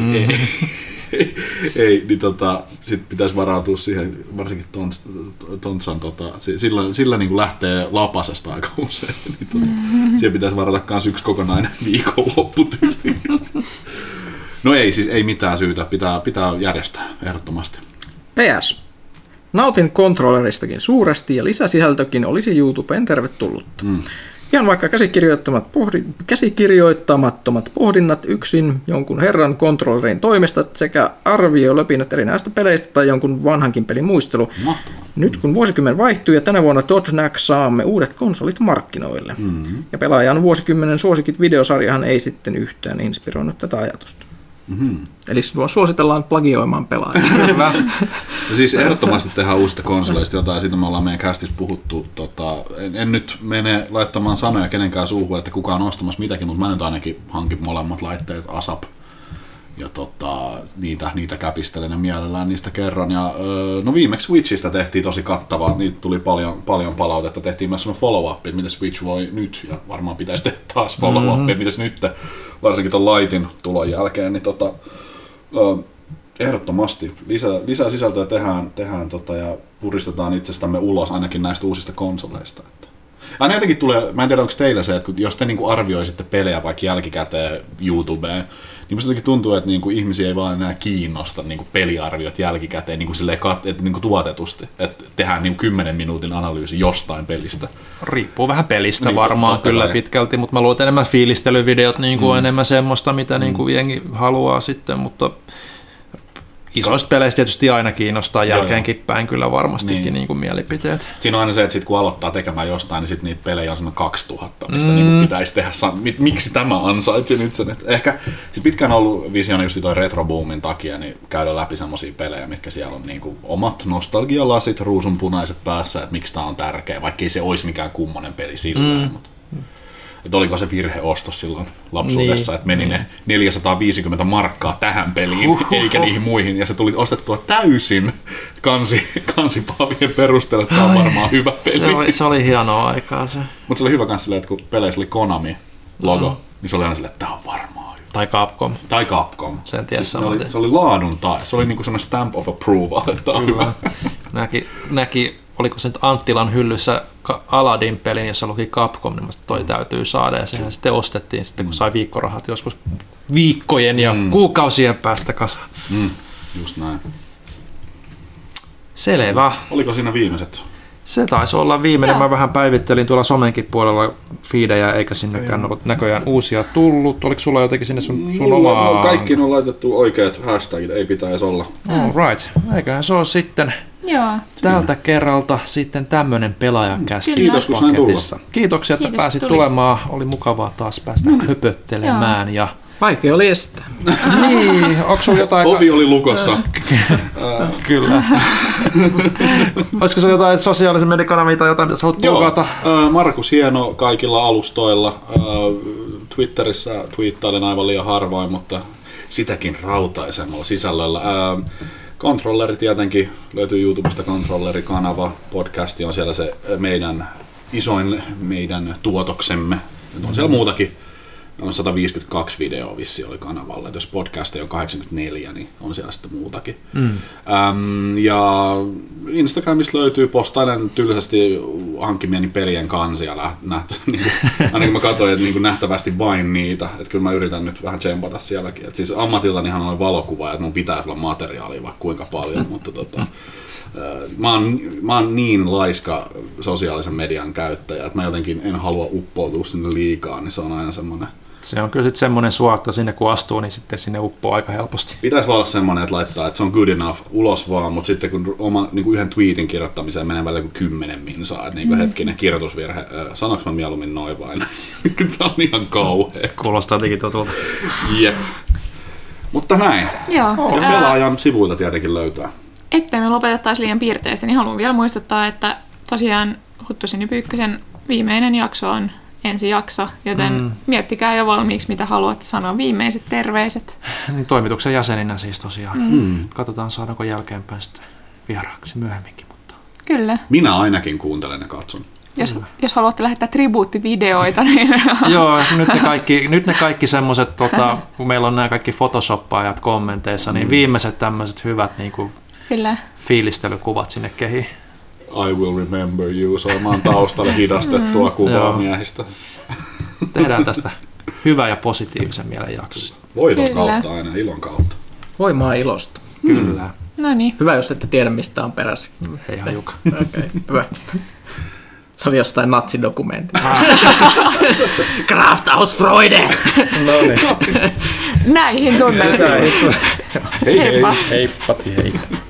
niin sit pitäisi varautua siihen, varsinkin Tontsan, sillä niin kuin lähtee lapasesta aika usein. Niin siihen pitäisi varata myös 1 kokonainen viikonlopputyyli. No ei mitään syytä, pitää järjestää ehdottomasti. PS. Nautin kontrolleristakin suuresti ja lisäsisältökin olisi YouTubeen tervetullutta. Ihan vaikka käsikirjoittamattomat pohdinnat yksin jonkun herran kontrollerin toimesta sekä arviolöpinät erinäistä peleistä tai jonkun vanhankin pelin muistelu. Mahtavaa. Nyt kun vuosikymmen vaihtuu ja tänä vuonna Dodgenack saamme uudet konsolit markkinoille. Ja pelaajan vuosikymmenen suosikit videosarjahan ei sitten yhtään inspiroinut tätä ajatusta. Eli suositellaan plagioimaan pelaajia. Hyvä. Siis ehdottomasti tehdään uusista konsoleista jotain, siitä me ollaan meidän castissa puhuttu. En nyt mene laittamaan sanoja kenenkään suuhun, että kuka on ostamassa mitäkin, mutta mä nyt ainakin hankin molemmat laitteet ASAP. Ja niitä käpistelen ja mielellään niistä kerran. Ja, no viimeksi Switchistä tehtiin tosi kattavaa, niitä tuli paljon palautetta. Tehtiin myös sellainen follow-up, mitä Switch voi nyt, ja varmaan pitäisi tehdä taas follow-up, mitäs nyt, varsinkin ton Lightin tulon jälkeen. Niin ehdottomasti lisää sisältöä tehdään ja puristetaan itsestämme ulos ainakin näistä uusista konsoleista. Aina jotenkin tulee, mä en tiedä onko teillä se, että jos te niinku arvioisitte pelejä vaikka jälkikäteen YouTubeen, niin musta jotenkin tuntuu, että niinku ihmisiä ei vaan enää kiinnosta niinku peliarviot jälkikäteen niinku niinku tuotetusti, että tehdään niinku 10 minuutin analyysi jostain pelistä. Riippuu vähän pelistä niin, varmaan kyllä pitkälti, mutta mä luulen, että enemmän fiilistelyvideot niinku enemmän semmoista, mitä niinku jengi haluaa sitten, mutta isoista peleistä tietysti aina kiinnostaa jälkeenkin päin kyllä varmastikin niin kuin mielipiteet. Siinä on aina se, että sit kun aloittaa tekemään jostain, niin sit niitä pelejä on semmoinen 2000, mistä niin pitäisi tehdä. Miksi tämä ansaitsi nyt sen? Ehkä sit pitkään on ollut visiona just toi retroboomin takia, niin käydä läpi semmosia pelejä, mitkä siellä on niin kuin omat nostalgialasit, ruusunpunaiset päässä, että miksi tää on tärkeä, vaikka ei se olisi mikään kummonen peli silleen. Että oliko se virheostos silloin lapsuudessa, että meni ne 450 markkaa tähän peliin, eikä niihin muihin, ja se tuli ostettua täysin kansipalvien perusteella, että tämä on varmaan hyvä peli. Se oli hienoa aikaa se. Mutta se oli hyvä kans silleen, että kun peleissä oli Konami-logo, niin se oli aina silleen, että tämä on varmaan hyvä. Tai Capcom. Sen siis se oli laadun tae, se oli niinku semmoinen stamp of approval, että on hyvä. Näki oliko se nyt Anttilan hyllyssä Aladdin-pelin, jossa luki Capcom, niin toi täytyy saada, ja sehän sitten ostettiin sitten, kun sai viikkorahat joskus viikkojen ja kuukausien päästä kasaan. Just näin. Selvä. Oliko siinä viimeiset? Se taisi olla viimeinen. Mä vähän päivittelin tuolla somenkin puolella feedejä, eikä sinnekään ollut näköjään uusia tullut. Oliko sulla jotenkin sinne sun omaa? Kaikkiin on laitettu oikeat hashtagit, ei pitäisi olla. All right. Eiköhän se ole sitten tältä kerralta sitten tämmönen pelaajakästi. Kiitos, kun sain tulla. Kiitoksia, että pääsit tulemaan. Oli mukavaa taas päästä höpöttelemään. Ja vaikea oli estää. Niin, onko sulla jotain... Ovi oli lukossa. Kyllä. Olisiko sulla jotain sosiaalisen mediakanavia tai jotain, mitä sä haluat plugata? Markus Hieno kaikilla alustoilla. Twitterissä twiittailen aivan liian harvoin, mutta sitäkin rautaisemmalla sisällöllä. Kontrolleri tietenkin löytyy YouTubesta, Kontrolleri-kanava. Podcasti on siellä se isoin meidän tuotoksemme. On siellä muutakin on 152 videoa vissi oli kanavalla, että jos podcasteja on 84, niin on siellä sitten muutakin. Ja Instagramissa löytyy postailen tylsästi hankkimieni pelien kansia, ainakin mä katsoin, että niin nähtävästi vain niitä, että kyllä mä yritän nyt vähän tsempata sielläkin. Et siis ammatiltanihan on valokuva, että mun pitäisi olla materiaalia vaikka kuinka paljon, mutta mä oon niin laiska sosiaalisen median käyttäjä, että mä jotenkin en halua uppoutua sinne liikaa, niin se on aina semmoinen. Se on kyllä sitten semmoinen suotta sinne, kun astuu, niin sitten sinne uppoo aika helposti. Pitäisi vaan olla semmoinen, että laittaa, että se on good enough ulos vaan, mutta sitten kun niin yhden tweetin kirjoittamiseen menee välillä 10 minsaa, että niin hetkinen kirjoitusvirhe, sanoinko mä mieluummin noin vain? Tämä on ihan kauhea. Kuulostaa jotenkin tutulta. Jep. Mutta näin. Joo. Ja pelaajan sivuilta tietenkin löytää. Ettei me lopetettaisi liian piirteistä, niin haluan vielä muistuttaa, että tosiaan Huttusen ja Pyykkösen viimeinen jakso on ensi jakso, joten miettikää jo valmiiksi, mitä haluatte sanoa viimeiset terveiset. Niin, toimituksen jäseninä siis tosiaan. Katsotaan, saadaanko jälkeenpäin sitten vieraaksi myöhemminkin. Mutta... Kyllä. Minä ainakin kuuntelen ja katson. Jos haluatte lähettää tribuuttivideoita, niin... Joo, nyt ne kaikki semmoiset, kun meillä on nämä kaikki Photoshop-ajat kommenteissa, niin viimeiset tämmöiset hyvät niin kuin fiilistelykuvat sinne kehiin. I will remember you, soimaan taustalle hidastettua kuvaa miehistä. Tehdään tästä hyvä ja positiivisen mielen jakso. Voiton kautta aina, ilon kautta. Voimaa ilosta. Kyllä. No niin. Hyvä, jos ette tiedä, mistä on peräisin. Hei Hajuka. Okay, hyvä. Se oli jostain natsidokumentista. Kraft aus Freude! No niin. Näihin tunnelmiin. Hei hei. Heippa. Heippa. Hei.